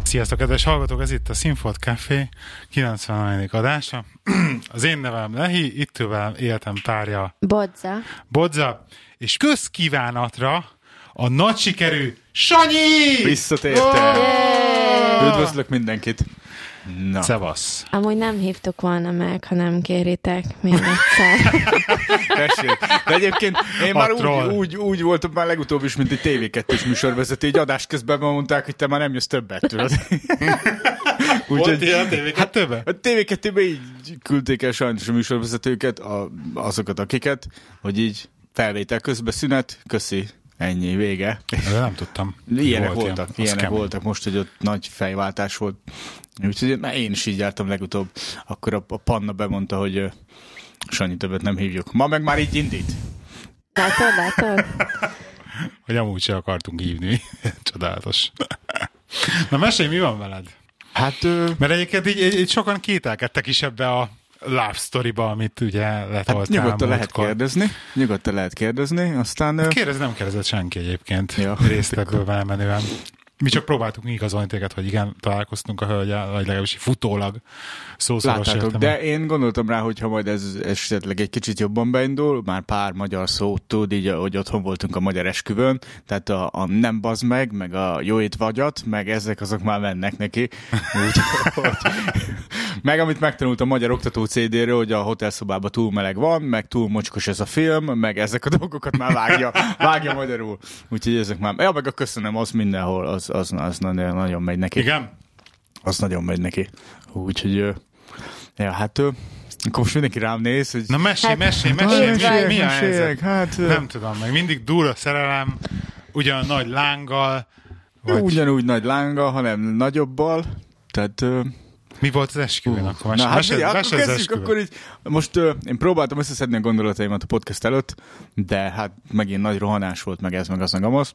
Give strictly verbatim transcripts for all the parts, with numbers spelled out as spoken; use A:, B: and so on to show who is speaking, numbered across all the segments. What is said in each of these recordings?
A: Sziasztok, kedves hallgatók! Ez itt a Színfolt Café kilencvennegyedik adása. Az én nevem Lehi, itt tőlem életem párja
B: Bodza.
A: Bodza, és közkívánatra a nagy sikerű Sanyi!
C: Visszatértem! Oh! Üdvözlök mindenkit! Na.
A: Szevasz!
B: Amúgy nem hívtuk volna meg, ha nem kéritek még egyszer.
C: Tessék. De egyébként én már úgy, úgy, úgy voltam már legutóbb is, mint egy té vé kettős műsorvezető, így adás közben mondták, hogy te már nem jössz többet, tudod.
A: Volt ilyen a té vé kettőben?
C: A té vé kettőben így küldték el sajnos a műsorvezetőket, a, azokat akiket, hogy így felvétel közben szünet, köszi. Ennyi, vége.
A: De nem tudtam.
C: Ilyenek volt voltak, ilyen, ilyenek voltak most, hogy ott nagy fejváltás volt. Úgyhogy na, én is így jártam legutóbb. Akkor a, a Panna bemondta, hogy uh, Sanyi többet nem hívjuk. Ma meg már így indít.
B: Látod, látod?
A: Hogy amúgy se akartunk hívni. Csodálatos. Na mesélj, mi van veled?
C: Hát... Uh...
A: Mert egyébként így, így sokan kételkedtek is ebbe a love storyba, amit ugye letoltál.
C: Hát nyugodtan lehet kérdezni, nyugodtan lehet kérdezni, aztán...
A: Kérdez, nem kérdezett senki egyébként
C: ja.
A: részletekből elmenően. Mi csak próbáltuk igazolni téged, hogy igen, találkoztunk a hölgyel, vagy legalábbis futólag szószoros
C: Láttátok,
A: értem.
C: De én gondoltam rá, hogy ha majd ez esetleg egy kicsit jobban beindul, már pár magyar szót tud, így, hogy otthon voltunk a magyar esküvőn, tehát a, a nem bazd meg, meg a jó étvagyat, meg ezek azok már mennek neki. Úgy, hogy... Meg amit megtanult a magyar oktató cé dé-ről, hogy a hotelszobában túl meleg van, meg túl mocskos ez a film, meg ezek a dolgokat már vágja, vágja magyarul. Úgyhogy ezek már... Ja, meg a köszönöm, az mindenhol, az, az, az nagyon, nagyon megy neki.
A: Igen?
C: Az nagyon megy neki. Úgyhogy... Ja, hát... Akkor most mindenki rám néz, hogy...
A: Na mesélj,
B: hát,
A: mesélj, mesélj, mesélj, mi a helyzet?
C: Hát,
A: nem tudom meg, mindig durva szerelem, ugyan nagy lánggal,
C: vagy... Ugyanúgy nagy lánggal, hanem nagyobbal, tehát...
A: Mi volt az esküvőn? Uh, akkor
C: na, hát ugye, akkor kezdjük, akkor így, most uh, én próbáltam összeszedni a gondolataimat a podcast előtt, de hát megint nagy rohanás volt, meg ez, meg az, meg amaz,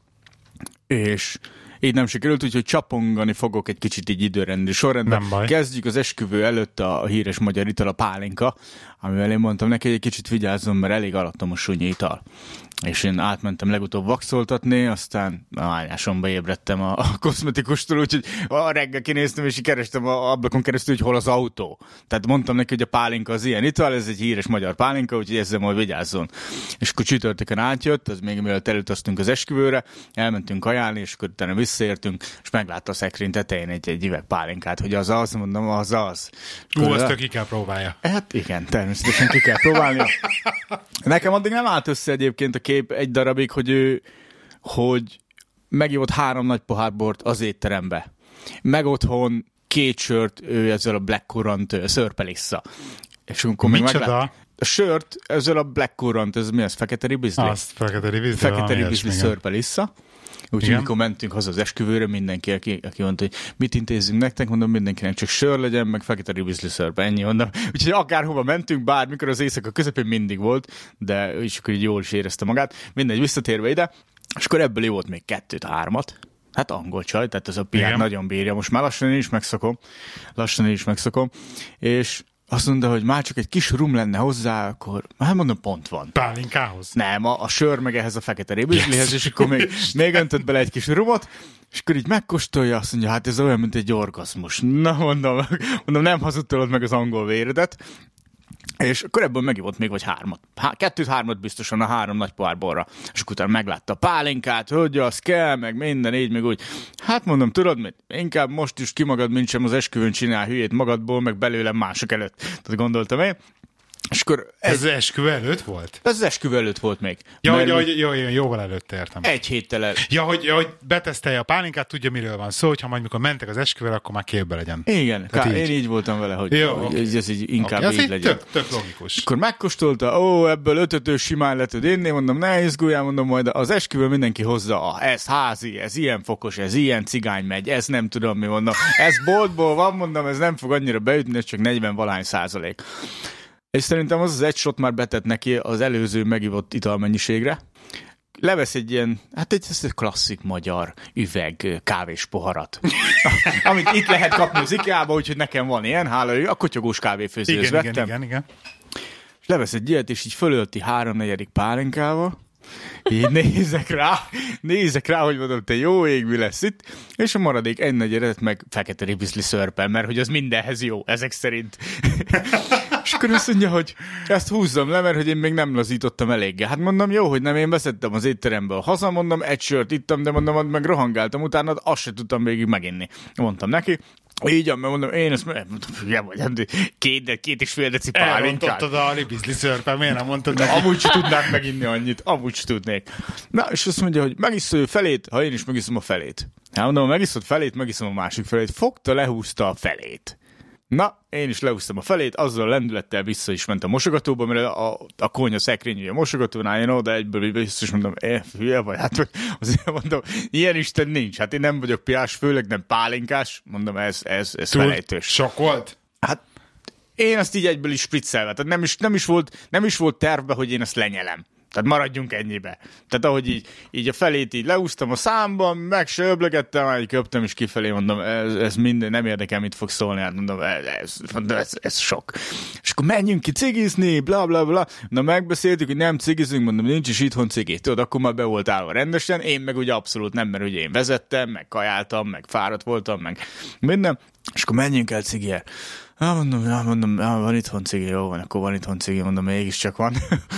C: és így nem sikerült, úgyhogy csapongani fogok egy kicsit így időrendi sorrendben. Kezdjük az esküvő előtt a híres magyar ital, a pálinka, amivel én mondtam neki, hogy egy kicsit vigyázzon, mert elég alattomos sunyi ital. És én átmentem legutóbb vaxoltatni, aztán a hányásomba ébredtem a, a kozmetikustól, úgyhogy a reggel kinéztem, és kerestem a ablakon keresztül, hogy hol az autó. Tehát mondtam neki, hogy a pálinka az ilyen ital, ez egy híres magyar pálinka, úgyhogy ezzel majd vigyázzon. És akkor csütörtökön átjött, az még mielőtt elutaztunk az esküvőre, elmentünk kajálni, és akkor utána visszaértünk, és meglátta a szekrény tetején egy, egy üveg pálinkát, hogy az az, mondom, az az.
A: Ú, azt ki kell próbálja.
C: Hát igen, természetesen ki kell próbálnia. Nekem addig nem állt össze egyébként a kép egy darabig, hogy ő, hogy megívott három nagy pohár bort az étterembe. Meg otthon két sört, ő ezzel a Black Currant szörpelissza. És akkor még meglát... A sört, ezzel a Black Currant, ez mi az? Fekete ribizli?
A: Azt, fekete ribizli.
C: Fekete ribizli szörpelissza. Úgyhogy amikor mentünk haza az esküvőre, mindenki, aki, aki mondta, hogy mit intézzünk nektek, mondom, mindenkinek csak sör legyen, meg fekete ribizli szörp, ennyi mondom. Úgyhogy akárhova mentünk, bármikor az éjszaka közepén mindig volt, de is akkor így jól is érezte magát. Mindegy, visszatérve ide, és akkor ebből jó volt még kettőt, hármat. Hát angol csaj, tehát ez a piát nagyon bírja. Most már lassan én is megszakom. Lassan én is megszakom. És azt mondta, hogy már csak egy kis rum lenne hozzá, akkor, hát mondom, pont van.
A: Pálinkához?
C: Nem, a, a sör meg ehhez a fekete ribizlihez, és akkor még, még öntött bele egy kis rumot, és akkor így megkóstolja, azt mondja, hát ez olyan, mint egy orgazmus. Na, mondom, mondom nem hazudtolod meg az angol véredet. És akkor ebből megivott még vagy hármat. Há, kettőt, hármat biztosan a három nagy pohárborra. És akkor utána meglátta a pálinkát, hogy az kell, meg minden, így, meg úgy. Hát mondom, tudod mit? Inkább most is ki magad, mint sem az esküvőn csinál hülyét magadból, meg belőlem mások előtt. Tehát gondoltam én. És akkor
A: ez, ez az esküvő előtt volt?
C: Ez az esküvő előtt volt még.
A: Ja, hogy, hogy, jó, jó, jóval előtt értem.
C: Egy héttel el.
A: Ja, hogy, hogy betesztelje a pálinkát, tudja, miről van szó, hogyha majd mikor mentek az esküvőre, akkor már képbe legyen.
C: Igen, ká, így. Én így voltam vele, hogy, jó, hogy okay. ez így inkább okay. így legyen.
A: Tök, tök logikus.
C: Akkor megkóstolta, ó, ebből ötötös simán le tud inni, mondom, ne izguljál, mondom, majd az esküvő mindenki hozza, ah, ez házi, ez ilyen fokos, ez ilyen cigány megy, ez nem tudom mi, mondom, ez boltból van, mondom, ez nem fog annyira beütni, ez csak negyven valahány százalék. És szerintem az az egy shot már betett neki az előző megivott italmennyiségre. Levesz egy ilyen, hát egy, egy klasszik magyar üveg kávés poharat. Amit itt lehet kapni az IKEA-ba, úgyhogy nekem van ilyen, hála, a kotyogós kávéfőzőhöz
A: igen,
C: vettem.
A: Igen, igen, igen.
C: És levesz egy ilyet, és így fölölti háromnegyedik pálinkával, Így nézek rá, nézek rá, hogy mondom, te jó ég, mi lesz itt, és a maradék egy nagy eredet meg fekete ribizli szörpen, mert hogy az mindenhez jó, ezek szerint. És akkor azt mondja, hogy ezt húzzam le, mert hogy én még nem lazítottam eléggé. Hát mondom, jó, hogy nem, én veszettem az étteremből haza, mondom, egy sört ittam, de mondom, meg rohangáltam utána, azt se tudtam végig meginni. Mondtam neki, így, mert mondom, én ezt mondom, két, de két és fél deci pálinkát.
A: Elrontottad a ribizli szörpen, miért nem mondtad neki?
C: Amúgy sem tudnák meginni annyit, amúgy sem tudnék. Na, és azt mondja, hogy megiszol ő felét, ha én is megiszom a felét. Hát mondom, megiszod felét, megiszom a másik felét. Fogta, lehúzta a felét. Na, én is lehúztam a felét, azzal a lendülettel vissza is ment a mosogatóba, mert a, a, a konyha szekrény, a mosogatónál én oda egyből vissza, és mondom, eh, hülye vagy, hát azért mondom, ilyen Isten nincs, hát én nem vagyok piás, főleg nem pálinkás, mondom, ez, ez, ez felejtős.
A: Sok volt?
C: Hát én azt így egyből is spriccelve, tehát nem is, nem is volt, nem is volt tervbe, hogy én ezt lenyelem. Tehát maradjunk ennyibe. Tehát ahogy így, így a felét így leúztam a számban, meg se öblögettem, már így köptem, és kifelé mondom, ez, ez minden, nem érdekel, mit fog szólni, hát mondom, ez, ez, ez, ez sok. És akkor menjünk ki cigizni, bla bla bla. Na megbeszéltük, hogy nem cigizünk, mondom, nincs is itthon cigi. Tudod, akkor már be volt állva rendesen, én meg ugye abszolút nem, mert ugye én vezettem, meg kajáltam, meg fáradt voltam, meg minden. És akkor menjünk el cigire. Ah, mondom, ah, mondom, ah, van itthon cigi, jó van, akkor van itthon cigi, mondom, mégiscsak van.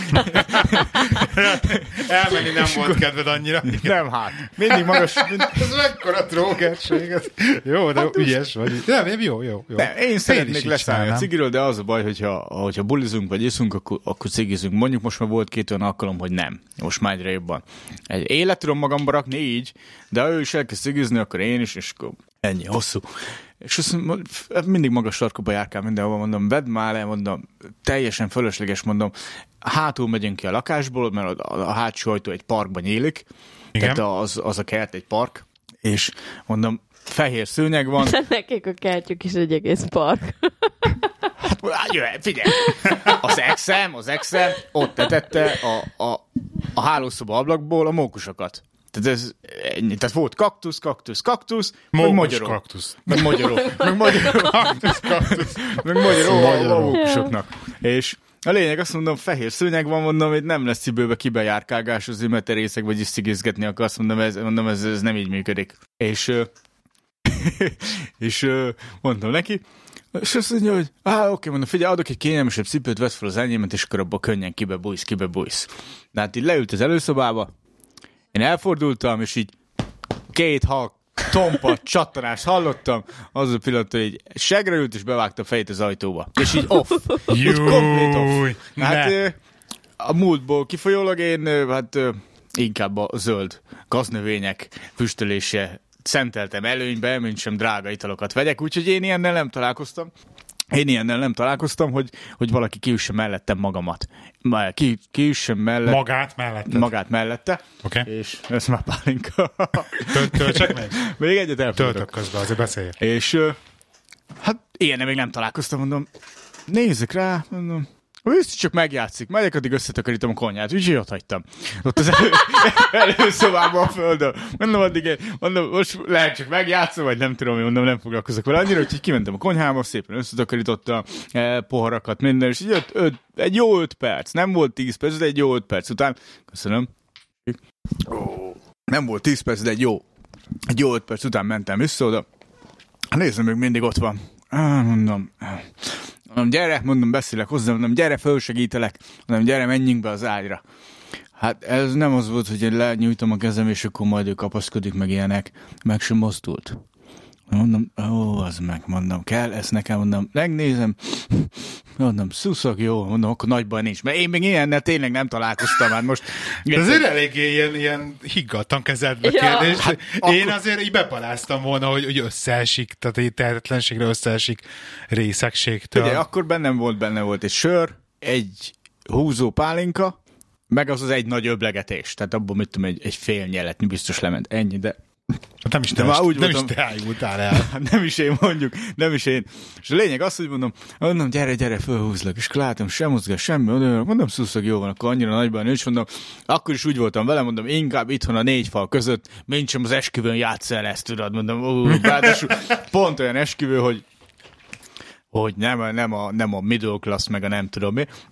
A: Elmenni nem volt kedved annyira.
C: Nem, hát. Mindig magas. Mind...
A: Ez mekkora trógerség. Jó, de hát ügyes vagy. Nem, jó, jó, jó.
C: De én szeretnék leszállni a cigiről, de az a baj, hogyha, hogyha bulizunk vagy iszunk, akkor, akkor cigizünk. Mondjuk most már volt két olyan alkalom, hogy nem. Most már egyre jobban. Egy élet tudom magamba rakni így, de ha ő is elkezd cigizni, akkor én is, és akkor ennyi, hosszú. És azt mondom, mindig magas sarkúba járkál mindenhova, mondom, vedd már le, mondom, teljesen fölösleges, mondom, hátul megyünk ki a lakásból, mert a, a hátsó ajtó egy parkban nyílik, igen. Tehát az, az a kert egy park, és mondom, fehér szőnyeg van.
B: Nekik a kertjük is egy egész park.
C: Hát jöjjön, figyelj! Az exem, az exem ott tetette a, a, a hálószoba ablakból a mókusokat. Tehát ez ennyi. Tehát volt kaktusz, kaktusz, kaktusz, meg magyaró.
A: kaktusz.
C: Meg magyaró. Meg magyaró. kaktusz, kaktusz. Meg magyaró a mókusoknak. És a lényeg, azt mondom, fehér szőnyeg van, mondom, hogy nem lesz cibőbe kibejárkálgás az imeterészek, vagyis szigizgetni akarsz, mondom, ez, mondom, ez, ez nem így működik. És, és mondtam neki, és azt mondja, hogy á, oké, mondom, figyelj, adok egy kényelmesebb cipőt, vesz fel az enyémet, és akkor abban könnyen kibebújsz, kibebújsz. De hát így leült az előszobába, én elfordultam, és így két halk, tompa, csattanást hallottam, az a pillanat, hogy egy segre ült, és bevágta a fejét az ajtóba. És így off. Így komplet off. Hát a múltból kifolyólag én hát inkább a zöld gaznövények füstölése szenteltem előnybe, mint sem drága italokat vegyek, úgyhogy én ilyennel nem találkoztam. Én ilyennel nem találkoztam, hogy, hogy valaki kiüsse mellettem magamat. Ki, kiüsse mellett...
A: Magát mellette.
C: Magát mellette.
A: Oké. Okay.
C: És ez már pálinka.
A: Töltsek meg?
C: Még egyet elfogadok.
A: Töltök közben, azért beszélj.
C: És hát ilyennel még nem találkoztam, mondom. Nézzük rá, mondom. Biztos csak megjátszik, megyek, addig összetakarítom a konyhát, úgyhogy ott hagytam. Ott az elő, előszobában a földön. Mondom, addig én, mondom, most lehet csak megjátszom, vagy nem tudom, mondom, nem foglalkozok vele annyira, úgyhogy kimentem a konyhába, szépen összetakarítottam eh, poharakat, minden, és így öt, öt, egy jó öt perc, nem volt tíz perc, de egy jó öt perc után, köszönöm. Nem volt tíz perc, de egy jó, egy jó öt perc után mentem vissza oda. Nézzem, még mindig ott van. Ah, mondom... Mondom, gyere, mondom, beszélek hozzá, mondom, gyere, fölsegítelek, mondom, gyere, menjünk be az ágyra. Hát ez nem az volt, hogy én lenyújtom a kezem, és akkor majd ő kapaszkodik, meg ilyenek, meg sem mozdult. Mondom, ó, az meg, mondom, kell, ezt nekem, mondom, megnézem, mondom, szuszok, jó, mondom, akkor nagy baj nincs, mert én még ilyennel tényleg nem találkoztam már most.
A: De azért eléggé ilyen, ilyen higgadtan kezeltbe ja. kérdés. Hát, én akkor... azért így bepaláztam volna, hogy, hogy összeesik, tehát egy tehetetlenségre összeesik részegségtől.
C: Ugye, akkor bennem volt, benne volt egy sör, egy húzó pálinka, meg az az egy nagy öblegetés, tehát abból mit tudom, egy, egy fél nyeletnyi biztos lement, ennyi, de...
A: Hát nem is te, est, úgy nem voltam, is te ájultál el.
C: Nem is én mondjuk, nem is én. És a lényeg az, hogy mondom, mondom, gyere, gyere, fölhúzlak, és látom, sem mozgás, semmi, mondom, szuszog, jó van, akkor annyira nagyban nincs, mondom, akkor is úgy voltam vele, mondom, inkább itthon a négy fal között, mint sem az esküvőn játsz el ezt, tudod, mondom, ó, ráadásul pont olyan esküvő, hogy hogy nem, nem, a, nem a middle class, meg a nem tudom mi.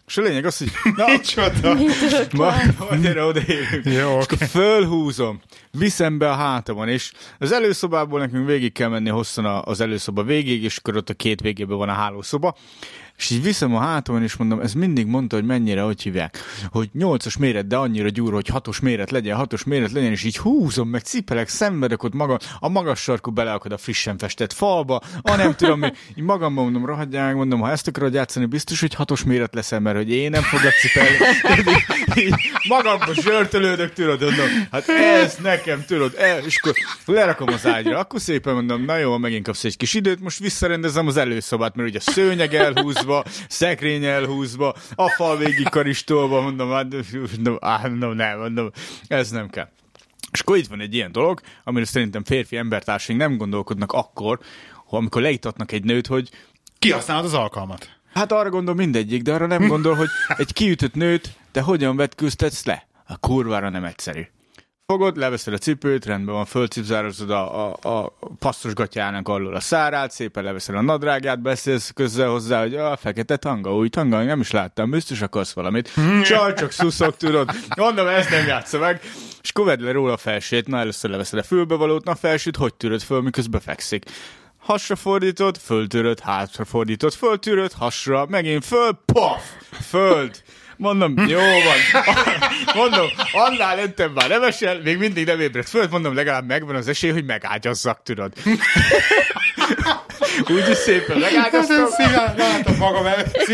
C: És a lényeg az, hogy na,
A: Micsoda?
C: majd, majd erre odaérünk.
A: Jó,
C: és akkor fölhúzom, viszem be a hátamon, és az előszobából nekünk végig kell menni hosszan az előszoba végig, és akkor ott a két végében van a hálószoba, és így viszem a hátamon, és mondom, ez mindig mondta, hogy mennyire, hogy hívják, hogy nyolcas méret, de annyira gyúr, hogy hatos méret legyen, hatos méret legyen, és így húzom, meg cipelek, szenvedek ott maga, a magas sarkú beleakad a frissen festett falba, a nem tudom, mi, így magamban mondom, rohadjál, mondom, ha ezt akarod játszani, biztos, hogy hatos méret leszel, mert hogy én nem foglak cipelni. így, így magamban zsörtölődök, tudod, mondom, hát ez nekem, tudod, el, és akkor lerakom az ágyra, akkor szépen mondom, na jó, megint kapsz egy kis időt, most visszarendezem az előszobát, mert ugye a szőnyeg elhúzva, szekrény elhúzva, a fal végig karistolva, mondom, hát, mondom, mondom, nem, mondom, ez nem kell. És akkor itt van egy ilyen dolog, amire szerintem férfi embertársaink nem gondolkodnak akkor, amikor leítatnak egy nőt, hogy
A: kihasználod az alkalmat.
C: hát arra gondol mindegyik, de arra nem gondol, hogy egy kiütött nőt te hogyan vetkőztetsz le. A kurvára nem egyszerű. Fogod, leveszed a cipőt, rendben van, fölcipzározod a, a, a passzos gatyának alól a szárát, szépen leveszed a nadrágját, beszélsz közzel hozzá, hogy a fekete tanga, új tanga, nem is láttam, biztos akarsz valamit. Csaj, csak szuszok, tudod. Mondom, ez nem játsza meg. És akkor vedd le róla a felsét, na először leveszed a fülbevalót, na a felsőt hogy tűröd föl, miközben fekszik. Hasra fordítod, föltűröd, hátra fordítod, föltűröd, hasra, megint föl, paf, föld. Mondom, jó van. Mondom, annál öntem már nem esel, még mindig nem ébredt föl, mondom, legalább megvan az esély, hogy megágyazzak, tudod. Úgyis szépen megágyaztam.
A: Szíván látom magam előtt.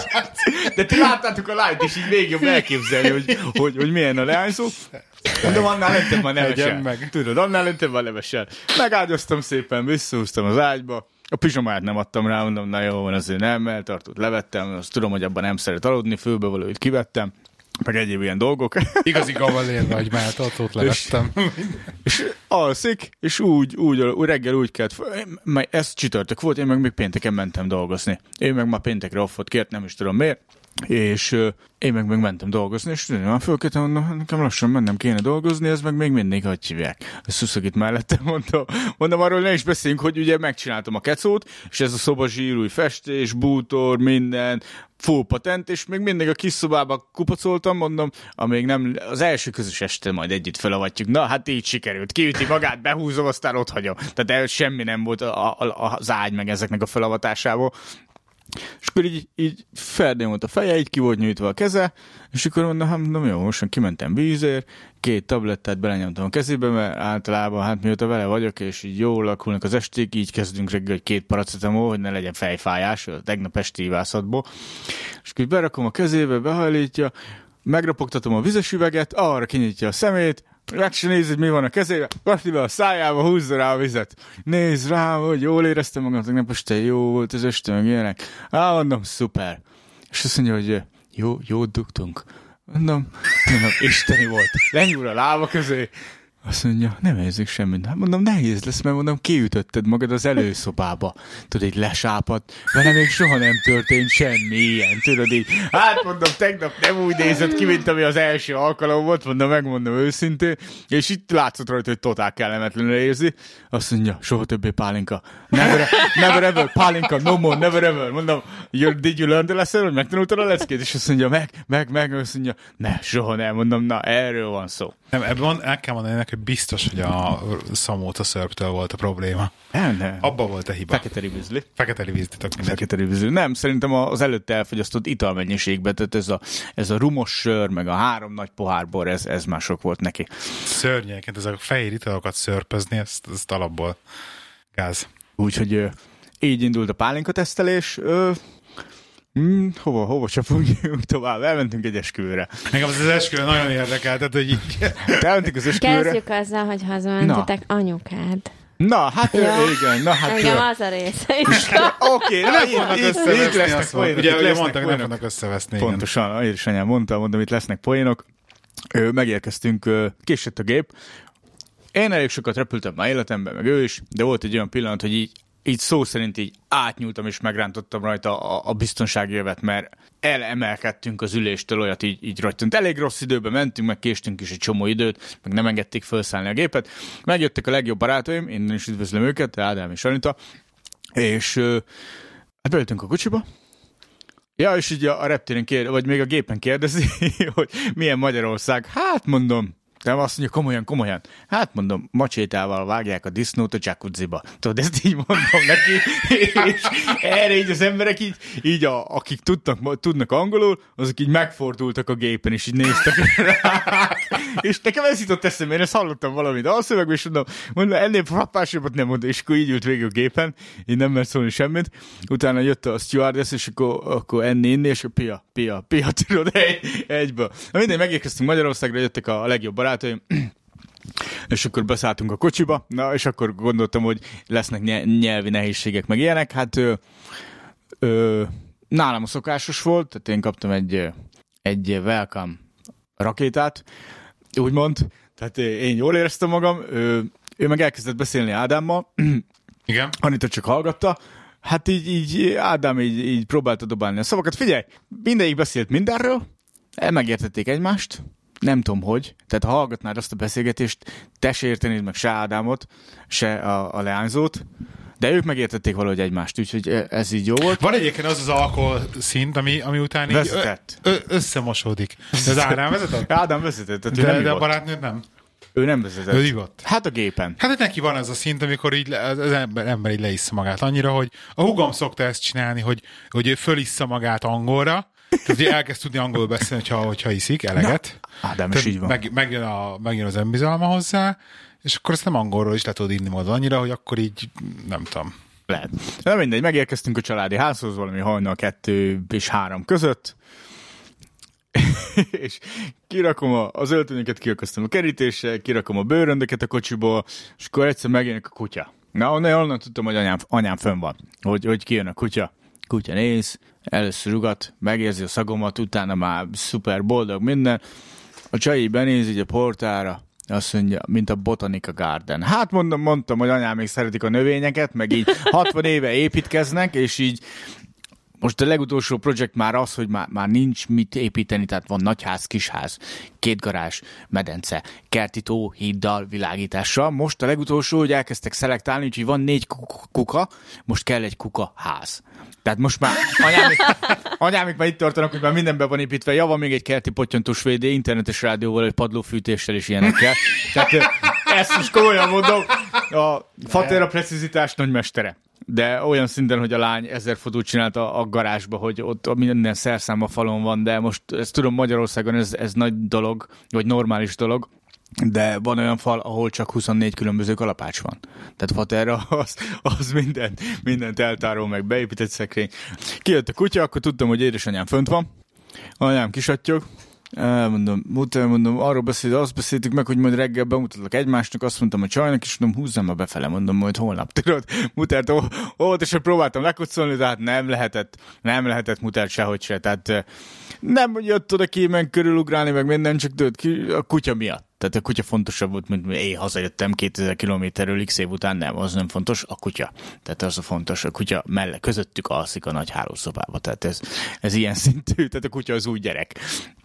C: De ti láttátok a lányt, és így végig elképzelni, hogy, hogy, hogy milyen a leányszó. Mondom, annál öntem már nem esel. Meg. Tudod, annál öntem már nem esel. Megágyaztam szépen, visszahúztam az ágyba. A pizsamát nem adtam rá, mondom, na jó van, azért nem, eltartót levettem, azt tudom, hogy abban nem szeret aludni, fülbevalóit kivettem, meg egyéb ilyen dolgok.
A: Igazi gavalér vagy, mert tartót levettem.
C: És, és alszik, és úgy, úgy, úgy reggel úgy kelt, mert ez csütörtök volt, én meg még pénteken mentem dolgozni. Én meg már péntekre offot kért, nem is tudom miért. És uh, én meg még mentem dolgozni, és már fölkeltem, mondom, nekem lassan mennem kéne dolgozni, ez meg még mindig hogy hívják. A szuszok itt mellettem, mondom, mondom, arról ne is beszéljünk, hogy ugye megcsináltam a kecót, és ez a szoba zsírúj festés, bútor, minden, full patent, és még mindig a kis szobába kupacoltam, mondom, amíg nem, az első közös este majd együtt felavatjuk. Na, hát így sikerült. Kiüti magát, behúzom, aztán ott hagyom. Tehát semmi nem volt a, a, az ágy meg ezeknek a felavatásából. És akkor így, így Ferdén volt a feje, így ki volt nyújtva a keze, és akkor mondom, hát mondom, jó, most kimentem vízért, két tablettát belenyomtam a kezébe, mert általában, hát mióta vele vagyok, és így jól lakulnak az esték, így kezdünk reggel, hogy két paracetamol, hogy ne legyen fejfájás, a tegnap esti ivászatból. És akkor berakom a kezébe, behajlítja, megropogtatom a vizes üveget, arra kinyitja a szemét, meg se néz, hogy mi van a kezébe, kapj be a szájába, húzza rá a vizet. Nézd rá, hogy jól éreztem magam, tegnap este jó volt az este, meg ilyenek. Á, mondom, szuper. És azt mondja, hogy jó, jót dugtunk. Mondom, mondom, isteni volt. Lenyúl a lába közé. Azt mondja, nem érzik semmit. Hát mondom, nehéz lesz, mert mondom, kiütötted magad az előszobába. Tudod, így lesápadt. Vele még soha nem történt semmi ilyen. Tudod, így, hát mondom, tegnap nem úgy nézett ki, mint ami az első alkalom volt, mondom, megmondom őszintén. És itt látszott rajta, hogy totál kellemetlenül érzi. Azt mondja, soha többé pálinka. Never, never ever, pálinka, no more, never ever. Mondom, did you learn the lesson, hogy megtanultad a leckét? És azt mondja, meg, meg, meg, azt mondja, ne, soha nem. Mondom, na, erről van szó.
A: Nem, ebben el kell mondani neki, hogy biztos, hogy a Szamóta szörptől volt a probléma.
C: Nem, nem.
A: Abba volt a hiba.
C: Fekete rivizli.
A: Fekete rivizli, tök mindegy.
C: Fekete rivizli. Nem, szerintem az előtte elfogyasztott italmennyiségbe, tehát ez a, ez a rumos sör, meg a három nagy pohárból, ez, ez már sok volt neki.
A: Szörnyeket, ez a fehér italokat szörpözni, ezt, ezt alapból gáz.
C: Úgyhogy így indult a pálinka tesztelés. Ö, Hmm, hova, hova csapunk tovább? Elmentünk egy esküvőre.
A: Engem az, az esküvő nagyon érdekel, tehát hogy így...
C: Elmentünk az esküvőre.
B: Kezdjük azzal, hogy hazamentetek anyukád.
C: Na, hát ja. igen, na hát...
B: Engem az a része is.
C: Oké, na így, így, így lesznek poénok.
A: Ugye, ugye mondták, hogy nem fognak összeveszni.
C: Pontosan, édesanyám mondta, mondom, itt lesznek poénok. Megérkeztünk, késett a gép. Én elég sokat repültem már életemben, meg ő is, de volt egy olyan pillanat, hogy így így szó szerint így átnyúltam és megrántottam rajta a, a biztonsági jövet, mert elemelkedtünk az üléstől, olyat így, így rajtunk. Elég rossz időben mentünk, meg késtünk is egy csomó időt, meg nem engedték felszállni a gépet. Megjöttek a legjobb barátaim, innen is üdvözlöm őket, Ádám és Anita, és hát beültünk a kocsiba, Ja, és így a, a reptéren kérdezi, vagy még a gépen kérdezi, hogy milyen Magyarország. Hát mondom, nem azt mondja, komolyan, komolyan. Hát mondom, macsétával vágják a disznót a jacuzziba. Tudod, ezt így mondom neki, és erre így az emberek így, így a, akik tudnak, tudnak angolul, azok így megfordultak a gépen, és így néztek rá. És nekem ez jutott eszembe, én ezt hallottam valamit alszövegben, és mondom, mondom, ennél frappásabbat nem mondom, és akkor így ült végig a gépen, így nem mert szólni semmit. Utána jött a stewardess, és akkor, akkor enni, inni, és akkor pia, pia, pia, tudod, egy, egyből. Na mindegy, megérkeztünk Magyarországra, jöttek a legjobb barátaim, és akkor beszálltunk a kocsiba, na, és akkor gondoltam, hogy lesznek nyelvi nehézségek, meg ilyenek. Hát ö, ö, nálam a szokásos volt, tehát én kaptam egy, egy welcome rakétát, úgymond, tehát én jól éreztem magam, ő, ő meg elkezdett beszélni Ádámmal,
A: igen.
C: Anita csak hallgatta, hát így, így Ádám így, így próbálta dobálni a szavakat. Figyelj, mindegyik beszélt mindenről, megértették egymást, nem tudom hogy, tehát ha hallgatnád azt a beszélgetést, te se értenéd meg se Ádámot, se a, a leányzót, de ők megértették valahogy egymást, úgyhogy ez így jó volt.
A: Van egyébként az az alkohol szint, ami, ami után így ö, ö, összemosódik. Ez Ádám vezetett?
C: Ádám vezetett.
A: De, de a barátnőd nem?
C: Ő nem vezetett.
A: Ő ivott?
C: Hát a gépen.
A: Hát neki van ez a szint, amikor így le, az ember, ember így leissza magát annyira, hogy a húgom szokta ezt csinálni, hogy, hogy ő fölissza magát angolra, tehát elkezd tudni angolul beszélni, hogyha, hogyha iszik eleget.
C: Na, Ádám is így van.
A: Meg, megjön, a, megjön az önbizalma hozzá, és akkor ezt nem angolról is le tudod inni módon annyira, hogy akkor így nem tudom.
C: Lehet. De mindegy, megérkeztünk a családi házhoz valami hajnal kettő és három között, és kirakom az öltönyöket, kiakasztom a kerítésre, kirakom a bőröndöket a kocsiból, és akkor egyszer megjelenik a kutya. Na, onnan, onnan tudtam, hogy anyám, anyám fönn van, hogy, hogy kijön a kutya. Kutya néz, először ugat, megérzi a szagomat, utána már szuper boldog minden. A csaj benéz így a portára, azt mondja, mint a Botanica Garden. Hát mondom, mondtam, hogy anyám még szeretik a növényeket, meg így hatvan éve építkeznek, és így most a legutolsó projekt már az, hogy már, már nincs mit építeni, tehát van nagyház, kisház, két garázs, medence, kerti tó, híddal, világítással. Most a legutolsó, hogy elkezdtek szelektálni, úgyhogy van négy kuka, most kell egy kuka ház. Tehát most már anyámik, anyámik már itt tartanak, hogy már mindenben van építve. Ja, van még egy kerti pottyontós védé, internetes rádióval, egy padlófűtéssel és ilyenekkel. Tehát ezt is komolyan mondom, a fater a precizitás nagymestere. De olyan szinten, hogy a lány ezer fotót csinálta a garázsba, hogy ott minden szerszám a falon van, de most ezt tudom, Magyarországon ez, ez nagy dolog, vagy normális dolog, de van olyan fal, ahol csak huszonnégy különböző kalapács van. Tehát faterra az, az mindent, mindent eltárol, meg beépített szekrény. Kijött a kutya, akkor tudtam, hogy édesanyám fönt van, anyám kisattyog, mondom, muter, mondom, arról beszélt, azt beszéltük meg, hogy majd reggel bemutatlak egymásnak, azt mondtam a csajnak, és mondom, húzzam már befele, mondom, majd holnap. Tudod, mutert óvatosan próbáltam lekocsolni, de hát nem lehetett, nem lehetett mutert sehogy se, tehát nem jött oda kémen körülugrálni, meg minden, csak tudod, a kutya miatt. Tehát a kutya fontosabb volt, mint én hazajöttem kétezer kilométerről x év után, nem, az nem fontos, a kutya. Tehát az a fontos, a kutya mellett közöttük alszik a nagy hálószobába, tehát ez, ez ilyen szintű, tehát a kutya az új gyerek.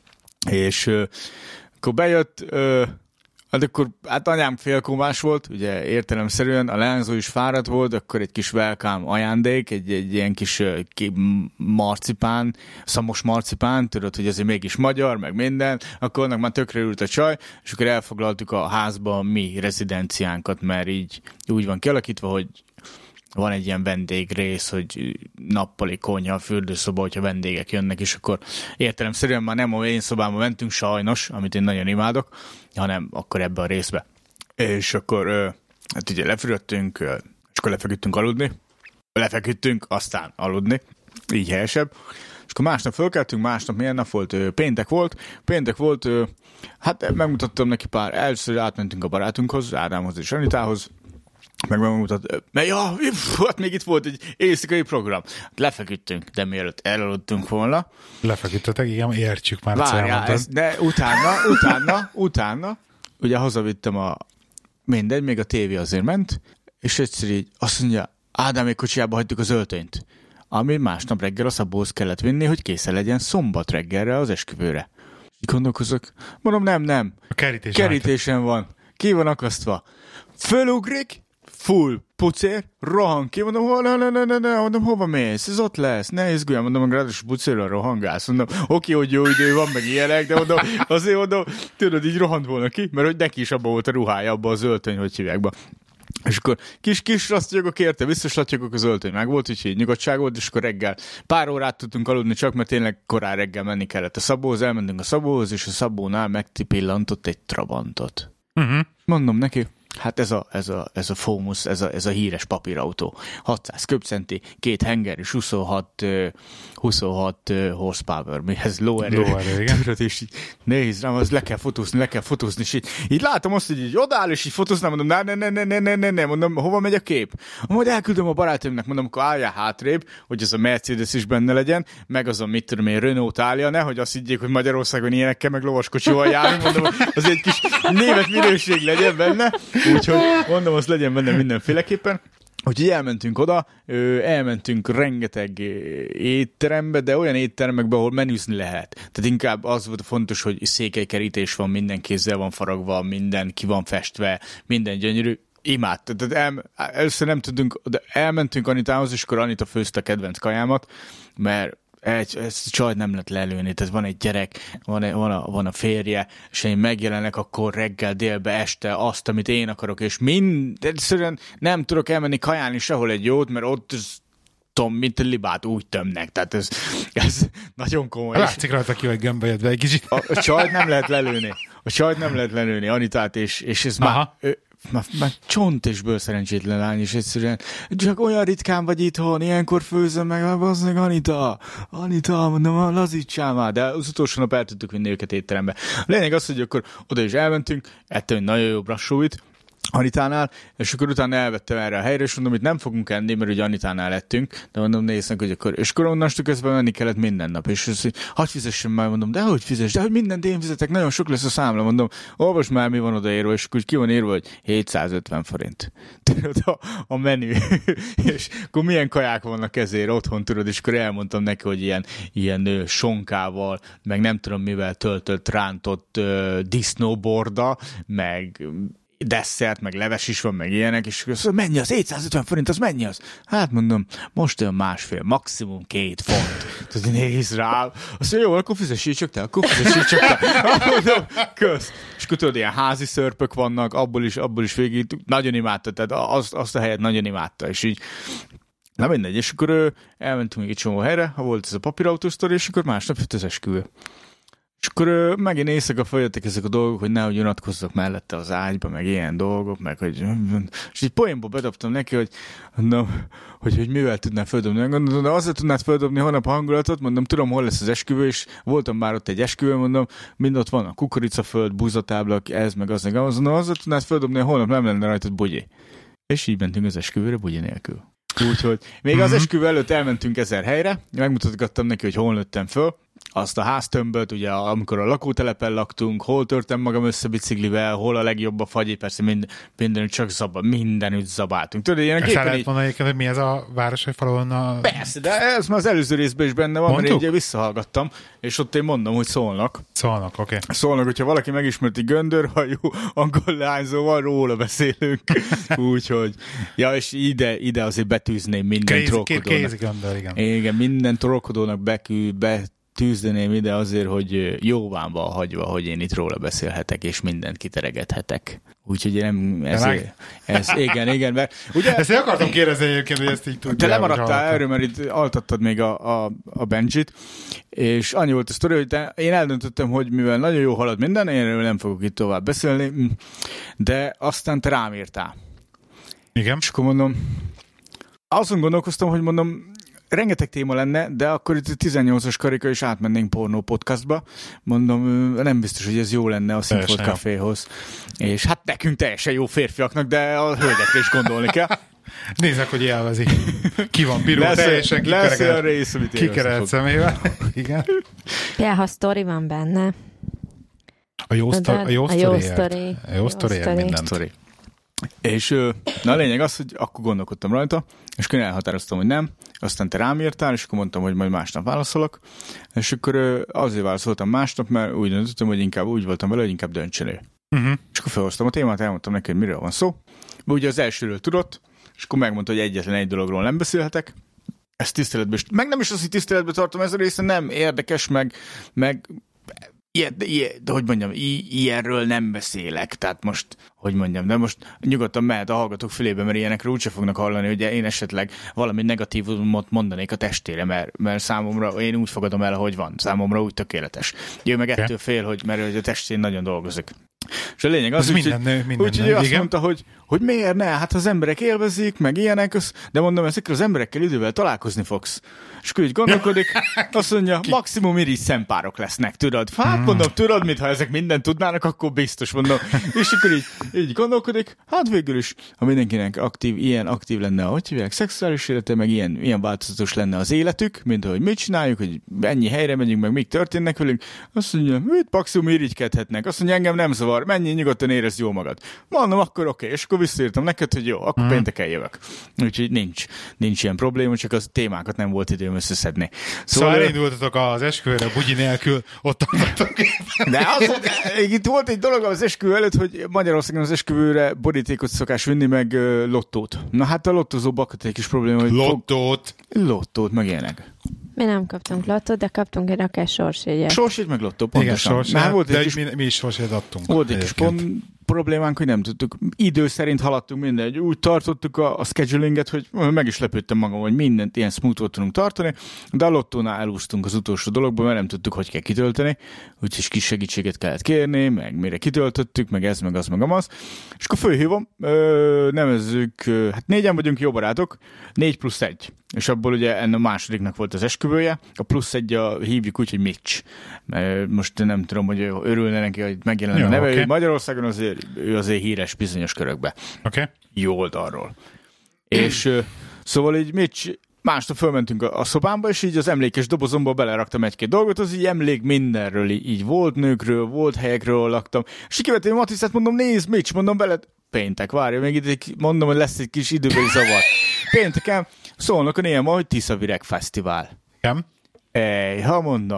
C: És uh, akkor bejött, uh, hát akkor hát anyám félkomás volt, ugye értelemszerűen, a leányzó is fáradt volt, akkor egy kis welcome ajándék, egy, egy ilyen kis uh, marcipán, szamos marcipán, tudod, hogy azért mégis magyar, meg minden, akkor annak már tökre ült a csaj, és akkor elfoglaltuk a házba a mi rezidenciánkat, mert így úgy van kialakítva, hogy van egy ilyen vendégrész, hogy nappali konyha, fürdőszoba, hogyha vendégek jönnek, és akkor értelemszerűen már nem a én szobámba mentünk, sajnos, amit én nagyon imádok, hanem akkor ebbe a részbe. És akkor hát ugye lefürödtünk, és akkor lefeküdtünk aludni, lefeküdtünk, aztán aludni, így helyesebb. És akkor másnap fölkeltünk, másnap milyen nap volt? Péntek volt, péntek volt, hát megmutattam neki pár, először átmentünk a barátunkhoz, Ádámhoz és Anitához, meg megmutat, mert ja, hát még itt volt egy éjszakai program. Lefeküdtünk, de mielőtt elaludtunk volna.
A: Lefeküdtetek, igen, értjük már.
C: Várjál, ez, de utána, utána, utána, ugye hazavittem a mindegy, még a tévé azért ment, és egyszer így azt mondja, Ádámék kocsiába hagytuk az öltönyt, ami másnap reggel a Szabóhoz kellett vinni, hogy készen legyen szombat reggelre az esküvőre. Így gondolkozok, mondom, nem, nem,
A: a kerítésen,
C: kerítésen van, ki van akasztva. Fölugrik, full pucér, rohan ki, mondom, ho, ne, ne, ne, ne, ne, mondom, hova mész? Ez ott lesz, ne izgulj, mondom, meg ráadásul pucérral rohangálsz, mondom, oké, hogy jó idő van, meg ilyenek, de mondom, azért mondom, tudod, így rohant volna ki, mert hogy neki is abban volt a ruhája, abban az öltöny, hogy hívják be. És akkor kis-kis rasztjogok érte, visszaslatjogok az öltöny meg volt, úgyhogy nyugodtság volt, és akkor reggel pár órát tudtunk aludni csak, mert tényleg korán reggel menni kellett a Szabóhoz, elmentünk a Szabóhoz, és a Szabónál megtipillantott egy Trabantot. Uh-huh. Mondom neki, hát ez a, ez a, ez a Fómusz, ez a, ez a híres papírautó. hatszáz köbcenti, két henger és huszonhat, huszonhat horsepower, mi ez lóerő.
A: Lóerő, igen.
C: Tudod, és így nézd rám, az le kell fotózni, le kell fotózni, és így, így látom azt, hogy így odáll, és így fotóznám, mondom, ne, ne, ne, ne, ne, ne, ne, mondom, hova megy a kép? Majd elküldöm a barátomnak, mondom, akkor álljál hátrébb, hogy ez a Mercedes is benne legyen, meg az a, mit tudom én, Renault állja, nehogy azt higgyék, hogy Magyarországon ilyenekkel, meg lovaskocsival járunk, mondom, az egy kis német minőség legyen benne, úgyhogy mondom, az legyen benne mindenféleképpen. Úgyhogy elmentünk oda, elmentünk rengeteg étterembe, de olyan étteremekbe, ahol menüzni lehet. Tehát inkább az volt fontos, hogy székelykerítés van, minden kézzel van faragva, minden ki van festve, minden gyönyörű. Imádta. Tehát el, először nem tudunk, de elmentünk Anitához, és akkor Anita főzte a kedvenc kajámat, mert Egy, ezt a csajt nem lehet lelőni, tehát van egy gyerek, van, van, a, van a férje, és én megjelenek akkor reggel, délbe, este azt, amit én akarok, és mind, egyszerűen nem tudok elmenni kajálni sehol egy jót, mert ott tudom, mint a libát úgy tömnek, tehát ez, ez nagyon komoly.
A: Látszik rajta ki, hogy gömbölyöd be egy kicsit.
C: A, a csajt nem lehet lelőni, a csajt nem lehet lelőni, Anitát, és, és ez Aha. már... Ő, Már, már csont és ből szerencsétlen lány, és egyszerűen csak olyan ritkán vagy itthon, ilyenkor főzöm meg, az meg Anita, Anita, mondom, lazítsál már, de az utolsó nap el tudtuk vinni őket étterembe. A lényeg az, hogy akkor oda is elmentünk, ettem egy nagyon jó brassóit Anitánál, és akkor utána elvettem erre a helyre, és mondom, hogy nem fogunk enni, mert ugye Anitánál lettünk, de mondom, néznek, hogy akkor, és akkor onnastól kezdve menni kellett minden nap, és azt, hogy hadd fizessem már, mondom, de hogy fizess, de hogy mindent én fizetek, nagyon sok lesz a számla, mondom, olvasd már, mi van odaírva, és akkor ki van írva, hogy hétszázötven forint. Tudod, a, a menü, és akkor milyen kaják vannak ezért otthon, tudod, és akkor elmondtam neki, hogy ilyen, ilyen ö, sonkával, meg nem tudom mivel töltött, rántott ö, disznóborda, meg desszert, meg leves is van, meg ilyenek, és akkor mennyi az? hétszázötven forint, az mennyi az? Hát mondom, most olyan másfél, maximum két font. Tudod, nézd rá. Azt mondja, jó, akkor fizessél csak te, akkor fizessél csak te. Mondom, kösz. És akkor tudod, ilyen házi szörpök vannak, abból is, abból is végig, nagyon imádta, tehát azt, azt a helyet nagyon imádta, és így na mindegy, és akkor ö, elmentünk még egy csomó helyre, ha volt ez a papírautósztori, és akkor másnap jött az esküvő. És akkor ö, megint éjszaka feljöttek ezek a dolgok, hogy nehogy unatkozzak mellette az ágyba, meg ilyen dolgok, meg hogy... És így poénból bedobtam neki, hogy, mondom, hogy, hogy mivel tudnám földobni. Mondom, de azért tudnád földobni holnap a hangulatot, mondom, tudom, hol lesz az esküvő, és voltam már ott egy esküvő, mondom, mind ott van a kukoricaföld, búzatáblak, ez, meg az, meg az, mondom, azért tudnád földobni, holnap nem lenne rajtad bugyi. És így mentünk az esküvőre bugyi nélkül. Úgyhogy még mm-hmm. az esküvő előtt elmentünk ezer helyre, megmutatgattam neki, hogy hol nőttem föl, azt a háztömböt, ugye amikor a lakótelepen laktunk, hol törtem magam össze biciklivel, hol a legjobb a fagyi, persze mind, mindenütt csak zabál, mindenütt zabáltunk. Tudod, ilyen
A: és el lehet mondani, hogy mi ez a város, vagy falon a...
C: Persze, de ez már az előző részben is benne van, Mondtuk? Mert én ugye visszahallgattam, és ott én mondom, hogy Szolnok.
A: Szolnok, oké. Okay.
C: Szolnok, hogyha valaki megismerti göndörhajú angol lányzóval, róla beszélünk. Úgyhogy, ja, és ide, ide azért betűzném minden trollkodónak.
A: Kézi göndör, igen.
C: Igen, minden trollkodónak bekül, be tűzdeném ide azért, hogy jóván van hagyva, hogy én itt róla beszélhetek, és mindent kiteregethetek. Úgyhogy nem... Ez, ez, igen, igen, mert... Ugye,
A: ezt én akartam kérdezni egyébként, hogy ezt így tudja.
C: Te lemaradtál erről, mert itt altattad még a, a, a Benjit, és annyi volt a sztori, hogy te, én eldöntöttem, hogy mivel nagyon jó halad minden, én erről nem fogok itt tovább beszélni, de aztán te rám írtál.
A: Igen.
C: És akkor mondom, azon gondolkoztam, hogy mondom, rengeteg téma lenne, de akkor itt a tizennyolcas karika is átmennénk pornó podcastba. Mondom, nem biztos, hogy ez jó lenne a Színfolt Caféhoz. És hát nekünk teljesen jó férfiaknak, de a hölgyekre is gondolni kell.
A: Nézzek, hogy élvezi. Ki van pirul,
C: lesz,
A: teljesen
C: kikerelt
A: szemével. Igen.
B: Ja, ha sztori van benne.
A: A jó sztori. A jó
B: sztori.
A: A jó sztori minden sztori.
C: És na a lényeg az, hogy akkor gondolkodtam rajta, és akkor elhatároztam, hogy nem, aztán te rám írtál, és akkor mondtam, hogy majd másnap válaszolok, és akkor azért válaszoltam másnap, mert úgy döntöttem, hogy inkább úgy voltam vele, hogy inkább döntsön ő. Uh-huh. És akkor felhoztam a témát, elmondtam neki, hogy miről van szó. Ugye az elsőről tudott, és akkor megmondta, hogy egyetlen egy dologról nem beszélhetek, ezt tiszteletben is. Meg nem is az, hogy tiszteletben tartom, ez a része nem érdekes, meg, meg ilyen, ilyen, de hogy mondjam, ilyenről nem beszélek, tehát most, hogy mondjam, de most nyugodtan mehet a hallgatók fülébe, mert ilyenekről úgyse fognak hallani, hogy én esetleg valami negatívumot mondanék a testére, mert, mert számomra, én úgy fogadom el, ahogy van, számomra úgy tökéletes. Ő meg ettől fél, hogy, mert a testén nagyon dolgozik. És a lényeg az,
A: úgy, minden, minden
C: úgy, hogy ő azt mondta, hogy, hogy miért ne, hát az emberek élvezik, meg ilyenek, de mondom, ezekkel az emberekkel idővel találkozni fogsz. És akkor így gondolkodik, azt mondja, maximum irigy szempárok lesznek, tudod. Hát mondom, tudod, mintha ezek mindent tudnának, akkor biztos mondom. És akkor így, így gondolkodik, hát végül is, ha mindenkinek aktív, ilyen aktív lenne, ahogy hívják, szexuális élete, meg ilyen, ilyen változatos lenne az életük, mint ahogy mit csináljuk, hogy ennyi helyre megyünk, meg mik történnek velünk, azt mondja, mit maximum irigykedhetnek, azt mondja, engem nem zavar, mennyi nyugodtan érezd jól magad. Mondom, akkor oké, okay. És akkor visszaírtam neked, hogy jó, akkor mm. pénteken jövök. Úgyhogy nincs, nincs ilyen probléma, csak az témákat nem volt időm összeszedni.
A: Szóval, szóval elindultatok az esküvőre bugyi nélkül, ott tartottak.
C: De az, itt volt egy dolog az esküvő előtt, hogy Magyarországon az esküvőre borítékot szokás vinni, meg uh, lottót. Na hát a lottozó bakat egy kis probléma, hogy...
A: Lottót?
C: Fog... Lottót, meg ilyenek.
B: Mi nem kaptunk lottót, de kaptunk egy rakás sorsjegyet.
C: Sorsjegy meg lottó, pontosan.
A: Igen, sorsjegy, volt de kis... mi, mi is sorsjegy adtunk.
C: Volt egy kis pont problémánk, hogy nem tudtuk. Idő szerint haladtunk mindegy. Úgy tartottuk a, a schedulinget, hogy meg is lepődtem magam, hogy mindent ilyen smooth-ot tudunk tartani, de a lottónál elúsztunk az utolsó dologba, mert nem tudtuk, hogy kell kitölteni, úgyhogy kis segítséget kellett kérni, meg mire kitöltöttük, meg ez, meg az, meg amaz. És akkor fölhívom, ö, nevezzük, ö, hát négyen vagyunk jó barátok, négy plusz egy. És abból ugye ennek a másodiknak volt az esküvője, a plusz egy a hívjuk úgy, hogy Mitch. Most nem tudom, hogy örülne neki, hogy megjelenne a neve. Okay. Magyarországon azért, ő azért híres bizonyos körökbe.
A: Okay.
C: Jó oldalról. És szóval így Mitch, másnap fölmentünk a, a szobámba, és így az emlékes dobozomba beleraktam egy-két dolgot, az így emlék mindenről, így volt nőkről, volt helyekről laktam. És így kivettem a matricát, mondom, nézd, Mitch, mondom bele, péntek, várja, még itt mondom, hogy lesz egy kis időbeli zavar. Pénteken Szolnokon ilyen ma, hogy Tiszavireg Fesztivál.
A: Igen.
C: Ej, ha mondom.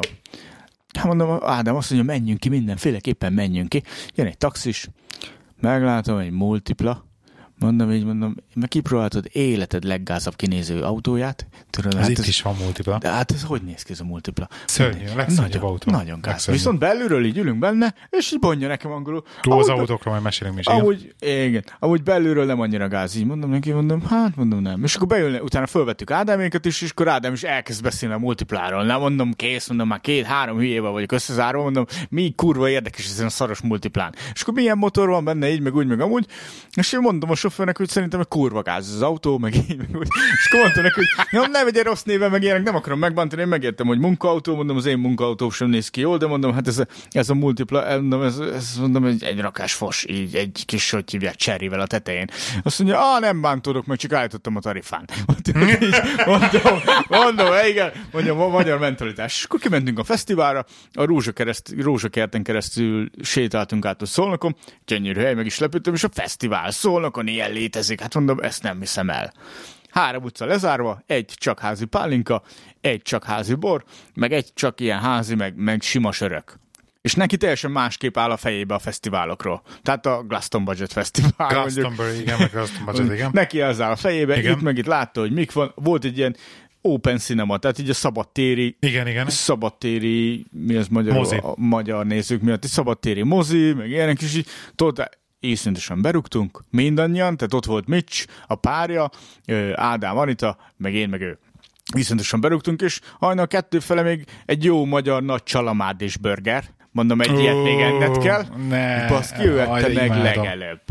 C: Ha mondom, Ádám azt mondja, menjünk ki, mindenféleképpen menjünk ki. Jön egy taxis, meglátom egy multipla, mondom, így mondom, meg kipróbáltad életed leggázabb kinéző autóját. Tudod,
A: ez
C: hát
A: itt
C: ez,
A: is van multipla.
C: De hát ez hogy néz ki ez a multipla?
A: Szörnyű, a legszörnyűbb autó.
C: Nagyon gáz. Viszont belülről így ülünk benne, és így mondja nekem angolul.
A: Túl az autókról majd mesélünk is.
C: Amúgy, igen. Amúgy belülről nem annyira gáz. Így mondom neki, mondom, hát mondom nem. És akkor beülne, utána fölvettük Ádámékat is, és akkor Ádám is elkezd beszélni a multipláról. Nem mondom, kész, mondom, már két-három hülyével vagyok összezárva, mondom, mi kurva érdekes ezen a szaros multiplán. És akkor milyen motor van benne, így, meg úgy, meg amúgy. És én mondom a sofőrnek, hogy szerintem a kurva gáz az autó, meg így, meg úgy. És akkor mondta neki, hogy nyom, ne vegye rossz néven, meg ilyenek, nem akarom megbántani, én megértem, hogy munkaautó, mondom, az én munkaautó sem néz ki jól, de mondom, hát ez a, ez a multipla, mondom, ez, ez mondom, egy, egy rakás fos, így egy kis, hogy hívják, cherryvel a tetején. Azt mondja, ah, nem bántódok, meg csak állítottam a tarifán. Mondom, mondom, mondom, igen, mondjam, a magyar mentalitás. És akkor kimentünk a fesztiválra, a Rózsakereszt, Rózsakerten keresztül sétáltunk át a Szolnokon, gyönyörű hely, meg is lepődtem, és a fesztivál Szolnokon ilyen létezik, hát mondom, ezt nem hiszem el. Három utca lezárva, egy csak házi pálinka, egy csak házi bor, meg egy csak ilyen házi, meg, meg sima sörök. És neki teljesen másképp áll a fejébe a fesztiválokról. Tehát a Glastonbury Fesztivál.
A: Glastonbury, igen, meg Glastonbury, igen.
C: Neki az áll a fejébe,
A: igen.
C: Itt meg itt látta, hogy mik van. Volt egy ilyen open cinema, tehát így a szabadtéri,
A: igen, igen.
C: szabadtéri, mi az magyar,
A: mozi.
C: A, a magyar nézők miatt, egy szabadtéri mozi, meg ilyenek is így, totál, észintesen berúgtunk, mindannyian, tehát ott volt Mitch, a párja, Ádám, Anita, meg én, meg ő. Viszontosan berúgtunk, és hajnal kettő fele még egy jó magyar nagy csalamád és burger. Mondom, egy ilyet még enned kell.
A: Ne,
C: baszki, ő ette meg legelőbb.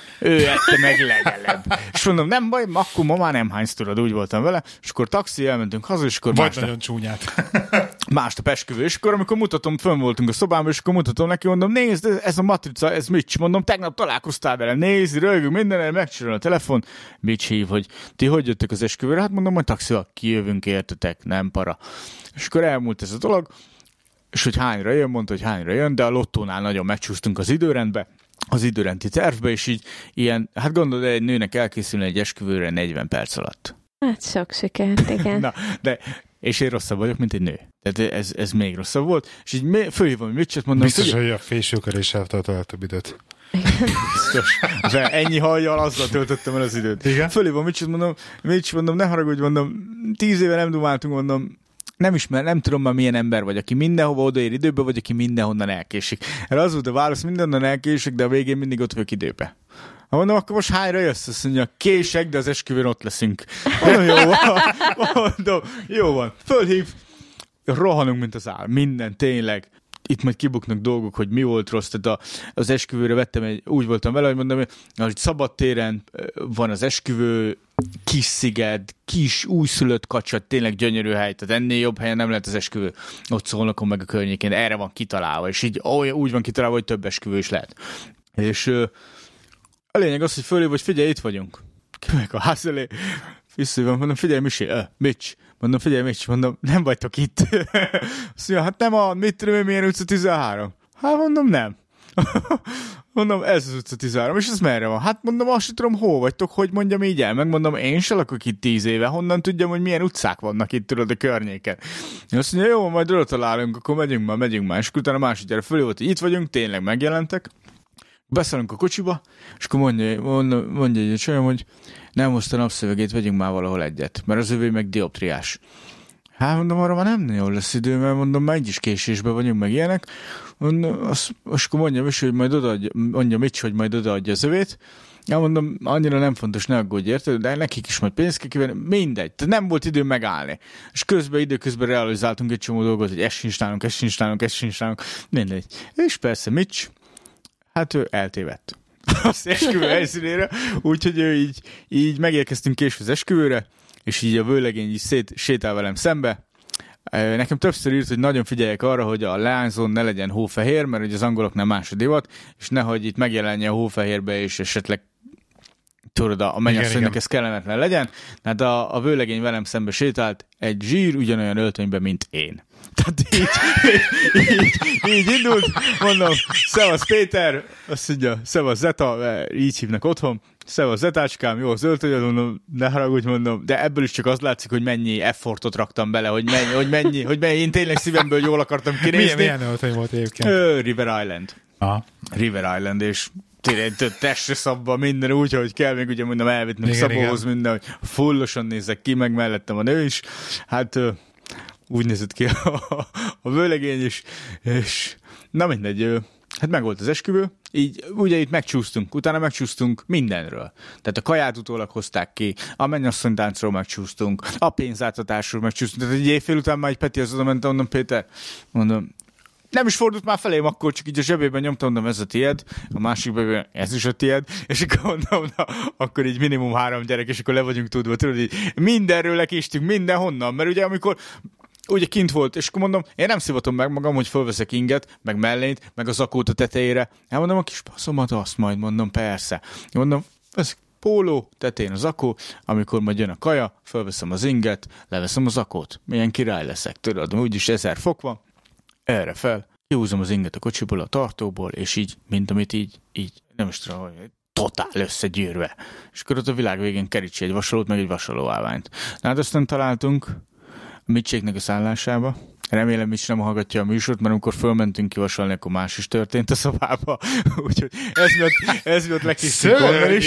C: Ő ette meg legelőbb. És mondom, nem baj, akkor ma már nem hánysz, tudod, úgy voltam vele. És akkor taxi, elmentünk haza, és akkor
A: vagy
C: másnap,
A: nagyon csúnyát.
C: másnap esküvő. És akkor, amikor mutatom, fönn voltunk a szobámban, és akkor mutatom neki, mondom, nézd, ez a matrica, ez Mitch. Mondom, tegnap találkoztál vele, nézd, rögünk mindenre, megcsinálom a telefon. Mitch hív, hogy ti hogy jöttök az esküvőre? Hát mondom, hogy taxival kijövünk, értetek, nem para. És akkor elmúlt ez a dolog, és hogy hányra jön, mondta, hogy hányra jön, de a lottónál nagyon megcsúsztunk az időrendbe, az időrendi tervbe, és így ilyen, hát gondolod, egy nőnek elkészülni egy esküvőre negyven perc alatt.
B: Hát sok sikert, igen.
C: Na, de, és én rosszabb vagyok, mint egy nő. Tehát ez, ez még rosszabb volt, és így fölhívom, hogy mit csak mondom.
A: Biztos, hogy a fésőkör is eltartál több időt.
C: Biztos. De ennyi hajjal azzal töltöttem el az időt.
A: Igen?
C: Fölé van, mit mondom, mit mondom, ne haragudj, mondom, tíz éve nem dumáltunk, mondom, nem ismer, nem tudom már milyen ember vagy, aki mindenhova odaér időbe, vagy aki mindenhonnan elkésik. Erre az volt a válasz, mindenhonnan elkésik, de a végén mindig ott vagyok időbe. Ha mondom, akkor most hányra jössz? Azt mondja, kések, de az esküvőn ott leszünk. Mondom, jó van. Mondom, jó van. Fölhív. Rohanunk, mint az áll. Minden, tényleg. Itt majd kibuknak dolgok, hogy mi volt rossz. Tehát a, az esküvőre vettem egy, úgy voltam vele, hogy mondom, hogy szabadtéren van az esküvő, kis sziget, kis újszülött kacsa, tényleg gyönyörű hely, tehát ennél jobb helyen nem lehet az esküvő. Ott Szolnokon meg a környékén, erre van kitalálva, és így úgy van kitalálva, hogy több esküvő is lehet. És a lényeg az, hogy fölé, hogy figyelj, itt vagyunk. Kimegyek a ház elé, visszajövök, mondom, figyelj, Misi, uh, Mitch, mondom, figyelj, Mitch, mondom, nem vagytok itt. Azt mondja, hát nem a, mit tudom én, milyen utca tizenhárom? Hát mondom, nem. Mondom, ez az utca tizenhárom, és ez merre van? Hát mondom, azt sem tudom, hol vagytok, hogy mondjam így el. Megmondom, én se lakok itt tíz éve, honnan tudjam, hogy milyen utcák vannak itt, tudod, a környéken. És azt mondja, jó, majd oda találunk, akkor megyünk már, megyünk már. És utána másodjára fölé volt, hogy itt vagyunk, tényleg megjelentek. Beszállunk a kocsiba, és akkor mondja, mondja, mondja egy olyan, hogy nem hozta napszövegét, vegyünk már valahol egyet, mert az övé meg dioptriás. Hát mondom, arra már nem jól lesz idő, mert mondom, már egy is késésben vagyunk, meg ilyenek. Mondom, azt, és akkor mondjam is, hogy majd odaadja, mondjam Mitch, hogy majd odaadja az övét. Ja, mondom, annyira nem fontos, ne aggódj, érted? De nekik is majd pénzt kell kivenni, mindegy. Tehát nem volt idő megállni. És közben, időközben realizáltunk egy csomó dolgot, hogy ez sincs nálunk, ez sincs nálunk, ez sincs nálunk, mindegy. És persze Mitch, hát ő eltévedt az esküvő helyszínére, úgyhogy ő így, így megérkeztünk késő az esküvőre, és így a vőlegény így szét, sétál velem szembe. Nekem többször írt, hogy nagyon figyeljek arra, hogy a leányzón ne legyen hófehér, mert ugye az angoloknál más a divat, és nehogy itt megjelenje a hófehérbe, és esetleg tudod, a mennyasszonynak ez kellemetlen legyen. Hát a, a vőlegény velem szembe sétált egy zsír ugyanolyan öltönyben, mint én. Tehát így, így, így, így indult, mondom, szevasz Péter, azt mondja, szevasz Zeta, így hívnak otthon, szevasz Zetácskám, jó az öltönyöd, mondom, ne haragudj, mondom, de ebből is csak az látszik, hogy mennyi effortot raktam bele, hogy mennyi, hogy mennyi, hogy mennyi, én tényleg szívemből jól akartam kinézni.
A: Milyen, milyen öltöny volt egyébként?
C: Ö, River Island.
A: Aha.
C: River Island, és tényleg testre szabva minden úgy, hogy kell, még ugye mondom, elvittnek szabóhoz minden, hogy fullosan nézek ki, meg mellettem a nő is. Hát úgy nézett ki a, a vőlegény is, és na mindegy, hát meg volt az esküvő, így ugye itt megcsúsztunk, utána megcsúsztunk mindenről. Tehát a kaját utólag hozták ki, a mennyasszonytáncról megcsúsztunk, a pénzátadásról megcsúsztunk, tehát egy évfél után már egy Peti az oda ment, mondom, Péter, mondom, nem is fordult már felém, akkor csak így a zsebében nyomtam, mondom, ez a tied, a másikban ez is a tied, és akkor mondom, na, akkor így minimum három gyerek, és akkor le vagyunk tudva, tudod, így mindenről lekéstünk, mindenhonnan, mert ugye amikor ugye kint volt, és akkor mondom, én nem szivatom meg magam, hogy fölveszek inget, meg mellényt, meg az zakót a tetejére. Elmondom, a kis passzomat azt majd mondom, persze. Mondom, ez póló, tetején az zakó, amikor majd jön a kaja, fölveszem az inget, leveszem az zakót. Milyen király leszek, tudod, úgyis ezer fok van, erre fel, kihúzom az inget a kocsiból, a tartóból, és így, mint amit így, így, nem is tudom, hogy totál összegyűrve. És akkor ott a világ végén kerítsi egy vasalót, meg egy vasaló állványt. Na hát aztán találtunk Mitchéknek a szállásába. Remélem, Mitch nem hallgatja a műsort, mert amikor fölmentünk kivasalni, akkor más is történt a szobába. Úgyhogy ez miatt, ez miatt lekészítünk onnan is.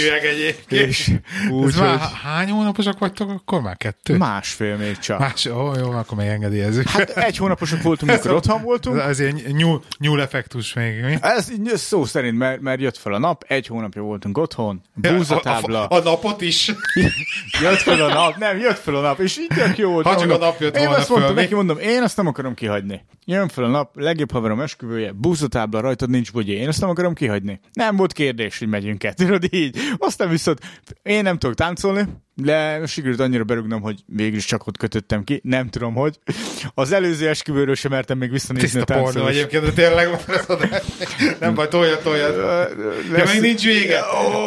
C: És
A: úgy, hogy... már hány hónaposak vagytok? Akkor már kettő?
C: Másfél még csak.
A: Más, ó, jó, akkor még engedélyezzük.
C: Hát egy hónaposok voltunk, amikor otthon voltunk.
A: Ez ilyen nyúl, nyúl effektus még, mi?
C: Ez szó szerint, mert, mert jött fel a nap, egy hónapja voltunk otthon, búzatábla.
A: A, a, a napot is.
C: Jött fel a nap, nem, jött fel a nap, és így tök jó volt.
A: Ha csak a nap jött
C: én
A: volna
C: azt mondtam
A: föl,
C: neki, mondom, én azt nem akarom kihagyni. Jön fel a nap, legjobb haverom esküvője, búzatábla, rajtad nincs bugyi. Én azt nem akarom kihagyni. Nem volt kérdés, hogy megyünk-e. Tudod így. Aztán viszont én nem tudok táncolni, de sikerült annyira berúgnom, hogy végül csak ott kötöttem ki. Nem tudom, hogy. Az előző esküvőről sem mertem még visszanézni
A: tiszta
C: a táncolás.
A: Tiszta pornó egyébként, de tényleg van ez adás. Nem baj, tolja, tolja. De még nincs vége.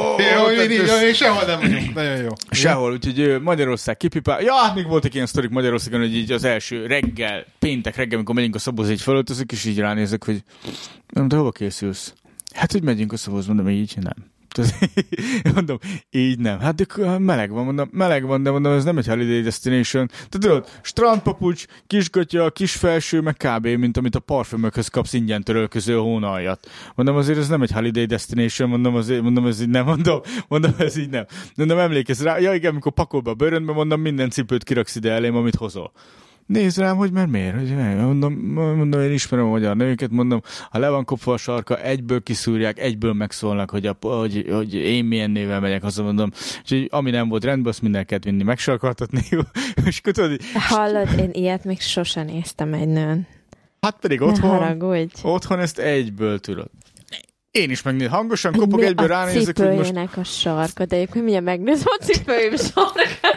A: Jó, sehol nem vagyunk. Nagyon jó.
C: Sehol, úgyhogy Magyarország kipipál. Ja, hát még voltak ilyen sztorik Magyarországon, hogy így az első reggel, péntek reggel, amikor megyünk a szabóz, így fölöltözök, és így ránézek, hogy nem, de hova készülsz? Hát, hogy megyünk a szabóz, mondom, így nem. Mondom, így nem. Hát de meleg van, mondom, meleg van, de mondom, ez nem egy holiday destination. Tehát tudod, strandpapucs, kisgatya, kis felső, meg kb. Mint amit a parfümökhöz kapsz ingyen törölköző hónaljat. Mondom, azért ez nem egy holiday destination, mondom, azért, mondom, ez így nem, mondom, mondom, ez így nem. Mondom, emlékezz rá, ja igen, amikor pakol be a bőröndbe, mondom, minden cipőt kiraksz ide elém, amit hozol. Nézd rám, hogy mert miért? Hogy mondom, mondom, én ismerem a magyar nőket, mondom, ha le van kopva a sarka, egyből kiszúrják, egyből megszólnak, hogy, a, hogy, hogy én milyen névvel megyek, azt mondom. És ami nem volt rendben, azt minden kellett vinni megsarkaltatni. És tudod,
B: hallod, én ilyet még sosem néztem egy nőn.
C: Hát pedig otthon, otthon ezt egyből tudod. Én is megnézem, hangosan kopog, mi egyből ránézek,
B: hogy most... cipőjének a sarka, de egyébként mindjárt megnézem a cipőjém sarkát.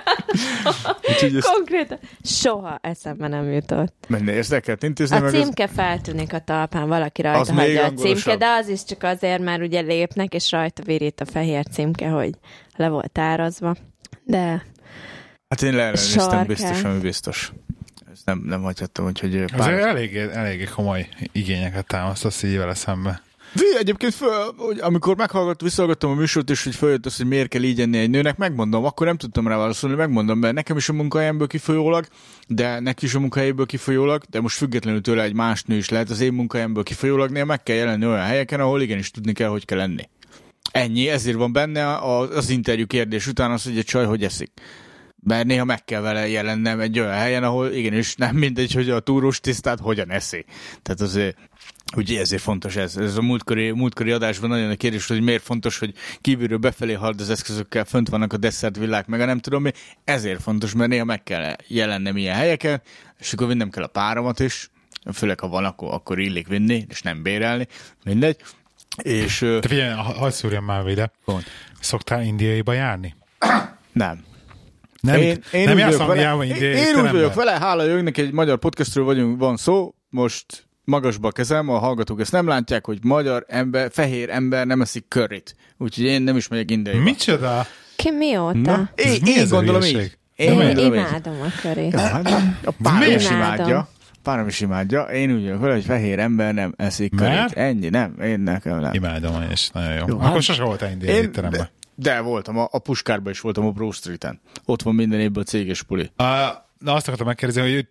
B: Konkrétan soha eszembe nem jutott.
C: Megnézd, el kell intézni.
B: A meg címke az... feltűnik a talpán, valaki rajta hagyja a címke, de az is csak azért, mert ugye lépnek, és rajta virít a fehér címke, hogy le volt árazva. De...
C: Hát én leellenőriztem, biztos, ami biztos. Ezt nem, nem hagyhattam, úgyhogy...
A: Pár... Azért eléggé, eléggé komoly igényeket támasztasz így vele szembe.
C: Egyébként föl, amikor meghallgat, visszahallgattam a műsort, és hogy följött az, hogy miért kell így enni egy nőnek, megmondom, akkor nem tudtam rá válaszolni, megmondom, mert nekem is a munkahelyemből kifolyólag, de neki is a munkahelyéből kifolyólag, de most függetlenül tőle egy más nő is lehet, az én munkahelyemből kifolyólag, néha meg kell jelenni olyan helyeken, ahol igenis tudni kell, hogy kell lenni. Ennyi, ezért van benne az interjú kérdés után az, hogy egy csaj hogy eszik. Mert néha meg kell vele jelennem egy olyan helyen, ahol igenis nem mindegy, hogy a túrós tisztát hogyan eszi. Tehát azért, ugye ezért fontos ez. Ez a múltkori, múltkori adásban nagyon a kérdés, hogy miért fontos, hogy kívülről befelé halad az eszközökkel, fönt vannak a desszertvilák, meg a nem tudom mi. Ezért fontos, mert néha meg kell jelennem ilyen helyeken, és akkor vinnem kell a páramat is, főleg ha van, akkor, akkor illik vinni, és nem bérelni, mindegy. És,
A: te figyelj, hadd szúrjam már ide. Pont. Szoktál Indiaiba járni?
C: Nem.
A: Nem,
C: én, én
A: nem
C: úgy
A: jársz
C: vele,
A: Angliába,
C: én, én úgy vagyok vele, hála jönnnek, egy magyar podcastről vagyunk, van szó, most magasba kezem, a hallgatók ezt nem látják, hogy magyar ember, fehér ember nem eszik curryt. Úgyhogy én nem is megyek Indiaiba.
A: Micsoda?
B: Ki mióta?
C: Na, én, én gondolom így.
B: Én, én imádom a curryt.
C: Ja, a párom is imádja. Párom is imádja. Én úgy vagyok vele, hogy fehér ember nem eszik curryt. Ennyi, nem, én nekem nem.
A: Imádom, és nagyon jó.
C: jó
A: Akkor hát, sose voltál indiai étteremben.
C: De voltam, a, a Puskárban is voltam, a Bro Streeten. Ott van minden évben a céges puli.
A: Uh, na azt akartam megkérdezni, hogy,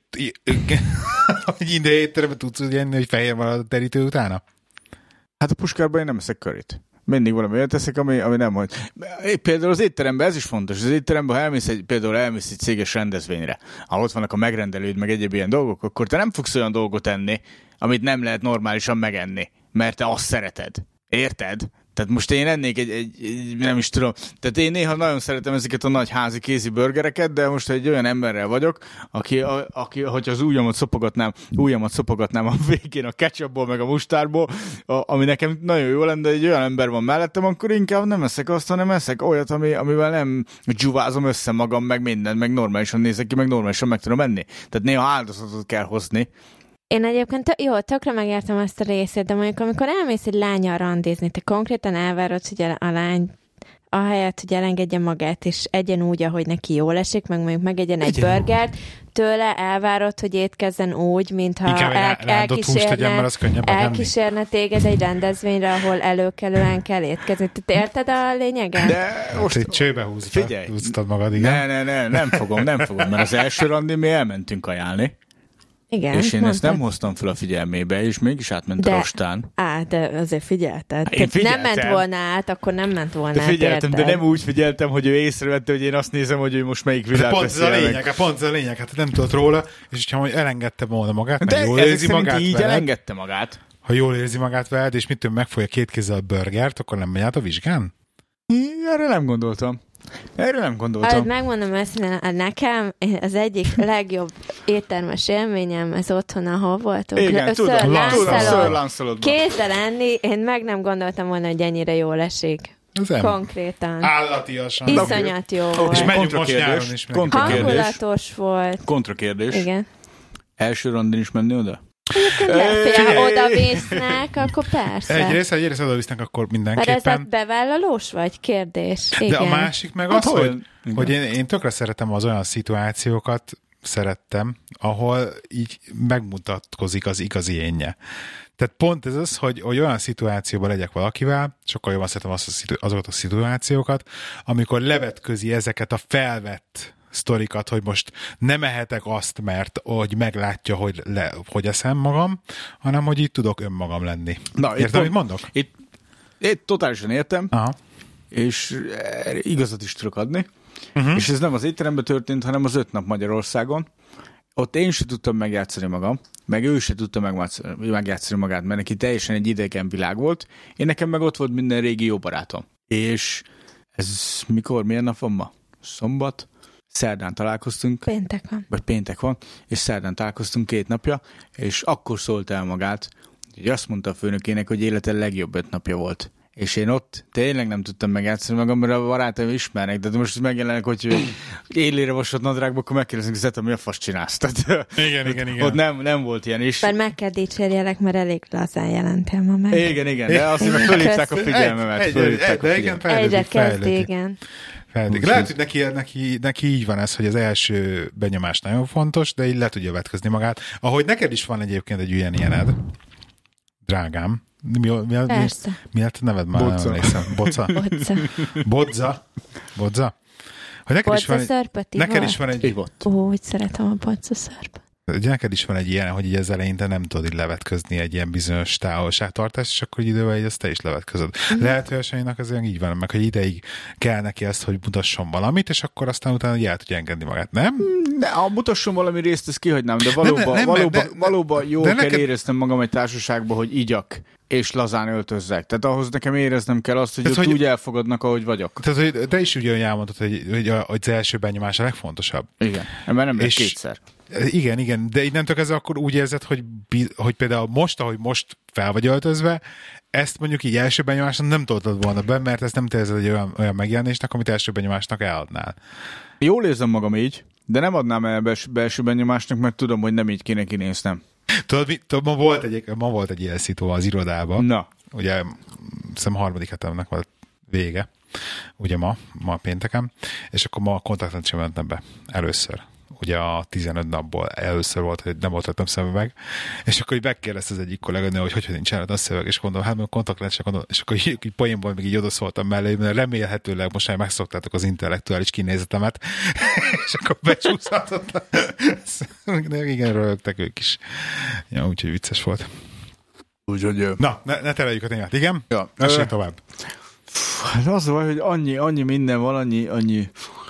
A: hogy indiai étteremben tudsz úgy enni, hogy fehér van a terítő utána?
C: Hát a Puskárban én nem eszek curryt. Mindig valami olyat eszek, ami, ami nem hogy. Például az étteremben ez is fontos. Az étteremben, ha elmész egy, például elmész egy céges rendezvényre, ahol ott vannak a megrendelőd, meg egyéb ilyen dolgok, akkor te nem fogsz olyan dolgot enni, amit nem lehet normálisan megenni, mert te azt szereted. Érted? Tehát most én ennék egy, egy, egy, nem is tudom, tehát én néha nagyon szeretem ezeket a nagy házi kézi burgereket, de most egy olyan emberrel vagyok, aki, a, aki hogyha az ujjamat szopogatnám, ujjamat szopogatnám a végén a ketchupból, meg a mustárból, a, ami nekem nagyon jó lenne, de egy olyan ember van mellettem, akkor inkább nem eszek azt, hanem eszek olyat, ami, amivel nem dzsuvázom össze magam, meg mindent, meg normálisan nézek ki, meg normálisan meg tudom enni. Tehát néha áldozatot kell hozni.
B: Én egyébként t- jó, tökre megértem azt a részét, de mondjuk amikor elmész egy lánnyal randizni, te konkrétan elvárod, hogy a lány ahelyett, hogy elengedje magát, és egyen úgy, ahogy neki jól esik, meg mondjuk megegyen egy egyen burgert, tőle elvárod, hogy étkezzen úgy, mintha el, elkísérne, elkísérne téged egy rendezvényre, ahol előkelően kell étkezni. Te érted a lényeget?
C: De
A: most egy csőbe húztad, húztad magad, igen.
C: Ne, ne, ne, nem fogom, nem fogom, mert az első randi mi elmentünk ajánlni.
B: Igen,
C: és én mondtad. Ezt nem hoztam fel a figyelmébe, és mégis átment
B: de,
C: a rostán.
B: Á, de azért figyelted.
C: Én figyeltem.
B: Nem ment volna át, akkor nem ment volna
C: de
B: át,
C: figyeltem,
B: érted?
C: De nem úgy figyeltem, hogy ő észrevette, hogy én azt nézem, hogy ő most melyik világ
A: pont ez a lényeg, meg. Pont ez a lényeg, hát nem tudott róla, és hogyha elengedte volna magát,
C: de
A: mert jól érzi magát
C: így
A: veled,
C: elengedte magát.
A: Ha jól érzi magát veled, és mitől megfogja két kézzel a burgert, akkor nem megy át a vizsgán?
C: Erre nem gondoltam. Erről nem gondoltam.
B: Hát megmondom őszintén, nekem az egyik legjobb éttermes élményem az otthon, ahol voltunk.
C: Igen, tudom, Sir Lancelot.
B: Kézzel enni, én meg nem gondoltam volna, hogy ennyire jól esik. Konkrétan.
A: Állatiasan.
B: Iszonyat jó
A: okay.
B: volt.
A: És megyünk most nyáron is.
B: Hangulatos volt.
C: Kontrakérdés.
B: Igen.
C: Első randin is menni oda?
B: Ha oda visznek, akkor persze.
A: Egyrészt, egyrészt oda visznek, akkor mindenképpen.
B: Mert ez bevállalós vagy? Kérdés. Igen.
A: De a másik meg az, hogy, hogy én, én tökre szeretem az olyan szituációkat, szerettem, ahol így megmutatkozik az igazi énje. Tehát pont ez az, hogy, hogy olyan szituációban legyek valakivel, sokkal jobban szeretem azt a szitu- azokat a szituációkat, amikor levetközi ezeket a felvett sztorikat, hogy most nem ehetek azt, mert hogy meglátja, hogy, le, hogy eszem magam, hanem hogy így tudok önmagam lenni.
C: Na,
A: Értem, amit mondok?
C: Itt, itt totálisan értem,
A: Aha.
C: és igazat is tudok adni.
A: Uh-huh.
C: És ez nem az étteremben történt, hanem az öt nap Magyarországon. Ott én sem tudtam megjátszani magam, meg ő sem tudta megjátszani magát, mert neki teljesen egy idegen világ volt. Én nekem meg ott volt minden régi jó barátom. És ez mikor, milyen nap van ma? Szombat? Szerdán találkoztunk.
B: Péntek van.
C: Vagy péntek van, és szerdán találkoztunk két napja, és akkor szólt el magát, hogy azt mondta a főnökének, hogy élete legjobb öt napja volt. És én ott tényleg nem tudtam megjátszani magam, mert a barátaim ismernek, de most megjelenek, hogy élére vasott nadrágba, akkor megkérdezünk, Zeta, mi a fasz csinálsz? Tehát,
A: igen, igen, igen.
C: Ott nem, nem volt ilyen is.
B: Bár meg kell dicsérjelek, mert elég lazán jelentél ma meg.
C: Igen, igen, de azért meg fölhívták a figyelmemet.
A: Egy,
C: fölhívták
A: egy,
C: a
A: de igen,
C: figyelmemet.
B: Egyre kezd,
A: fejlődik.
B: igen.
A: Fejlődik. Lehet, hogy neki, neki, neki így van ez, hogy az első benyomás nagyon fontos, de így le tudja vetközni magát. Ahogy neked is van egyébként egy ilyen ilyened, drágám. Mi, mi, mi,
B: Persze.
A: mi, mi a neved már?
C: Bocza.
A: Nem emlékszem. Boca?
B: Bocza.
A: Bodza? Bodza? Hogy neked is
B: Bocza
A: van egy,
B: szörpöt,
A: neked is van egy,
C: Ivott.
B: Ó, úgy szeretem a bocza szörpöt.
A: hogy neked is van egy ilyen, hogy így az elején te nem tudod így levetközni egy ilyen bizonyos távolságtartást, és akkor idővel így azt te is levetközöd. Mm. Lehet, hogy a Sanyinak ez így van, meg hogy ideig kell neki ezt, hogy mutasson valamit, és akkor aztán utána így el tudja engedni magát, nem?
C: De ha mutasson valami részt, ezt kihagynám, de valóban,
A: nem, nem,
C: valóban,
A: de-
C: valóban jól
A: de
C: kell
A: neked-
C: éreznem magam egy társaságban, hogy igyak, és lazán öltözzek. Tehát ahhoz nekem éreznem kell azt, hogy
A: Tehát,
C: ott
A: hogy-
C: úgy elfogadnak, ahogy vagyok.
A: Tehát, hogy te is ugyan elmondtad, hogy, hogy, a, hogy az első benyomás a legfontosabb.
C: Igen, mert nem
A: És-
C: és... kétszer.
A: Igen, igen, de innentől kezdve akkor úgy érzed, hogy, bi- hogy például most, ahogy most fel vagy öltözve, ezt mondjuk így első benyomásnak nem tudtad volna be, mert ezt nem te érzed egy olyan, olyan megjelenésnek, amit első benyomásnak eladnál.
C: Jól érzem magam így, de nem adnám el bels- belső benyomásnak, mert tudom, hogy nem így kéne kinéznem.
A: Tudod, mi, tudod ma, volt egy, ma volt egy ilyen szitu az irodában.
C: Na.
A: Ugye, hiszem harmadik hetemnek volt vége, ugye ma, ma pénteken, és akkor ma a kontaktot sem mentem be először. Ugye a tizenöt napból először volt, hogy nem volt rajtam szemüveg, és akkor így megkérdezte az egyik kolléganő, hogy hogy nincs rajta a szemüveg, és gondolom, hát kontaktlens, és akkor így, így poénból még így odaszóltam mellé, mert remélhetőleg most már megszoktátok az intellektuális kinézetemet, és akkor becsúszhatott. Igen, röhögtek ők is. Ja, úgyhogy vicces volt.
C: Úgyhogy...
A: Na, ne, ne tereljük a témát, igen?
C: Ja.
A: Mesélj
C: Ö-
A: tovább.
C: Hát az van, hogy annyi, annyi minden van, annyi, annyi...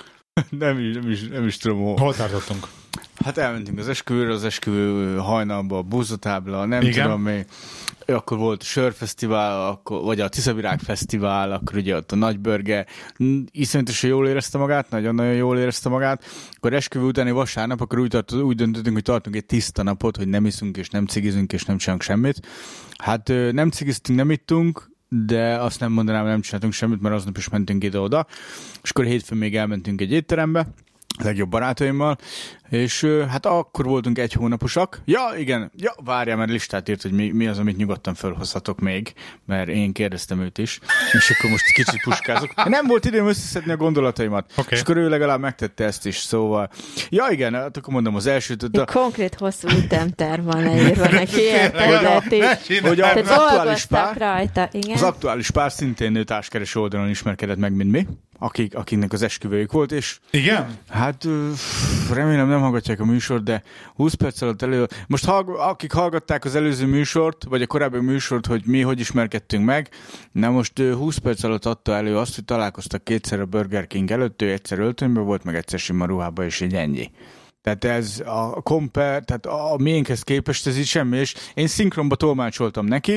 C: Nem is, nem is, nem is tudom, hol.
A: Hol tartottunk?
C: Hát elmentünk az esküvőre, az esküvő hajnalba, a búzatábla, nem
A: Igen.
C: tudom még. Akkor volt a sörfesztivál, akkor, vagy a Tiszavirág fesztivál, akkor ugye ott a nagybörge. Iszonyatosan jól érezte magát, nagyon-nagyon jól érezte magát. Akkor esküvő utáni vasárnap, akkor úgy, tart, úgy döntöttünk, hogy tartunk egy tiszta napot, hogy nem iszunk, és nem cigizünk, és nem csinálunk semmit. Hát nem cigiztünk, nem ittunk, de azt nem mondanám, hogy nem csináltunk semmit, mert aznap is mentünk ide-oda. És akkor hétfőn még elmentünk egy étterembe, a legjobb barátaimmal, és hát akkor voltunk egy hónaposak. Ja, igen, ja, várjál, mert listát írt, hogy mi, mi az, amit nyugodtan felhozhatok még, mert én kérdeztem őt is, és akkor most kicsit puskázok. Nem volt időm összeszedni a gondolataimat,
A: Okay.
C: és akkor ő legalább megtette ezt is, szóval. Ja, igen, hát akkor mondom az elsőt.
B: Egy
C: A...
B: konkrét hosszú ütemterv van leírva neki, érted? Tehát így-
C: Hogy a-
B: tehát
C: az aktuális
B: dolgoztak
C: pár-
B: rajta, igen.
C: Az aktuális pár szintén nő társkereső oldalon ismerkedett meg, mint mi, akik, akiknek az esküvőjük volt, és
A: Igen?
C: hát ö, remélem nem hallgatják a műsort, de húsz perc alatt elő... Most hallg- akik hallgatták az előző műsort, vagy a korábbi műsort, hogy mi hogy ismerkedtünk meg, na most ö, húsz perc alatt adta elő azt, hogy találkoztak kétszer a Burger King előtt, ő egyszer öltönyben volt, meg egyszer sima ruhában, és így ennyi. Tehát ez a compare, tehát a miénkhez képest ez így semmi, és én szinkronba tolmácsoltam neki,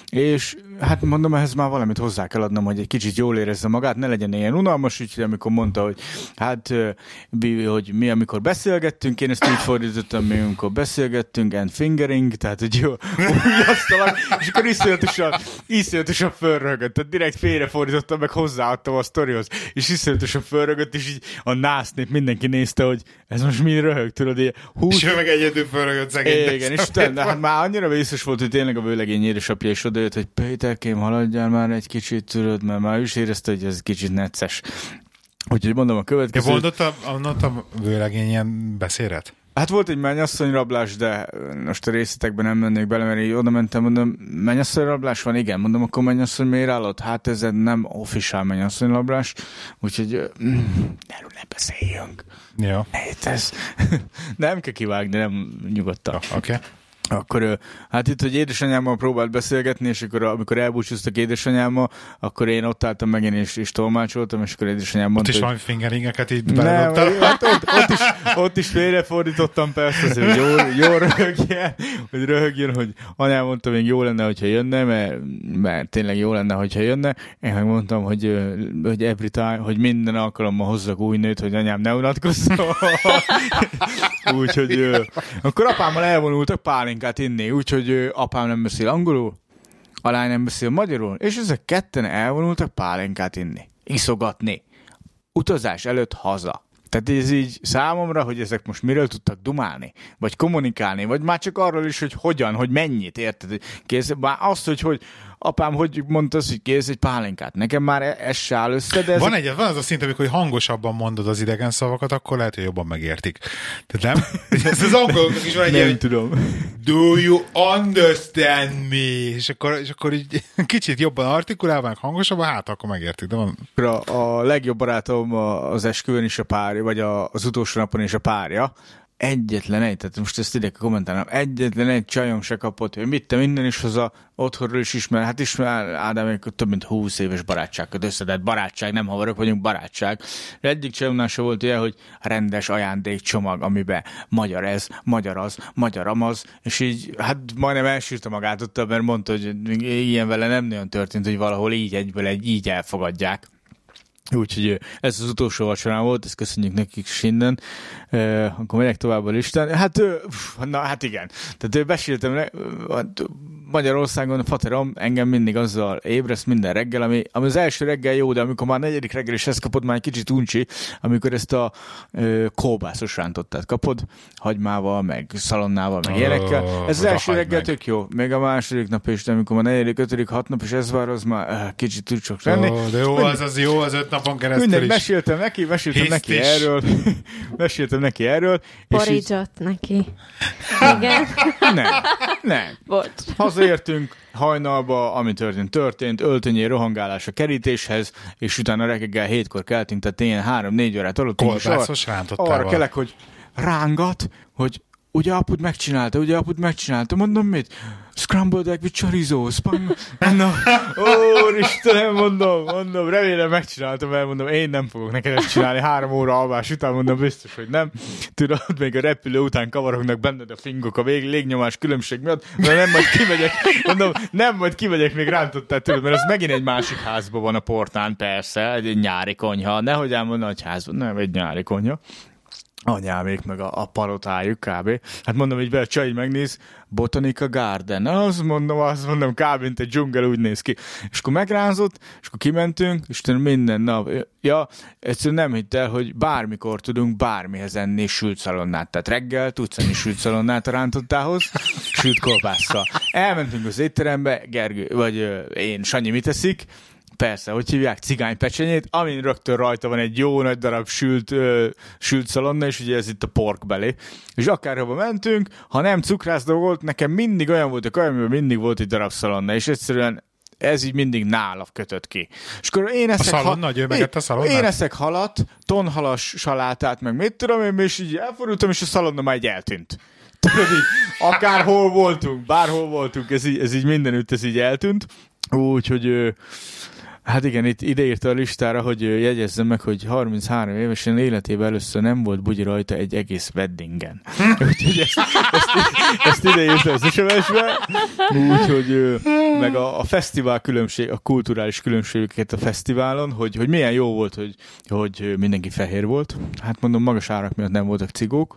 C: és hát mondom, ehhez már valamit hozzá kell adnom, hogy egy kicsit jól érezze magát, ne legyen ilyen unalmas, úgyhogy amikor mondta, hogy hát, hogy mi amikor beszélgettünk, én ezt úgy fordítottam, mi amikor beszélgettünk, and fingering, tehát hogy jó, úgy asztalak, és akkor iszonyatosan, iszonyatosan fölrögött, tehát direkt félrefordítottam, meg hozzáadtam a sztorihoz, és iszonyatosan fölrögött, és így a násznép mindenki nézte, hogy ez most mi röhög, tudod, így húsz...
A: És ő meg egyedül fölrögött szegény.
C: Igen, és utána, hát már annyira vészes volt, hogy tényleg a vőlegény édesapja is odajött, hogy Péterkém, haladjál már egy kicsit, tudod, mert már ő is érezte, hogy ez kicsit necces. Úgyhogy mondom a
A: Ja,
C: következő...
A: volt ott a, ott a vőlegény ilyen beszéret?
C: Hát volt egy mennyasszonyrablás, de most a részletekben nem mennék bele, mert így oda mentem, mondom, mennyasszonyrablás van? Igen, mondom, akkor mennyasszony miért állott? Hát ez nem officiál mennyasszonyrablás, úgyhogy erről ne beszéljünk.
A: Ja.
C: Hát ez, nem kell kivágni, nem nyugodtan.
A: Oké. Okay.
C: Akkor hát itt, hogy édesanyámmal próbált beszélgetni, és akkor amikor elbúcsúztak édesanyámmal, akkor én ott álltam meg én és, és tolmácsoltam, és akkor édesanyám mondta,
A: ott is valami fingeringeket így beledobtál.
C: Nem, hát ott, ott, is, ott is félrefordítottam persze, azért, hogy jól, jól röhögjön, hogy röhögjön, hogy anyám mondta, még jó lenne, hogyha jönne, mert, mert tényleg jó lenne, hogyha jönne. Én meg mondtam, hogy, hogy every time, hogy minden alkalommal hozzak új nőt, hogy anyám ne unatkozzon. Úgyhogy akkor apámmal elvonultak pálinkát inni, úgyhogy apám nem beszél angolul, a lány nem beszél magyarul, és ezek ketten elvonultak pálinkát inni, iszogatni, utazás előtt haza. Tehát ez így számomra, hogy ezek most miről tudtak dumálni, vagy kommunikálni, vagy már csak arról is, hogy hogyan, hogy mennyit, érted? Kész, már azt, hogy, hogy apám, hogy mondta azt, hogy kész egy pálinkát. Nekem már ez se áll össze, de...
A: Van,
C: ezek...
A: egy, van az a szint, amikor hangosabban mondod az idegen szavakat, akkor lehet, hogy jobban megértik. Tehát nem? Ez az angoloknak is van egy
C: nem
A: ilyen,
C: tudom.
A: Do you understand me? És akkor, és akkor így kicsit jobban artikulálva, hangosabban, hát akkor megértik. De van...
C: A, a legjobb barátom az esküvőn is a párja, vagy a, az utolsó napon is a párja. Egyetlen egy, tehát most ezt ide kell kommentálnom, egyetlen egy csajom se kapott, hogy mit te minden is hozzá, otthonról is ismer, hát ismer Ádám, több mint húsz éves barátság köt össze, tehát barátság, nem havarok vagyunk, barátság. De egyik csajomnál se volt olyan, hogy rendes ajándékcsomag, amiben magyar ez, magyar az, magyar amaz, és így, hát majdnem elsírta magát ott, mert mondta, hogy ilyen vele nem nagyon történt, hogy valahol így egyből egy így elfogadják. Úgyhogy ez az utolsó vacsorán volt, ezt köszönjük nekik is innen. Uh, akkor megyek tovább a listán. Hát, uh, na hát igen. Tehát beséltem, Magyarországon a faterom engem mindig azzal ébreszt minden reggel, ami, ami az első reggel jó, de amikor már negyedik reggel is ezt kapod, már egy kicsit uncsi, amikor ezt a uh, kolbászos rántottát kapod, hagymával, meg szalonnával, meg ilyenekkel. Oh, ez az első reggel meg. Tök jó. Még a második nap is, de amikor már negyedik, ötödik, hat nap is ez vár, az már uh, kicsit tud sok lenni.
A: Oh, de jó, az az jó, az öt napon keresztül
C: Minden,
A: is.
C: meséltem neki, meséltem neki is. erről. meséltem neki erről.
B: Porridge-ot neki. Igen.
C: Nem, nem.
B: Bocs.
C: Hazaértünk hajnalba, ami történt, történt, öltönyé rohangálás a kerítéshez, és utána reggel hétkor keltünk, tehát ilyen három-négy órát aludtunk.
A: Kolbászos rántottával.
C: Arra kelek, hogy rángat, hogy ugye apud megcsinálta, ugye apud megcsinálta, mondom mit? Scrambled egg with chorizo, spam... Mondom, ó, Istenem, mondom, mondom, remélem megcsináltam, mert mondom, én nem fogok neked ezt csinálni három óra alvás után, mondom, biztos, hogy nem. Tudod, még a repülő után kavarognak benned a fingok a vég, légnyomás különbség miatt, de nem majd kimegyek, mondom, nem majd kimegyek még rántottál, tudod, mert az megint egy másik házban van a portán, persze, egy nyári konyha, nehogy ám a nagy házban, nem, egy nyári konyha. Anyámék meg a, a palotájuk kb. Hát mondom, hogy be a csaj megnéz, Botanica Garden. Azt mondom, azt mondom, kb. Mint egy dzsungel úgy néz ki. És akkor megránzott, és akkor kimentünk, és minden nap. Ja, egyszerűen nem hitt el, hogy bármikor tudunk bármihez enni sült szalonnát. Tehát reggel tudsz enni sült szalonnát a rántottához, sült kolbásszal. Elmentünk az étterembe, Gergő, vagy én, Sanyi mit eszik, persze, hogy hívják, cigánypecsenyét, amin rögtön rajta van egy jó nagy darab sült, ö, sült szalonna, és ugye ez itt a pork belé. És akárhova mentünk, ha nem cukrász volt, nekem mindig olyan volt a kaj, amiben mindig volt egy darab szalonna, és egyszerűen ez így mindig nála kötött ki. És akkor én eszek,
A: a szalonna, ha... ő megett a szalonnát?
C: Én eszek halat, tonhalas salátát, meg mit tudom én, és így elfordultam, és a szalonna már így eltűnt. Tudod így, akárhol voltunk, bárhol voltunk, ez így, ez így mindenütt, ez így eltűnt. Úgyhogy... Hát igen, itt ide írta a listára, hogy jegyezzem meg, hogy harminchárom évesen életében először nem volt bugyi rajta egy egész weddingen. Úgyhogy ezt, ezt, ezt ide írta az es em es-be. Úgyhogy meg a, a fesztivál különbség, a kulturális különbségeket a fesztiválon, hogy, hogy milyen jó volt, hogy, hogy mindenki fehér volt. Hát mondom, magas árak miatt nem voltak cigók.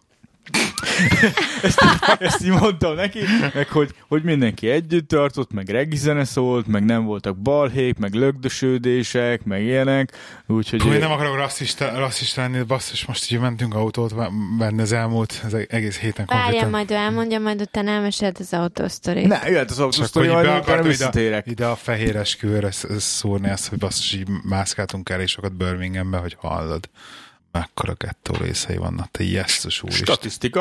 C: ezt, ezt így mondtam neki, meg hogy, hogy mindenki együtt tartott, meg reggizene szólt, meg nem voltak balhék, meg lögdösődések, meg ilyenek, úgyhogy...
A: Én nem akarok rasszista, rasszista lenni, basszus, most így mentünk autót venni az elmúlt, az egész héten konkrétan.
B: Várjál, majd ő elmondja, majd utána elmesélt az autósztorit.
C: Ne, jöhet az autósztori, majd utána visszatérek.
A: Ide a fehér esküvőre szúrni azt, hogy basszus, így mászkáltunk el, és sokat Birminghambe, hogy hallod. Mekkora gettó részei vannak, te jesszus úristen.
C: Statisztika.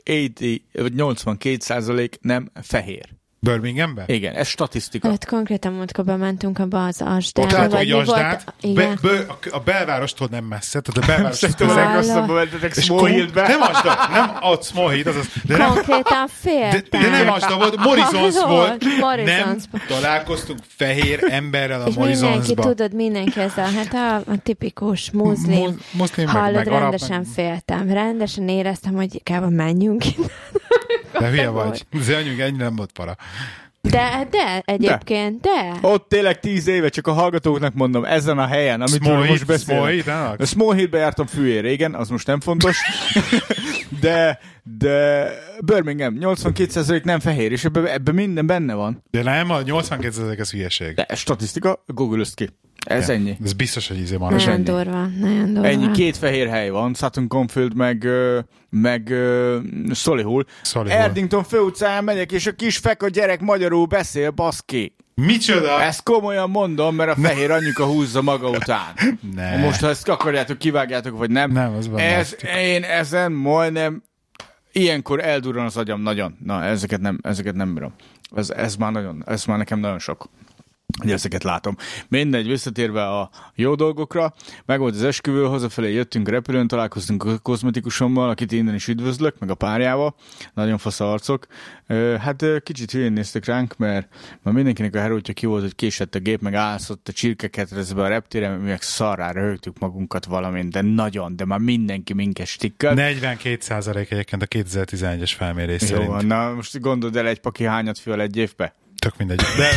C: nyolcvan, vagy nyolcvankét százalék nem fehér.
A: Birminghamben?
C: Igen, ez statisztika.
B: Hát konkrétan múltkor bementünk abba az Asdába.
A: Ott látom, hogy
B: Asdát.
A: Be, be, a belvárostól nem messze, tehát a belváros...
C: Szerintem a legrosszabbba mentetek Smallhill-be.
A: Nem Asda, nem ott Smallhill, azaz... De nem,
B: konkrétan féltem.
A: De, de nem Asda volt, Morrisons volt.
B: Morrisons.
A: Nem találkoztunk fehér emberrel a
B: és
A: Morrisonsba.
B: mindenki, tudod, mindenki ez a, hát a, a tipikus muszlim.
A: Mu- muszlim
B: hallod,
A: meg, meg
B: rendesen
A: arab,
B: féltem. Rendesen éreztem, hogy inkább menjünk.
A: De hülye vagy. Az anyunk ennyi nem volt para.
B: De, de, egyébként, de. de.
C: Ott tényleg tíz éve, csak a hallgatóknak mondom, ezen a helyen, amit
A: Small
C: most beszélek.
A: Small,
C: Small Hill-be jártam fűér régen, az most nem fontos, de, de Birmingham, nyolcvankét százalék nem fehér, és ebben ebbe minden benne van.
A: De nem, a nyolcvankét százalék ez hülyeség.
C: De ez statisztika, Google-özt ki. Ez ja, ennyi.
A: Ez biztos, hogy izé van.
B: Nagyon durva, nagyon durva.
C: Ennyi, két fehér hely van, Sutton Coldfield, meg, meg uh, Solihull.
A: Solihull.
C: Erdington főutcán megyek, és a kis feka gyerek magyarul beszél, baszki.
A: Micsoda?
C: Ezt komolyan mondom, mert a fehér anyuka húzza maga után.
A: Ne.
C: Most, ha ezt akarjátok, kivágjátok, vagy nem.
A: Nem, az van.
C: Ez, én ezen majdnem ilyenkor eldurran az agyam nagyon. Na, ezeket nem, ezeket nem bírom. Ez, ez, már nagyon, ez már nekem nagyon sok. Hogy ezeket látom. Mindegy, visszatérve a jó dolgokra, meg volt az esküvő, hazafelé jöttünk repülőn, találkoztunk a kozmetikusommal, akit innen is üdvözlök, meg a párjával, nagyon fasz arcok. Hát kicsit hülyén néztek ránk, mert már mindenkinek a herótja ki volt, hogy késett a gép, meg állszott a csirkeketrezbe a reptéren, mi meg szarrá röhögtük magunkat valamint, de nagyon, de már mindenki minket stikkel.
A: negyvenkét százalék egyébként a kétezer-tizenegyes felmérés
C: jó,
A: szerint.
C: Jó, na most gondold el, egy paki hányat fül egy évbe?
A: Tök mindegy. De...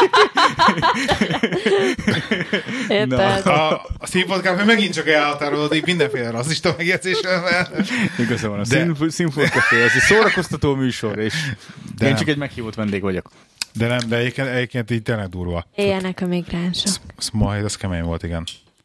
B: Érted?
A: A, a színfotkában megint csak elhatárolódik mindenféle rasszista megjegyzéssel.
C: Igazán van, a de... színfotkafé, ez egy szórakoztató műsor, és de én
A: nem.
C: csak egy meghívott vendég vagyok.
A: De nem, de egyébként, egyébként így tényleg durva.
B: Éljenek a migránsok.
A: Smallhill, az kemény volt, igen.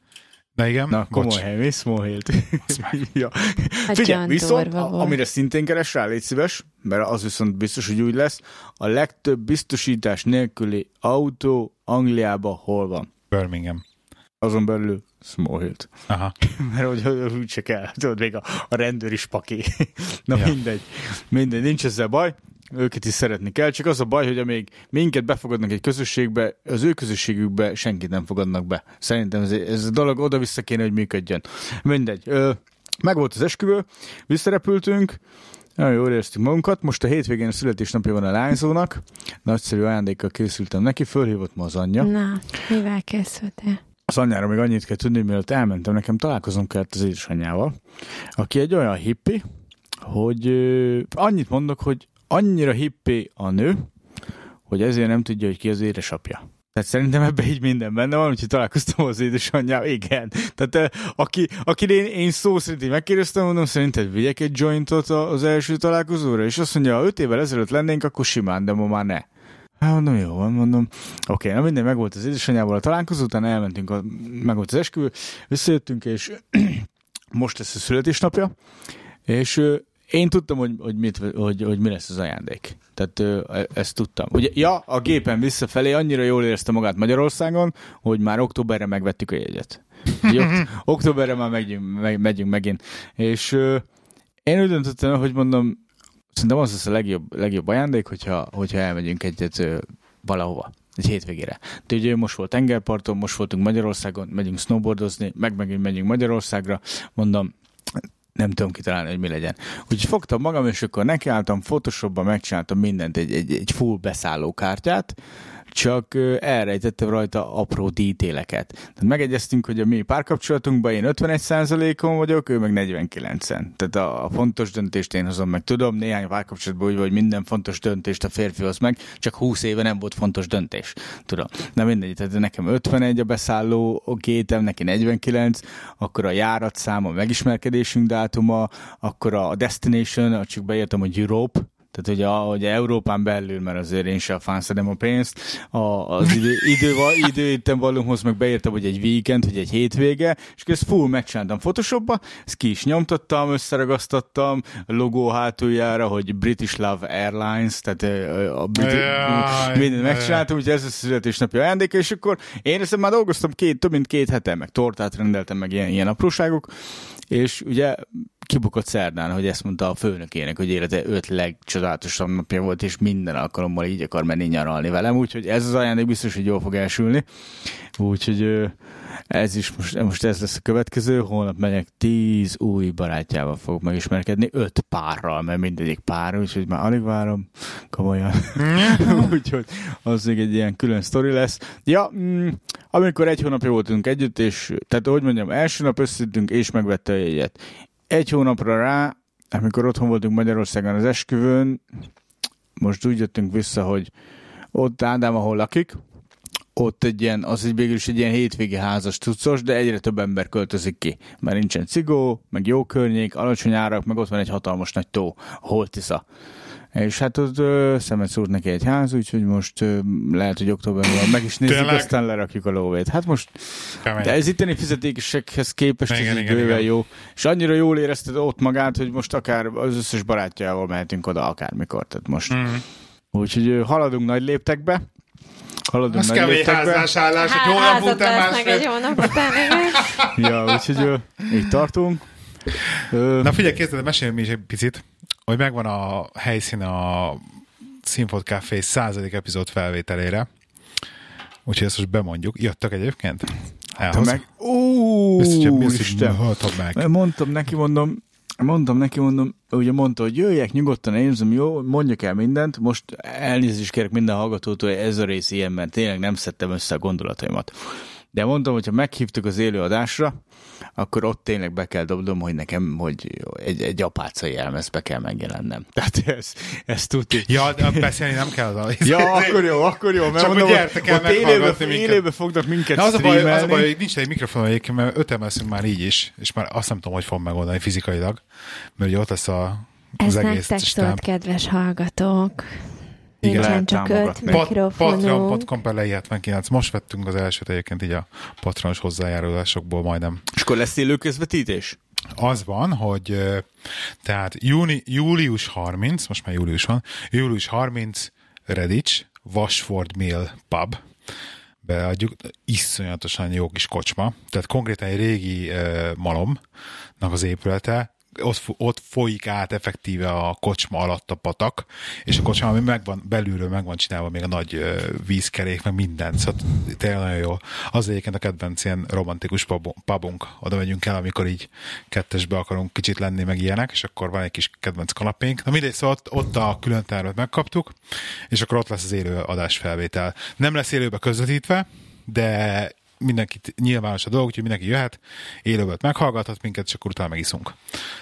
A: Na igen,
C: Na, komoly hely, mi? Smallhill-t. ja. Figyelj, viszont, a, amire szintén keres rá, légy szíves, mert az viszont biztos, hogy úgy lesz, a legtöbb biztosítás nélküli autó Angliában hol van?
A: Birmingham.
C: Azon belül Smallhill-t.
A: Aha.
C: Mert hogy úgy se kell, tudod, még a, a rendőr is paki. Na ja. mindegy, mindegy, nincs ezzel baj. Őket is szeretni kell, csak az a baj, hogy amíg minket befogadnak egy közösségbe, az ő közösségükbe senkit nem fogadnak be. Szerintem ez, ez a dolog oda-vissza kéne, hogy működjön. Mindegy. Ö, meg volt az esküvő, visszarepültünk, nagyon jól éreztük magunkat. Most a hétvégén a születésnapja van a lányzónak. Nagyszerű ajándékkal készültem neki, fölhívott ma az anyja.
B: Na, mivel készültél?
C: Az anyjára még annyit kell tudni, mielőtt elmentem, nekem találkozom kellett az édesanyjával, aki egy olyan hippi, hogy ö, annyit mondok, hogy annyira hippi a nő, hogy ezért nem tudja, hogy ki az édesapja. Tehát szerintem ebben így minden benne van, úgyhogy találkoztam az édesanyjával, igen. Tehát aki, aki én, én szó szerint megkérdeztem, mondom, szerinted vigyek egy jointot az első találkozóra? És azt mondja, ha öt évvel ezelőtt lennénk, akkor simán, de ma már ne. Hát mondom, jó van, mondom. Oké, okay, na minden, meg volt az édesanyjával a találkozó, utána elmentünk, a, meg volt az esküvő, visszajöttünk, és most lesz a születésnapja, és én tudtam, hogy, hogy, mit, hogy, hogy mi lesz az ajándék. Tehát ezt tudtam. Ugye, ja, a gépen visszafelé annyira jól érezte magát Magyarországon, hogy már októberre megvettük a jegyet. Jó, októberre már megyünk, meg, megyünk megint. És uh, én úgy döntöttem, hogy mondom, szerintem az lesz a legjobb, legjobb ajándék, hogyha, hogyha elmegyünk egyet uh, valahova. Egy hétvégére. De ugye most volt tengerparton, most voltunk Magyarországon, megyünk snowboardozni, meg megint megyünk Magyarországra. Mondom, nem tudom kitalálni, hogy mi legyen. Úgyhogy fogtam magam, és akkor nekiálltam, Photoshopban megcsináltam mindent, egy, egy, egy full beszállókártyát, csak elrejtettem rajta apró dítéleket. Tehát megegyeztünk, hogy a mi párkapcsolatunkban én ötvenegy százalékon vagyok, ő meg negyvenkilencen. Tehát a, a fontos döntést én hozom meg. Tudom, néhány párkapcsolatban úgy, hogy minden fontos döntést a férfi hoz meg, csak húsz éve nem volt fontos döntés. Tudom. Na mindegy, tehát nekem ötvenegy a beszálló a gétem, neki negyvenkilenc, akkor a járatszám, a megismerkedésünk dátuma, akkor a destination, csak beírtam, hogy Europe, tehát, hogy, a, hogy Európán belül, mert azért én sem fánszedem a pénzt, a, az idő, idő, időitten valóhoz meg beírtam, hogy egy weekend, hogy egy hétvége, és ezt full megcsináltam Photoshopba, ezt ki is nyomtattam, összeragasztottam, a logó hátuljára, hogy British Love Airlines, tehát a British, mindent megcsináltam, úgyhogy ez a születésnapi ajándéka, és akkor én ezt már dolgoztam két, több mint két hete, meg tortát rendeltem, meg ilyen, ilyen apróságok, és ugye kibukott szerdán, hogy ezt mondta a főnökének, hogy élete öt legcsodálatosabb napja volt, és minden alkalommal így akar menni nyaralni velem, úgyhogy ez az ajándék biztos, hogy jól fog elsülni. Úgyhogy ez is most, most ez lesz a következő, holnap megyek tíz új barátjával fogok megismerkedni, öt párral, mert mindegyik pár, úgyhogy már alig várom, komolyan. Úgyhogy az még egy ilyen külön sztori lesz. Ja, mm, amikor egy hónapja voltunk együtt, és tehát hogy mondjam, első nap összettünk, és megvette a jegyet. Egy hónapra rá, amikor otthon voltunk Magyarországon az esküvőn, most úgy jöttünk vissza, hogy ott Ádám, ahol lakik, ott egy ilyen, az egy végül is egy ilyen hétvégi házas cuccos, de egyre több ember költözik ki. Mert nincsen cigó, meg jó környék, alacsony árak, meg ott van egy hatalmas nagy tó, a Holtisza. És hát ott ö, szemet szúrt neki egy ház, úgyhogy most ö, lehet, hogy októberben meg is nézzük, aztán lerakjuk a lóvét. Hát most, Kemény. De ez itteni fizetésekhez képest igen, ez igen, bőven igen. jó. És annyira jól érezted ott magát, hogy most akár az összes barátjával mehetünk oda akármikor. Tehát most. Mm. Úgyhogy ö, haladunk nagy léptekbe. Haladunk nagy léptekbe.
A: Ez kemény házásálás, hogy hónap után
B: másfél. Meg egy hónap után, igen.
C: Ja, úgyhogy ö, így tartunk.
A: Ö, Na figyelj, készíted, mesélj mi is egy picit, hogy megvan a helyszín a Színfolt Café századik epizód felvételére. Úgyhogy ezt most bemondjuk. Jöttek egyébként?
C: Elhoz. Meg. Ó,
A: Isten. Meg.
C: Mondtam neki, mondom, mondtam neki, mondom, ugye mondta, hogy jöjjek nyugodtan, én mondom, jó, mondjak el mindent. Most elnézést kérek minden hallgatótól, hogy ez a rész ilyen, mert tényleg nem szedtem össze a gondolataimat. De mondtam, hogyha meghívtuk az élőadásra, akkor ott tényleg be kell dobnom, hogy nekem, hogy egy, egy apácai jelmezbe kell megjelennem. Tehát ez, ez tudni.
A: Ja, de beszélni nem kell az.
C: Ja, akkor jó, akkor jó. Mert
A: csak
C: mondom,
A: hogy gyertek el meghallgatni
C: minket. Élőbe fognak minket
A: na, az
C: streamelni.
A: A baj, az a baj, hogy nincs egy mikrofon egyébként, mert öten leszünk már így is, és már azt nem tudom, hogy fogom megoldani fizikailag, mert ugye ott lesz a, az
B: ez
A: egész
B: nektek szólt, kedves hallgatók.
A: Igen,
B: nincsen csak öt mikrofonunk.
A: patreon pont com per lei hetvenkilenc. Most vettünk az elsőt egyébként így a patronos hozzájárulásokból majdnem.
C: És akkor lesz élő közvetítés?
A: Az van, hogy tehát júni, július harmincadika, most már július van, július harmincadika Redditch, Washford Mill Pub. Beadjuk, iszonyatosan jó kis kocsma. Tehát konkrétan egy régi uh, malomnak az épülete, Ott, ott folyik át effektíve a kocsma alatt a patak, és a kocsma, ami megvan, belülről meg van csinálva még a nagy uh, vízkerék, meg minden, szóval tényleg nagyon jó. Az egyébként a kedvenc ilyen romantikus pubunk, oda megyünk el, amikor így kettesbe akarunk kicsit lenni, meg ilyenek, és akkor van egy kis kedvenc kanapénk. Na mindegy, szóval ott, ott a külön tervet megkaptuk, és akkor ott lesz az élő adásfelvétel. Nem lesz élőbe közvetítve, de mindenkit nyilvános a dolog, úgyhogy mindenki jöhet, élőből meghallgathat minket, és akkor utána megiszunk.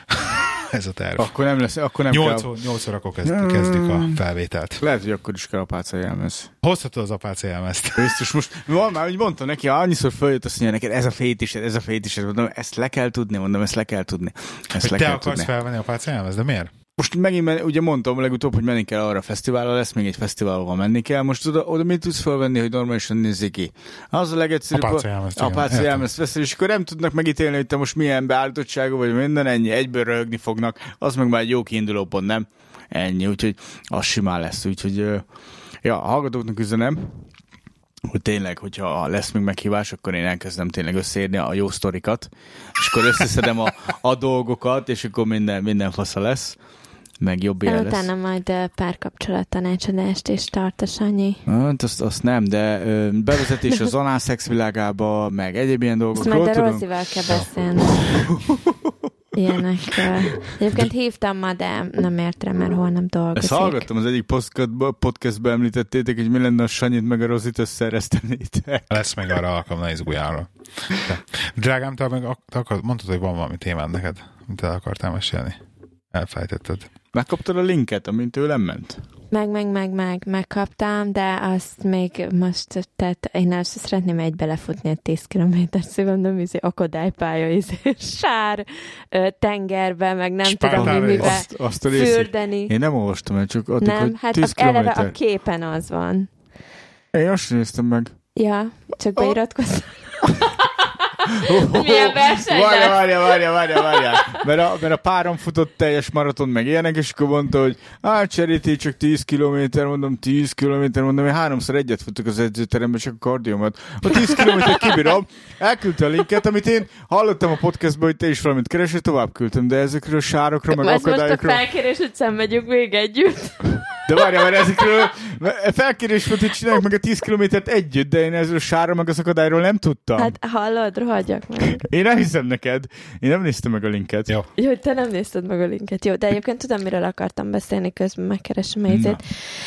A: Ez a terv.
C: Akkor nem lesz, akkor nem
A: nyolc,
C: kell.
A: nyolc órakor kezd, kezdjük a felvételt.
C: Lehet, hogy akkor is kell apáca jelmez.
A: Hozhatod az apáca jelmezt.
C: Biztos most, van már, úgy mondtam neki, annyiszor följött azt mondja neked, ez a fétised, ez a fétised, mondom, ezt le kell tudni, mondom, ezt le kell tudni. Ezt
A: hogy
C: le
A: te
C: kell
A: akarsz
C: tudni.
A: felvenni apáca jelmezt, de miért?
C: Most megint, ugye mondtam legutóbb, hogy menni kell arra a fesztiválra, lesz még egy fesztivál, ahol menni kell. Most oda, oda mit tudsz felvenni, hogy normálisan nézzék ki? Az a legegyszerűbb.
A: Apáca jelmezt.
C: Apáca jelmezt veszel, és akkor nem tudnak megítélni, hogy te most milyen beállítottságú vagy minden, ennyi, egyből röhögni fognak. Az meg már egy jó kiinduló pont, nem? Ennyi, úgyhogy az simán lesz. Úgyhogy, ja, a hallgatóknak üzenem, hogy tényleg, hogyha lesz még meghívás, akkor én elkezdem tényleg összeérni a jó sztorikat, és akkor összeszedem a, a dolgokat, és akkor minden, minden fasza lesz. Meg jobb él lesz.
B: Utána majd párkapcsolat tanácsadást is tart a Sanyi.
C: Hát azt, azt nem, de ö, bevezetés az análszex világába, meg egyéb ilyen dolgokról.
B: Azt majd a Rozival kell beszélni. Ilyenekről. Egyébként hívtam ma, de nem értem, mert holnap dolgozik.
C: Ezt hallgattam, az egyik podcastben említettétek, hogy mi lenne a Sanyit meg a Rozit összeeresztenétek.
A: Lesz meg arra alkalom, ne izguljára. Drágám, te meg akar, mondtad, hogy van valami témád neked, amit el akartál mesélni. Elfelejtetted.
C: Megkaptad a linket, amint tőlem ment?
B: Meg, meg, meg, meg, megkaptam, de azt még most, tehát én azt szeretném egy belefutni a tíz kilométer szigondom, izé akadálypálya, izé sár ö, tengerbe, meg nem
A: Spártán
B: tudom, mi, mivel
C: azt, azt a
B: fürdeni.
C: Én nem olvastam el, csak addig,
B: nem,
C: hogy
B: hát
C: tíz
B: az eleve
C: kilométer.
B: a képen az van.
C: Én azt néztem meg.
B: Ja, csak beiratkoztam. Milyen verseny
C: Várja,
B: lesz?
C: várja, várja, várja, várja. Mert a, mert a párom futott teljes maraton meg ilyenek, és akkor mondta, hogy hát Charity csak tíz kilométer, mondom, tíz kilométer, mondom, én háromszor egyet futok az edzőteremben, csak a kardiomat. A tíz kilométer kibírom, elküldte a linket, amit én hallottam a podcastban, hogy te is valamit keresel, tovább küldtem, de ezekről a sárokról, meg
B: Ez most a
C: akadályokról.
B: felkérés, hogy szenvedjük még együtt.
C: De várja, mert ezekről felkérés volt, hogy csináljuk meg a tíz kilométert együtt, de én ezről a sárról, meg az akadályról nem tudtam.
B: Hát hallod, rohadjak meg.
C: Én nem hiszem neked. Én nem néztem meg a linket.
A: Jó.
B: Jó, hogy te nem nézted meg a linket. Jó, de egyébként tudom, miről akartam beszélni, közben megkeresem a izét.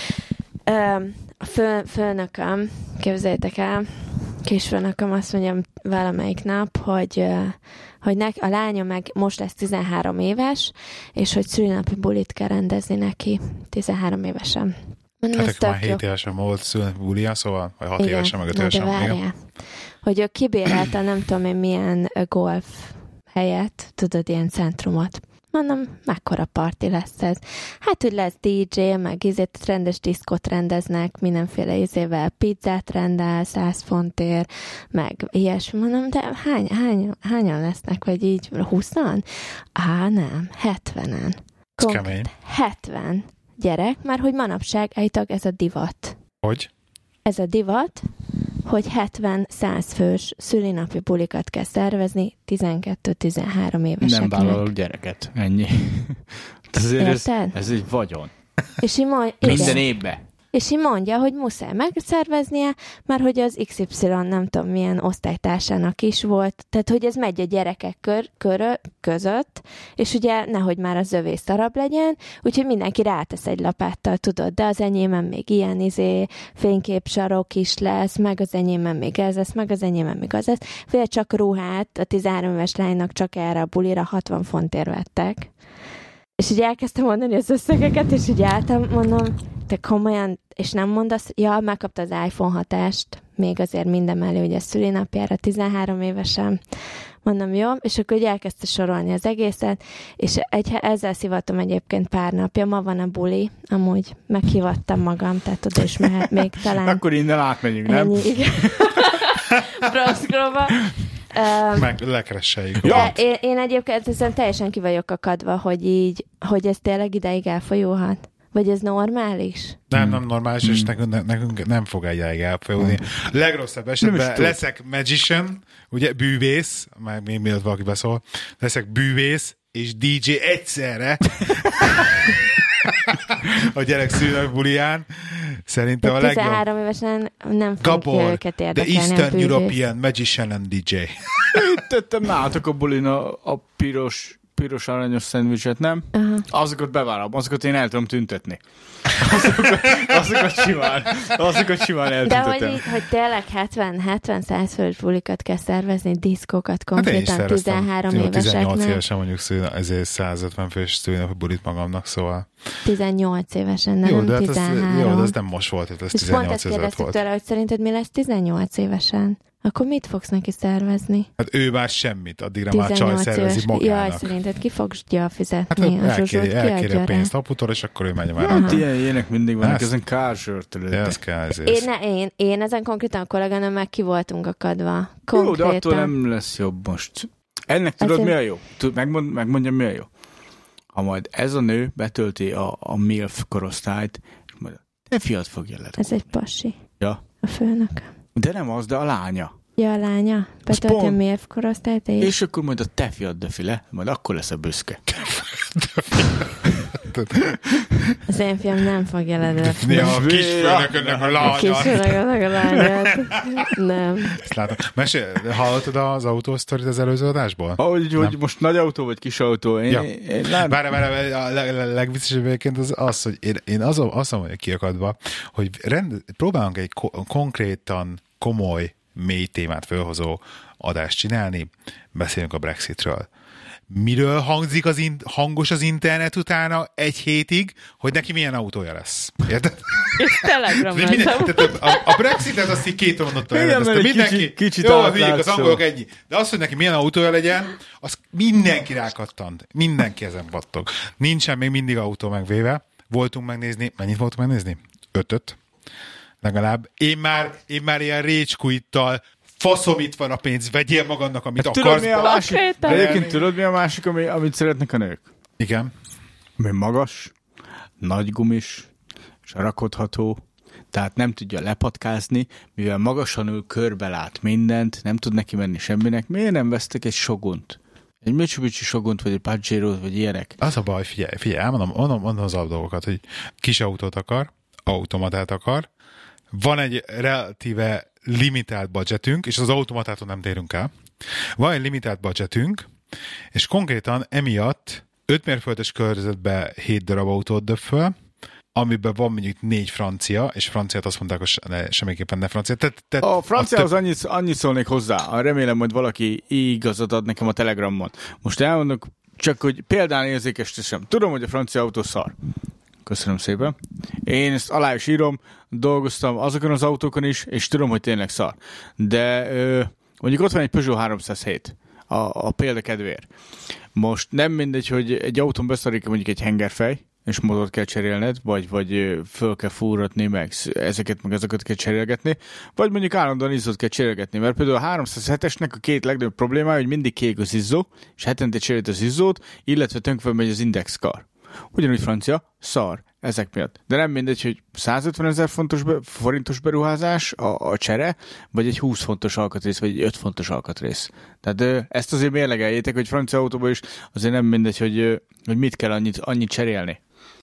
B: A fő, főnököm, képzeljétek el, kisfőnököm azt mondja valamelyik nap, hogy, hogy nek, a lánya meg most lesz tizenhárom éves, és hogy szülinapi bulit kell rendezni neki tizenhárom évesen. Mondom,
A: Hát
B: ez
A: akkor már
B: tök jó.
A: hét évesen volt szülni bulia, szóval, vagy hat
B: Igen,
A: évesen, meg öt
B: na de
A: évesen. Igen.
B: várjál, hogy ő kibérelte nem tudom én milyen ö, golf helyet, tudod, ilyen centrumot. Mondom, mekkora parti lesz ez. Hát, hogy lesz dé dzsé, meg izét, rendes diszkot rendeznek, mindenféle izével, pizzát rendel, száz fontért, meg ilyesmi. Mondom, de hány, hány, hányan lesznek, vagy így huszan? Á, nem, hetvenen.
A: Ez kemény.
B: hetven gyerek, mert hogy manapság állítólag ez a divat.
A: Hogy?
B: Ez a divat, hogy hetven-száz fős szülinapi bulikat kell szervezni tizenkettő-tizenhárom éveseknek.
C: Nem vállalok gyereket. Ennyi. Ezért ez,
B: Érted?
C: ez egy vagyon.
B: És így, mond,
C: Minden
B: igen.
C: évben.
B: És így mondja, hogy muszáj megszerveznie, mert hogy az iksz ipszilon nem tudom milyen osztálytársának is volt, tehát hogy ez megy a gyerekek kör, körö, között, és ugye nehogy már az övé szarab legyen, úgyhogy mindenki rátesz egy lapáttal, tudod, de az enyémen még ilyen izé fényképsarok is lesz, meg az enyémen még ez lesz, meg az enyémen még az lesz. Fél csak ruhát a tizenhárom éves lánynak csak erre a bulira hatvan fontért vettek. És így elkezdtem mondani az összegeket, és így álltam, mondom, te komolyan, és nem mondasz, ja, megkapta az iPhone hatást, még azért minden mellé, ugye szülinapjára, tizenhárom évesen. Mondom, jó, és akkor ugye elkezdte sorolni az egészet, és egy, ezzel szivatom egyébként pár napja, ma van a buli, amúgy meghivattam magam, tehát oda is mehet még talán.
C: Akkor innen átmegyünk, nem?
B: Ennyi, igen. Bronxgrove-ba. Um,
A: Meg lekeresseljük.
B: de én, én egyébként ezen teljesen ki vagyok akadva, hogy így, hogy ez tényleg ideig elfolyóhat. Vagy ez normális?
A: Nem, nem normális, és nekünk, nekünk nem fog egyáig elfolyódni. Legrosszabb esetben leszek magician, ugye, bűvész, már még mielőtt valaki beszól, leszek bűvész és dé dzsé egyszerre a gyerek szülőnek buliján. Szerintem a legjobb.
B: tizenhárom évesen nem fogja
A: Gabor,
B: őket
A: the
B: érdekelni.
A: Eastern European Magician and dé dzsé.
C: Itt tettem nálatok a bulin a, a piros, piros aranyos szendvicset, nem?
B: Aha.
C: Azokat bevárom, azokat én el tudom tüntetni. Azokat, azokat simán, azokat simán
B: De
C: eltüntetem.
B: hogy, így, hogy tényleg hetven-hetven-száz fölös bulikat kell szervezni, diszkókat
A: Hát én is
B: konkrétan
A: szerveztem.
B: tizenhárom
A: Jó, tizennyolc
B: éveseknek.
A: évesen mondjuk szülő, ezért százötven fős szülőnapi bulit magamnak, szóval.
B: tizennyolc évesen, de
A: Jó,
B: nem
A: de, hát ez,
B: tizenhárom.
A: jó, de ez nem most volt, ez
B: És pont
A: tizennyolc
B: ezt
A: ezelőtt
B: kérdeztük
A: volt.
B: tőle, hogy szerinted mi lesz tizennyolc évesen? Akkor mit fogsz neki szervezni?
A: Hát ő már semmit, addigra már csaj szervezi
B: Jaj,
A: magának.
B: szerinted ki fogja
A: Hát
B: fizetni? a
A: elkéri,
B: zsuzsót
A: elkéri a
B: kiadja rá?
A: pénzt aputól, és akkor ő megy már.
B: Aha.
C: Hát ilyen ilyenek mindig vannak,
A: Ezt-
C: ezen kársörtölődtek.
A: De ez kell ezért.
B: Én, ne, én, én ezen konkrétan a kolléganőmmel ki voltunk akadva.
C: Jó,
B: Konkrétan.
C: de attól nem lesz jobb most. Ennek tudod,
B: Azért-
C: mi a jó? Tud, megmond, megmondjam, mi a jó? Ha majd ez a nő betölti a, a MILF korosztályt, és majd te fiat fogja le.
B: Ez egy pasi.
C: Ja.
B: A főnök.
C: De nem az, de a lánya.
B: Ja, a lánya. Betölti a
C: pont-
B: mérv korosztályt, és...
C: És akkor majd a te fiad döfi le, majd akkor lesz a büszke.
B: Az én fiam nem fogja ledöfni.
A: Ja, a kisfőnökönnek a
B: A
A: lánya.
B: kisfőnöknek a lányát. Nem.
A: Ezt látom. Mesélj, hallottad az autósztorit az előző adásból?
C: Ahogy, hogy
A: Nem.
C: most nagy autó vagy kis autó, én,
A: Ja.
C: én nem.
A: Várj, várj, a leg- leg- legviccesebb egyébként az az, hogy én, én azon, azon vagyok kiakadva, hogy rend, próbálunk egy ko- konkrétan komoly, mély témát felhozó adást csinálni, beszélünk a Brexitről. Miről hangzik az in- hangos az internet utána egy hétig, hogy neki milyen autója lesz. Érted?
B: És Telegram
A: Minden,
B: lesz.
A: tehát a, a Brexitet azt így két mondattal
C: Igen,
A: elrendezte.
C: mert egy
A: Mindenki,
C: kicsit- kicsit
A: jó,
C: átlátszó.
A: hülyék, az angolok ennyi. De az, hogy neki milyen autója legyen, az mindenki rákattant. Mindenki ezen pattog. Nincsen még mindig autó megvéve. Voltunk megnézni, mennyit voltunk megnézni? Ötöt. Legalább. Én már, én már ilyen rage quittal faszom, itt van a pénz, vegyél magadnak, amit
C: hát
A: akarsz.
C: Tudod, mi a másik? De egyébként tudod, mi a másik, ami, amit szeretnek a nők?
A: Igen.
C: Ami magas, nagy gumis, és rakodható, tehát nem tudja lepatkázni, mivel magasan ül, körbe lát mindent, nem tud neki menni semminek. Miért nem vesztek egy Shogunt? Egy Mitsubishi Shogunt, vagy egy Pajero-t, vagy ilyenek?
A: Az a baj, figyelj, figyelj, mondom, mondom, mondom az dolgokat, hogy kis autót akar, automatát akar, van egy relatíve limitált budgetünk, és az automatától nem térünk el. Van egy limitált budgetünk, és konkrétan emiatt öt mérföldes körzetbe hét darab autót döb föl, amiben van mondjuk négy francia, és franciát azt mondták, hogy ne, semmiképpen ne francia. Te, te,
C: a franciához
A: több...
C: annyit, annyit szólnék hozzá. Remélem, hogy valaki igazat ad nekem a Telegramon. Most elmondok, csak hogy példán érzékesítésem. Tudom, hogy a francia autó szar. Köszönöm szépen. Én ezt alá is írom, dolgoztam azokon az autókon is, és tudom, hogy tényleg szar. De ö, mondjuk ott van egy Peugeot háromszázhét a, a példa kedvéért. Most nem mindegy, hogy egy autón beszarik mondjuk egy hengerfej, és motort kell cserélned, vagy, vagy föl kell fúratni, meg ezeket, meg ezeket kell cserélgetni, vagy mondjuk állandóan izzót kell cserélgetni, mert például a háromszázhetesnek a két legnagyobb problémája, hogy mindig kék az izzó, és hetente cserélt az izzót, illetve tönkre megy az indexkar. Ugyanúgy francia, szar, ezek miatt. De nem mindegy, hogy százötvenezer fontos be, forintos beruházás a, a csere, vagy egy húsz fontos alkatrész, vagy egy öt fontos alkatrész. Tehát ö, ezt azért mérlegeljétek, hogy francia autóban is azért nem mindegy, hogy, ö, hogy mit kell annyit, annyit cserélni.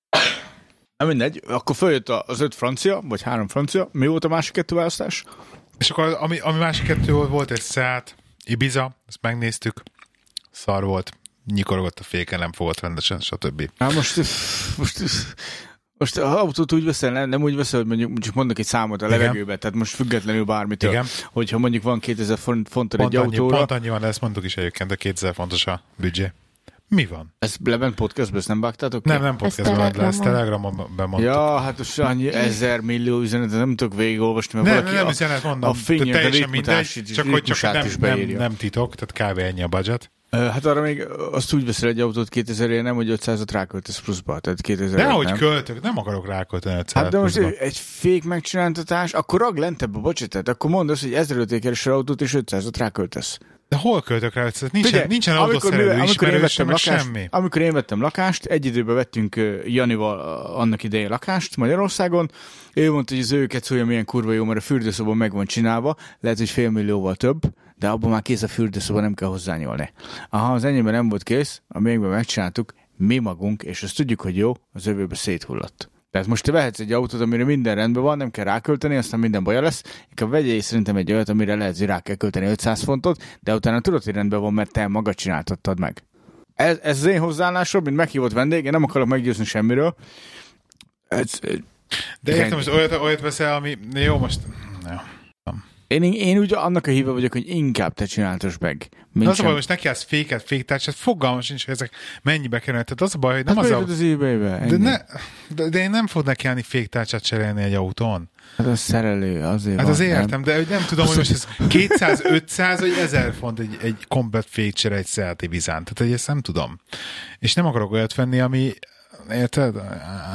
C: Nem mindegy, akkor följött az öt francia, vagy három francia. Mi volt a másik kettő választás?
A: És akkor ami, ami másik kettő volt, volt egy Seat, Ibiza, ezt megnéztük, szar volt, nyikorogott a féken, nem fogott rendesen, stb.
C: Hát most, most, most az autót úgy veszel, nem, nem úgy veszel, hogy mondjuk, mondjuk mondok egy számot a levegőbe, tehát most függetlenül bármitől. Igen. Hogyha mondjuk van kétezer fonttal egy
A: annyi,
C: autóra.
A: Pont annyi van, de ezt mondtuk is egyébként, de kétezer fontos a büdzsé. Mi van?
C: Ez lebent podcastban, ezt nem vágtátok ki?
A: Nem, nem podcastban, de ezt Telegramon bemondtuk.
C: Ja, hát most annyi ezer millió üzenet, nem tudok végigolvasni, mert
A: nem,
C: valaki
A: nem,
C: a,
A: üzenet, mondom,
C: a fények,
A: teljesen
C: a
A: mindegy, csak hogy csak nem, nem, nem titok, tehát kb. Ennyi a budget.
C: Hát arra még azt úgy veszel egy autót kétezerért, nem, hogy ötszázat ráköltesz pluszba, tehát kétezer.
A: De hogy költök, nem akarok rákölteni ötszázat
C: Hát de most
A: pluszba.
C: Egy fék megcsináltatás, akkor rag lentebb a budgetet, akkor mondd azt, hogy ezeröt ékeres autót és ötszázat ráköltesz.
A: De hol költök rá? Nincsen, Figyelj, nincsen autószerelő ismerős, meg semmi.
C: Amikor én vettem lakást, egy időben vettünk Janival annak idején lakást Magyarországon, ő mondta, hogy az ő kecója milyen kurva jó, mert a fürdőszoba meg van csinálva, lehet, hogy fél millióval több, de abban már kész a fürdőszoba, nem kell hozzányúlni. Aha, az enyémben nem volt kész, a miénkben megcsináltuk, mi magunk, és azt tudjuk, hogy jó, az övőbe széthullott. Tehát most te vehetsz egy autót, amire minden rendben van, nem kell rákölteni, aztán minden baja lesz. Inkább vegyél szerintem egy olyat, amire lehet, hogy rá kell költeni ötszáz fontot, de utána tudod, hogy rendben van, mert te magad csináltattad meg. Ez, ez az én hozzáállásom, mint meghívott vendég, én nem akarok meggyőzni semmiről. Ez,
A: de értem, hogy olyat, olyat veszel, ami... Jó, most... Jó.
C: Én, én úgy annak a híve vagyok, hogy inkább te csináltass meg.
A: Az sem... a baj, most neki állsz féket, féktárcsát, fogalmas nincs, hogy ezek mennyibe kerülnek. Tehát az a baj, hogy nem
C: hát
A: az
C: a... az eBay-be,
A: de, ne, de, de én nem fog neki állni féktárcsát cserélni egy autón.
C: Hát az szerelő, azért
A: Hát
C: van,
A: az értem,
C: nem?
A: de hogy nem tudom, hogy most ez kétszáz-ötszáz vagy ezer font egy, egy komplet fékcsere egy Seat Ibizán. Tehát hogy ezt nem tudom. És nem akarok olyat venni, ami... Érted? Oké,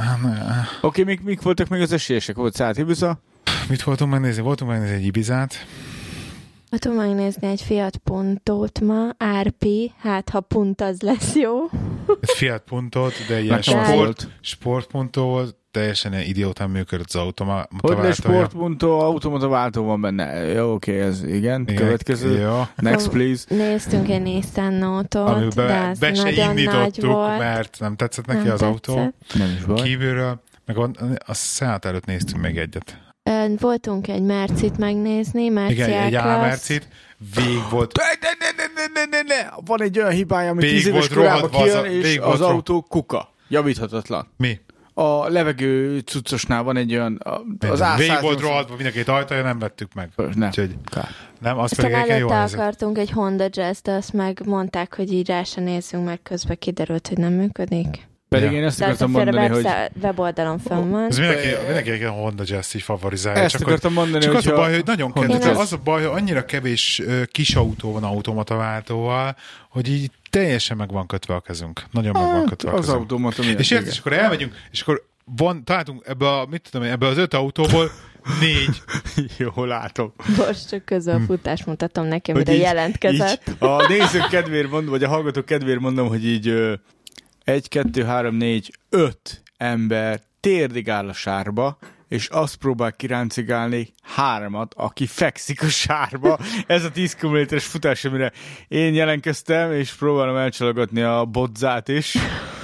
C: okay, mik, mik voltak még az esélyesek? Volt Seat Ibiza?
A: Mit voltunk megnézni? Voltunk megnézni egy Ibizát.
B: Voltunk megnézni egy Fiat Puntót ma, er pé, hát ha pont az lesz jó.
A: Egy Fiat Puntót, de ilyen sport, sportpuntó volt, teljesen ilyen idiótán működött az automata
C: váltója. Hogy sportpuntó, automata váltó van benne. Jó, oké, okay, ez igen. igen. Következő. Jó. Next, please.
B: Néztünk egy Nissan Note-ot,
A: amiben
B: de az
A: be se indítottuk, mert nem tetszett neki
B: nem
A: az
B: tetszett.
A: autó.
C: Nem is baj.
A: Kívülről, meg a, a Seat előtt néztünk még egyet.
B: Voltunk egy Mercit megnézni, Merci
A: Igen, egy A-Mercit, vég volt.
C: Ne, ne, ne, ne, ne, ne, ne. Van egy olyan hibája, ami tíz éves korában kijön, és az ro... autó kuka. Javíthatatlan.
A: Mi?
C: A levegő cuccosnál van egy olyan... Az á száz nyolcvan...
A: Vég volt rohadva, mind a két ajtaja, nem vettük meg.
C: Nem.
A: Úgyhogy, nem, az
B: aztán
A: pedig
B: előtte akartunk egy Honda Jazz, de azt meg mondták, hogy így rá se nézzünk meg, közben kiderült, hogy nem működik.
C: Pedig ja. Én ezt akartam mondani,
B: web
C: hogy...
B: weboldalon fönn van.
A: Ez mindenki, mindenki egy Honda Jazz így favorizálja.
C: Ezt
A: csak
C: akartam
A: hogy,
C: mondani,
A: csak
C: hogy...
A: az a baj, hogy nagyon kedves.
B: Az...
A: az a baj, hogy annyira kevés kis autó van automata váltóval, hogy így teljesen meg van kötve a kezünk. Nagyon meg van kötve a kezünk.
C: Az automata miért?
A: És érted, és akkor elmegyünk, és akkor van, találtunk ebbe, a, mit tudom én, ebbe az öt autóból Négy.
C: Jó, látom.
B: Most csak közölfutást mutatom neki, amire
C: így,
B: jelentkezett.
C: Így, a nézők kedvéért mondom, vagy a hallgatók kedvéért mondom, hogy így ö, egy, kettő, három, négy, öt ember térdig áll a sárba, és azt próbál kiráncigálni hármat, aki fekszik a sárba. Ez a tíz kilométeres futás, amire én jelentkeztem, és próbálom elcsalogatni a bodzát is.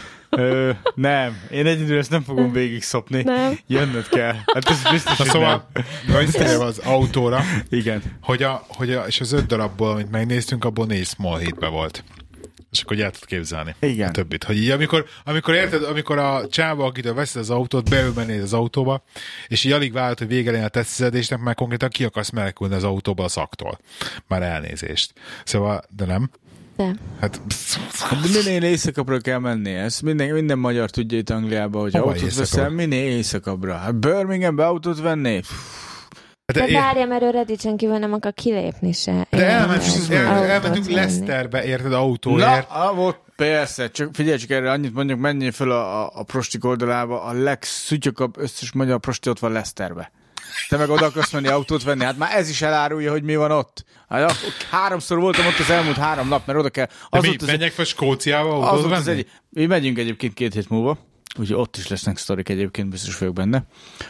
C: Ö, nem, én egyedül ezt nem fogom végig szopni. Nem. Jönnöd kell. Hát ez biztos,
A: Na, szóval, visszatérve az autóra,
C: igen.
A: Hogy a, hogy a, és az öt darabból, amit megnéztünk, abból négy small hitbe volt. És akkor el tudod képzelni
C: igen.
A: A többit. Hogy így, amikor, amikor érted, amikor a csáva, akitől veszed az autót, beül mennéd az autóba, és így alig várod, hogy vége legyen a tesztszedésnek, mert konkrétan ki akarsz menekülni az autóba a szaktól. Már elnézést. Szóval, de nem.
B: De.
A: Hát,
C: de minél éjszakabbra kell menni. Ezt minden, minden magyar tudja itt Angliában, hogy
A: hova
C: autót
A: éjszakabb?
C: veszel, minél éjszakabbra. Hát Birminghambe autót venni?
B: De, de várja, mert ő Redicsen kívül nem akar kilépni se.
A: De elmentünk, el, elmentünk Leicesterbe, érted, autóért.
C: Na, volt persze, csak figyelj csak erre, annyit mondjuk, menjél föl a, a, a prostik oldalába, a legszütyökabb összes magyar prosti ott van Leicesterbe. Te meg oda akarsz menni autót venni, hát már ez is elárulja, hogy mi van ott. Hát, háromszor voltam ott az elmúlt három nap, mert oda kell...
A: Az De mi, menjek fel Skóciába autót venni?
C: Egy, mi megyünk egyébként két hét múlva, úgyhogy ott is lesznek sztorik egyébként, biztos vagyok benne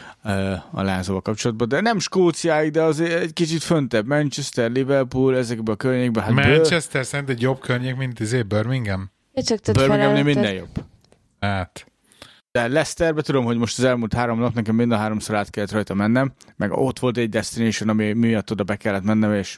C: a Lázóval kapcsolatban, de nem Skóciáig, de azért egy kicsit föntebb. Manchester, Liverpool, ezekben a környékben. Hát
A: Manchester szerint egy jobb környék, mint izé Birmingham?
C: Birminghamnél minden jobb.
A: Hát.
C: De Leicesterbe tudom, hogy most az elmúlt három nap nekem mind a háromszor át kellett rajta mennem, meg ott volt egy destination, ami miatt oda be kellett mennem, és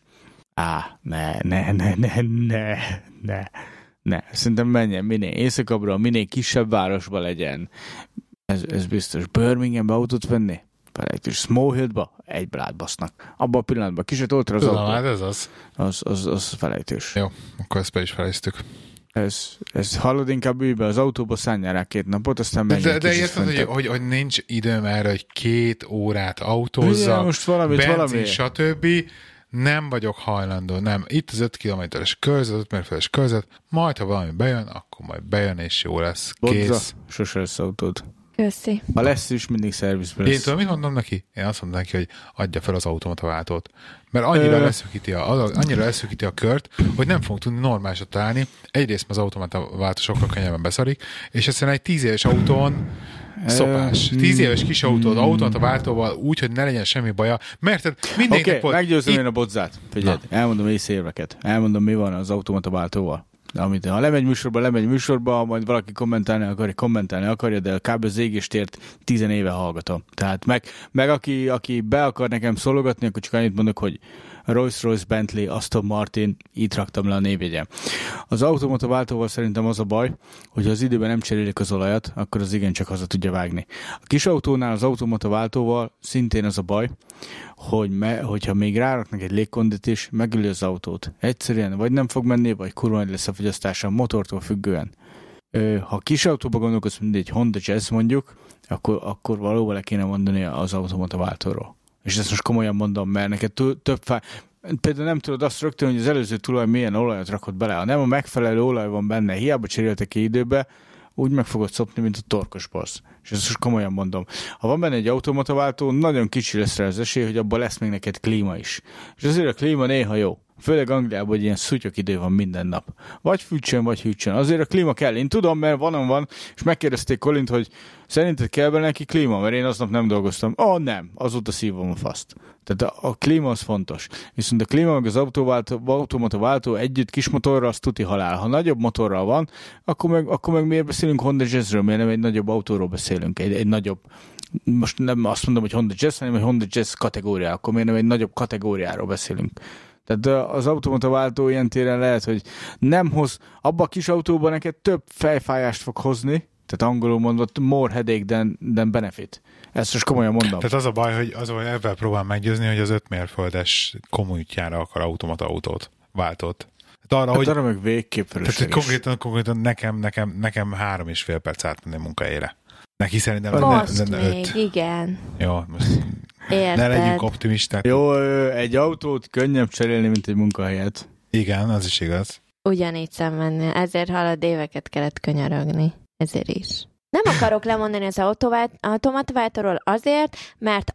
C: á, ne, ne, ne, ne, ne, ne, ne. Szerintem menjen minél éjszakabbra, minél kisebb városba legyen. Ez, ez biztos. Birminghambe autót venni? Felejtős. Smallhillba? Egybe átbasznak. Abban a pillanatban ki se toltra az
A: Tudom,
C: autó.
A: hát ez az.
C: Az, az, az felejtős.
A: Jó, akkor ezt be is felejtjük.
C: Ez, ez hallod, inkább ülj be az autóba, szálljál rá két napot, aztán menjünk.
A: De, de érted, hogy, hogy, hogy nincs időm erre, hogy két órát autózzak,
C: most valamit,
A: benzin,
C: valami.
A: stb. Nem vagyok hajlandó, nem. Itt az öt kilométeres körzet, öt mérföldes körzet, majd ha valami bejön, akkor majd bejön, és jó lesz. Kész.
C: Bodza, sose lesz autód.
B: Köszi.
C: Ha lesz is, mindig szervizben lesz.
A: Én tudom, mit mondom neki? Én azt mondom neki, hogy adja fel az automataváltót. Mert annyira, Ö... leszűkíti a, annyira leszűkíti a kört, hogy nem fogunk tudni normálisat találni. Egyrészt az automataváltó sokkal könnyebben beszarik, és egyszerűen egy tíz éves autón szopás. Tíz éves kis autód, automataváltóval úgy, hogy ne legyen semmi baja. Mert mindenkinek
C: Oké, okay, meggyőzöm
A: itt...
C: én a bodzát. Figyelj, elmondom észérveket. Elmondom, mi van az automataváltóval. Amit, ha lemegy műsorba, lemegy műsorba, majd valaki kommentálni akarja, kommentálni akarja, de kb. Az égéstért tizen éve hallgatom. Tehát meg, meg aki, aki be akar nekem szólogatni, akkor csak annyit mondok, hogy Rolls-Royce, Bentley, Aston Martin, így raktam le a névjegyem. Az automata váltóval szerintem az a baj, hogy ha az időben nem cserélik az olajat, akkor az igencsak haza tudja vágni. A kis autónál az automata váltóval szintén az a baj, hogy me, hogyha még ráraknak egy légkondit is, megüli az autót. Egyszerűen vagy nem fog menni, vagy kurva nagy lesz a fogyasztása a motortól függően. Ö, ha kis autóba gondolkodsz, mint egy Honda Jazz mondjuk, akkor, akkor valóban le kéne mondani az automata váltóról. És ezt most komolyan mondom, mert neked több fáj. Például nem tudod azt rögtön, hogy az előző tulaj milyen olajat rakott bele. Ha nem a megfelelő olaj van benne, hiába cseréltek ki időbe, úgy meg fogod szopni, mint a torkos borz. És ezt most komolyan mondom. Ha van benne egy automataváltó, nagyon kicsi lesz rá az esély, hogy abban lesz még neked klíma is. És azért a klíma néha jó. Főleg Angliában, hogy ilyen szutyok idő van minden nap. Vagy fűtsön, vagy hűtsön. Azért a klíma kell. Én tudom, mert vanon van, és megkérdezték Colint, hogy szerinted kell bele neki klíma, mert én aznap nem dolgoztam. Ó, oh, nem, azóta szívom a faszt. Tehát a, a klíma az fontos. Viszont a klíma meg az automata váltó együtt kis motorral, az tuti halál. Ha nagyobb motorral van, akkor meg, akkor meg miért beszélünk Honda Jazzről, miért nem egy nagyobb autóról beszélünk, egy, egy nagyobb, most nem azt mondom, hogy Honda Jazz, hanem egy Honda Jazz kategória, akkor miért nem egy nagyobb kategóriáról beszélünk. Tehát az automata váltó ilyen téren lehet, hogy nem hoz, abba a kis autóban neked több fejfájást fog hozni, tehát angolul mondott more headache than, than benefit. Ezt most komolyan mondom.
A: Tehát az a baj, hogy az, hogy ebben próbál meggyőzni, hogy az öt mérföldes kommunitjára akar automata autót, váltót. Tehát arra,
C: hát
A: hogy,
C: arra meg végképp
A: tehát konkrétan, konkrétan nekem, nekem, nekem három és fél perc átmenni munkahelyére. Neki szerintem
B: most
A: lenne, lenne
B: még,
A: öt.
B: igen.
A: Jó, most
B: Érted.
A: ne legyünk optimisták.
C: Jó, egy autót könnyebb cserélni, mint egy munkahelyet.
A: Igen, az is igaz.
B: Ugyanígy szenvedni. Ezért halad éveket kellett könyörögni. Ezért is. Nem akarok lemondani az automatváltóról azért, mert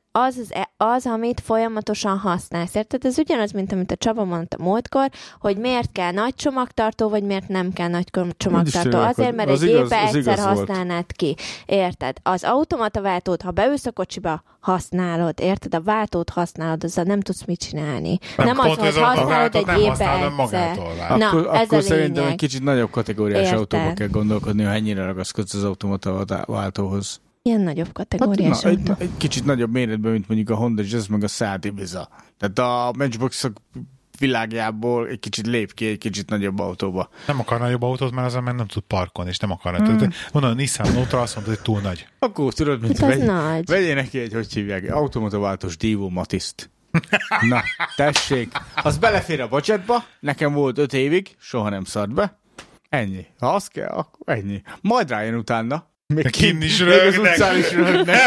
B: az, az, az, amit folyamatosan használsz. Érted? Ez ugyanaz, mint amit a Csaba mondta múltkor, hogy miért kell nagy csomagtartó, vagy miért nem kell nagy csomagtartó. Azért, mert egy évben egyszer használnád ki. Érted? Az automataváltót, ha beülsz a kocsiba, használod. Érted? A váltót használod, azzal nem tudsz mit csinálni. Nem, nem az, hogy használod egy évben egyszer.
C: Na, akkor, ez akkor szerintem egy kicsit nagyobb kategóriás Érted. autóba kell gondolkodni, ha ennyire ragaszkodsz az automataváltóhoz.
B: Ilyen nagyobb kategóriás hát,
C: na, egy, egy kicsit nagyobb méretben, mint mondjuk a Honda Jazz meg a Seat Ibiza. Tehát a Matchbox-ok világjából egy kicsit lép ki egy kicsit nagyobb autóba.
A: Nem akar nagyobb autót, mert az ember nem tud parkolni, és nem akar. Hmm. Mondom, a Nissan Notra azt mondta, hogy túl nagy.
C: Akkor tudod, mint vegy, vegyél neki egy, hogy hívják, automataváltós Divo Matiszt. Na, tessék. Az belefér a budgetba, nekem volt öt évig, soha nem szart be. Ennyi. Ha az kell, akkor ennyi. Majd rájön utána. Még
A: kint is röhögnek.
C: Még az utcán is röhögnek.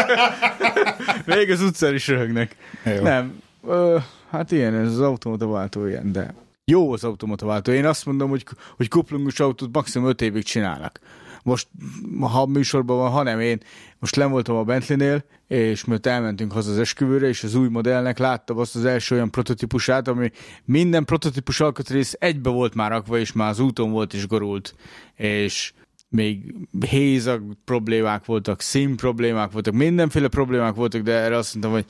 C: Még az utcán is röhögnek. Jó. Nem. Ö, hát ilyen, ez az automataváltó ilyen, de jó az automataváltó. Én azt mondom, hogy, hogy kuplungos autót maximum öt évig csinálnak. Most, ha műsorban van, hanem én most len voltam a Bentleynél, és mert elmentünk haza az esküvőre, és az új modellnek láttam azt az első olyan prototípusát, ami minden prototípus alkatrész egybe volt már rakva, és már az úton volt és gorult. És még hézag problémák voltak, szín problémák voltak, mindenféle problémák voltak, de erre azt mondtam, hogy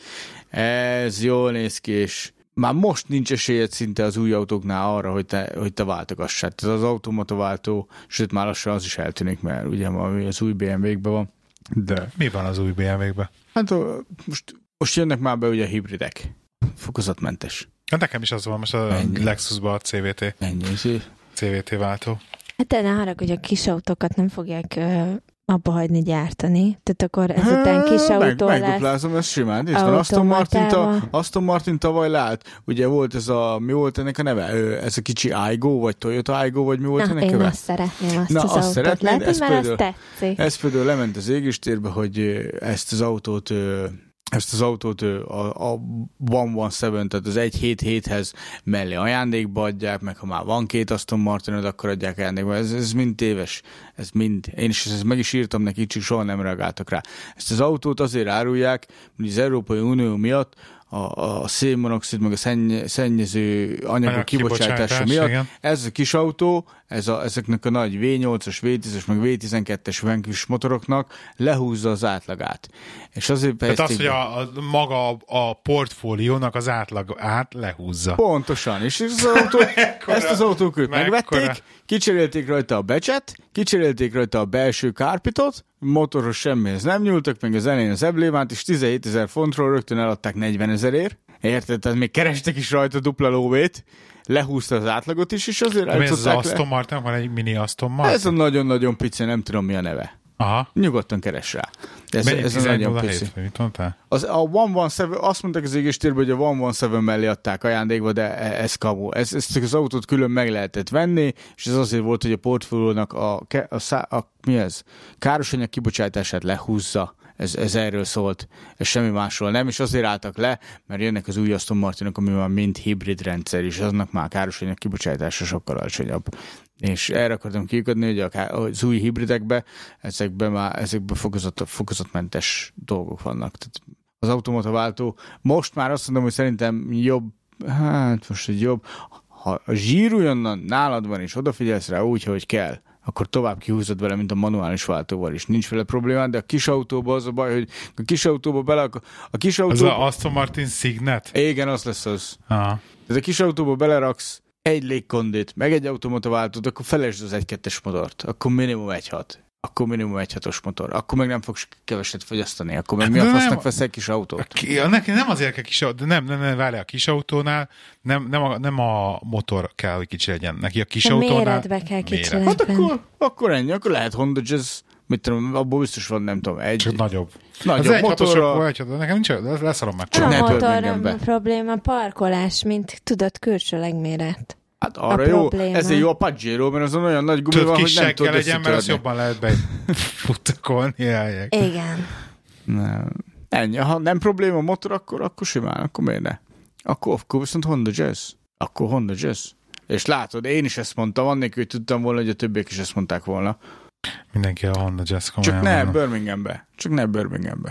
C: ez jól néz ki, és már most nincs esélyed szinte az új autóknál arra, hogy te, hogy te váltogass. Ez az automataváltó, sőt már lassan az is eltűnik, mert ugye az új bé em vé-kben van. De...
A: Mi van az új bé em vé-kben?
C: Hát most, most jönnek már be ugye a hibridek. Fokozatmentes.
A: Hát nekem is az van most a Ennyi. Lexusban a cé vé té.
C: Ennyi.
A: cé vé té váltó.
B: Hát de ne haragudj, hogy a kis autókat nem fogják ö, abba hagyni gyártani. Tehát akkor ezután kis autó
C: meg, lesz. Megduplázom ezt simán. Itt van Aston Martin, ta, Aston Martin tavaly lát. Ugye volt ez a, mi volt ennek a neve? Ez a kicsi Aygo, vagy Toyota Aygo, vagy mi volt
B: Na,
C: ennek
B: én
C: neve?
B: azt szeretném, azt
C: Na,
B: az
C: azt
B: autót.
C: Szeretnéd?
B: Lehet,
C: ez
B: mert
C: például,
B: azt tetszik.
C: Ez például lement az égistérbe, hogy ezt az autót... ezt az autót a, a egy tizenhét, tehát az egy hét héthez mellé ajándékba adják, meg ha már van két Aston Martinod, akkor adják ajándékba. Ez, ez mind téves. Ez mind. Én is ezt meg is írtam nekik, csak soha nem reagáltak rá. Ezt az autót azért árulják, hogy az Európai Unió miatt a, a szénmonoxid, meg a szenny, szennyező anyagok kibocsátása miatt. Igen. Ez a kis autó, ez a, ezeknek a nagy vé nyolcas, vé tízes, meg vé tizenkettes venkis motoroknak lehúzza az átlagát. És azért
A: Tehát az, hogy a, a maga a portfóliónak az átlag át lehúzza.
C: Pontosan. És ez az autó, ezt az autók ők megvették, kicserélték rajta a becset, kicserélték rajta a belső kárpitot, motoros semmihez nem nyúltak, meg az elején az emblémát, és tizenhétezer fontról rögtön eladták negyvenezerért. Érted? Tehát még kerestek is rajta dupla lóvét, lehúzta az átlagot is, és azért
A: elcsották le. Ez az Aston Martin, van egy mini Aston Martin?
C: Ez a nagyon-nagyon pici, nem tudom mi a neve.
A: Aha.
C: Nyugodtan keres rá. Ez, ez a nagyon pici.
A: Mit mondtál?
C: Az, a egy tizenhét, azt mondták az égéstérben, hogy a egy tizenhét mellé adták ajándékba, de ez kamu. Ez, ezt az autót külön meg lehetett venni, és ez azért volt, hogy a portfóliónak a, a, a, a, mi ez? Károsanyag kibocsátását lehúzza. Ez, ez erről szólt, ez semmi másról nem, és azért álltak le, mert jönnek az új Aston Martinok, ami már mind hibrid rendszer, és aznak már károsanyag kibocsátása sokkal alacsonyabb. És erre akartam kiukadni, hogy az új hibridekben, ezekben már ezekben fokozat, fokozatmentes dolgok vannak. Tehát az automataváltó most már azt mondom, hogy szerintem jobb, hát most egy jobb, ha a zsír onnan nálad van, és odafigyelsz rá úgy, hogy kell, akkor tovább kihúzod vele, mint a manuális váltóval is. Nincs vele problémád, de a kis autóba az a baj, hogy a kis autóba bele... A kis autóba...
A: Az a Aston Martin Signet?
C: Igen, az lesz az.
A: Aha.
C: Tehát a kis autóba beleraksz egy légkondit, meg egy automataváltót, akkor felesd az egy kettes motort. Akkor minimum egy hat. Akkor minimum egy hatos motor. Akkor meg nem fogsz keveset fogyasztani. Akkor meg mi a fasznak vesz egy kis autót?
A: Ki, neki nem azért kell kis autó, nem, nem, nem, várj, a kis autónál nem, nem, a, nem a motor kell, hogy kicsi legyen. Neki a kis a autónál...
B: méretbe kell kicsi legyen.
C: Hát akkor, akkor ennyi, akkor lehet Honda Jazz, mit tudom, abból biztos van, nem tudom, egy...
A: Csak nagyobb.
C: Nagyobb
A: az egy
C: motorra...
A: hatosok, nekem nincs, leszarom meg.
B: A motor probléma parkolás, mint tudod, külsőleg méret.
C: Hát arra jó, ezért jó a Pajero, mert azon olyan nagy gumi van, hogy nem tudod
A: legyen, mert azt jobban lehet be futtakolni.
B: Igen.
C: Nem. Ennyi, ha nem probléma a motor, akkor, akkor simán, akkor miért ne? Akkor, akkor viszont Honda Jazz. Akkor Honda Jazz. És látod, én is ezt mondtam, annélkül, hogy tudtam volna, hogy a többiek is ezt mondták volna.
A: Mindenki a Honda Jazz komolyan.
C: Csak ne Birminghambe. Csak ne Birminghambe.
A: És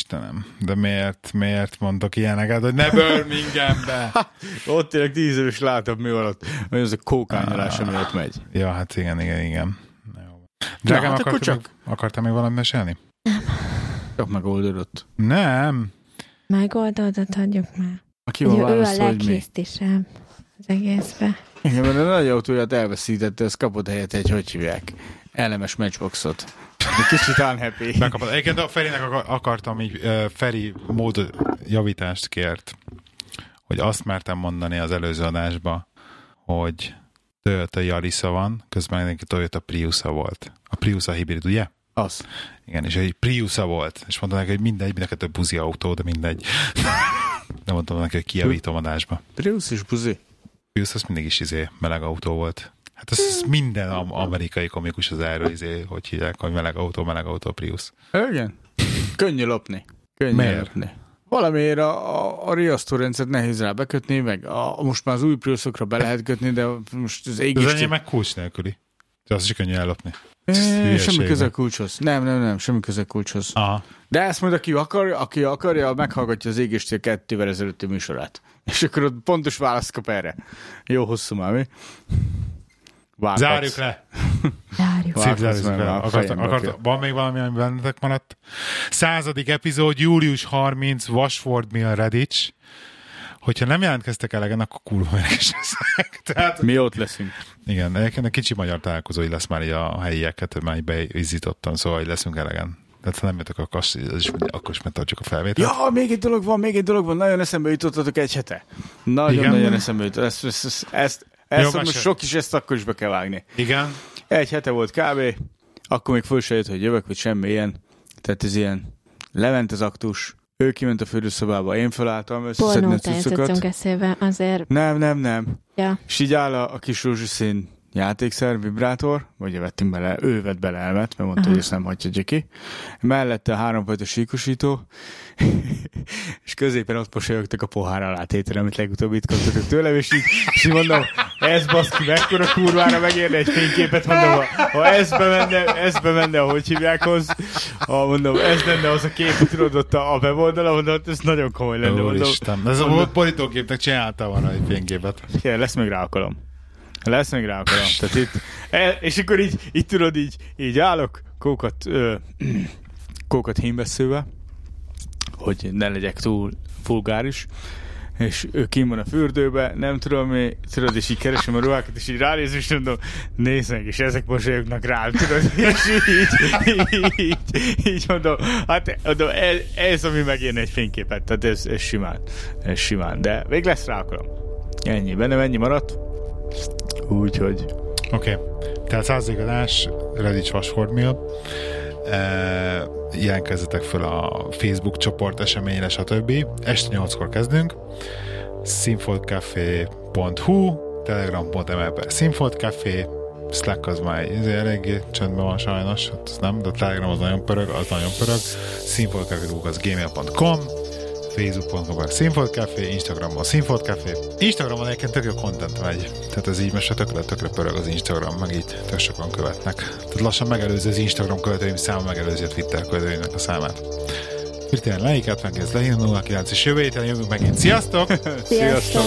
A: Istenem, de miért, miért mondok ilyeneket, hogy ne Birminghambe?
C: Ott tényleg tíz éves látom mi van ott, hogy az a kókányolás, ami ott megy.
A: Ja, hát igen, igen, igen. Drágám,
C: hát
A: akartál,
C: csak...
A: még, akartál még valamit mesélni?
B: Nem.
C: Csak megoldódott.
A: Nem.
B: Megoldódott, hagyjuk már.
C: Aki van
B: Ugye ő a
C: válaszol, hogy mi?
B: leghisztisebb az egészbe.
C: Igen, mert a nagy autóját elveszítette, ez kapott helyett egy, hogy hívják, elemes matchboxot. Egy kicsit unhappy.
A: Bekapott. Egyébként a Ferinek akar, akartam így, uh, Feri mód javítást kért, hogy azt mertem mondani az előző adásba, hogy Toyota Yarisa van, közben neki Toyota Priusa volt. A Priusa hibrid, ugye?
C: Az.
A: Igen, és egy Priusa volt, és mondta neki, hogy mindegy, mind a kettő buzi autó, de mindegy. De mondtam neki, hogy kijavítom adásba.
C: Prius és buzi.
A: Prius az mindig is izé, meleg autó volt. Hát az, az minden amerikai komikus az erről, izé, hogy hívják, hogy meleg autó, meleg autó, Prius.
C: Igen. Könnyű lopni. Könnyű
A: Miért?
C: lopni. Valamiért a, a, a riasztórendszert nehéz rá bekötni, meg a, most már az új Priusokra be lehet kötni, de most az égés...
A: Az enyém meg kulcs nélküli. De az is könnyű ellopni.
C: É, semmi köze a kulcshoz. Nem, nem, nem, semmi köze a kulcshoz.
A: Aha.
C: De ezt majd aki akarja, aki akarja, meghallgatja az égéstél kettővel ezelőtti műsorát. És akkor ott pontos választ kap erre. Jó hosszú már, mi? Várhatsz.
A: Zárjuk le.
B: Zárjuk.
A: Szép zárjuk le. Akart, akart, van még valami, ami bennetek maradt? Századik epizód, július harmincadika, Washford Mill Redditch. Hogyha nem jelentkeztek elegen, akkor kurva mérges leszek. Tehát,
C: mi ott leszünk.
A: igen, egyébként egy kicsi magyar találkozói lesz már így a helyieket, már így beizítottam, szóval hogy leszünk elegen. Tehát ha nem jöttek, akkor, is, akkor is megtartjuk a felvételt.
C: Ja, még egy dolog van, még egy dolog van, nagyon eszembe jutottatok egy hete. Nagyon-nagyon eszembe jutott. Ezt, ezt, ezt, ezt, ezt
A: Jó,
C: most sok is, ezt akkor is be kell vágni.
A: Igen.
C: Egy hete volt kb. Akkor még föl se jött, hogy jövök, vagy semmi ilyen. Tehát ez ilyen, lement az aktus, ő kiment a fürdőszobába, én felálltam összeszedni a cuccokat.
B: Pornót eszébe, azért...
C: Nem, nem, nem.
B: Ja.
C: És így áll a, a kis rózsaszín játékszer, vibrátor, vagy vettünk bele, ő vett bele elmet, mert mondta, Aha. hogy ezt nem hagyja ki. Mellette a háromfajta síkosító, és középen ott mosolyogtak a pohár alá tétre, amit legutóbb itt kaptatok tőlem, és így, és így mondom, ez baszki, mekkora kurvára megérne egy fényképet, mondom, ha, ha ez bemenne, ez bemenne, ahogy hívjákhoz, ha mondom, ez lenne az a kép, hogy tudod ott a, a weboldala, mondom, ez nagyon komoly lenne, mondom.
A: Úristen, ez mondom, a borítóképnek csinálta van egy fényképet.
C: Ja, lesz még rá alkalom. Lesz még rá akarom. Tehát itt, és akkor így, így tudod, így, így állok, kókat, ö, kókat hímbeszőve, hogy ne legyek túl vulgáris, és ő kim van a fürdőbe, nem tudom mi, tudod, és így keresem a ruhákat, és így ránézem, és mondom, nézd meg, és ezek mosolyognak rám, tudod, és így, így, így, így mondom, hát mondom, ez, ez, ami megérne egy fényképet, tehát ez, ez simán, ez simán, de még lesz rá akarom. Ennyi, bennem ennyi maradt. Úgyhogy...
A: Oké, okay. Tehát századik adás, Redditch Washford Mill. E, jelentkezzetek föl a Facebook csoport eseményre, stb. Este nyolckor kezdünk. színfoltcafé pont hu, telegram pont em el per színfoltcafé, Slack az már eléggé csöndben van sajnos, hát nem, de a Telegram az nagyon pörög, az nagyon pörög. színfoltcafé az gmail pont com, facebook pont com per színfoltcafé, Instagramon színfoltcafé. Instagramon egyébként tök jó content megy. Tehát ez így most tökre, tökre pörög az Instagram, meg így tök sokan követnek. Tehát lassan megelőzi az Instagram követőim száma, megelőzi a Twitter követőimnek a számát. Hirtelen leikát, megkezd lehívni nulla kilenc, és jövő héten jövünk megint. Sziasztok!
B: Sziasztok!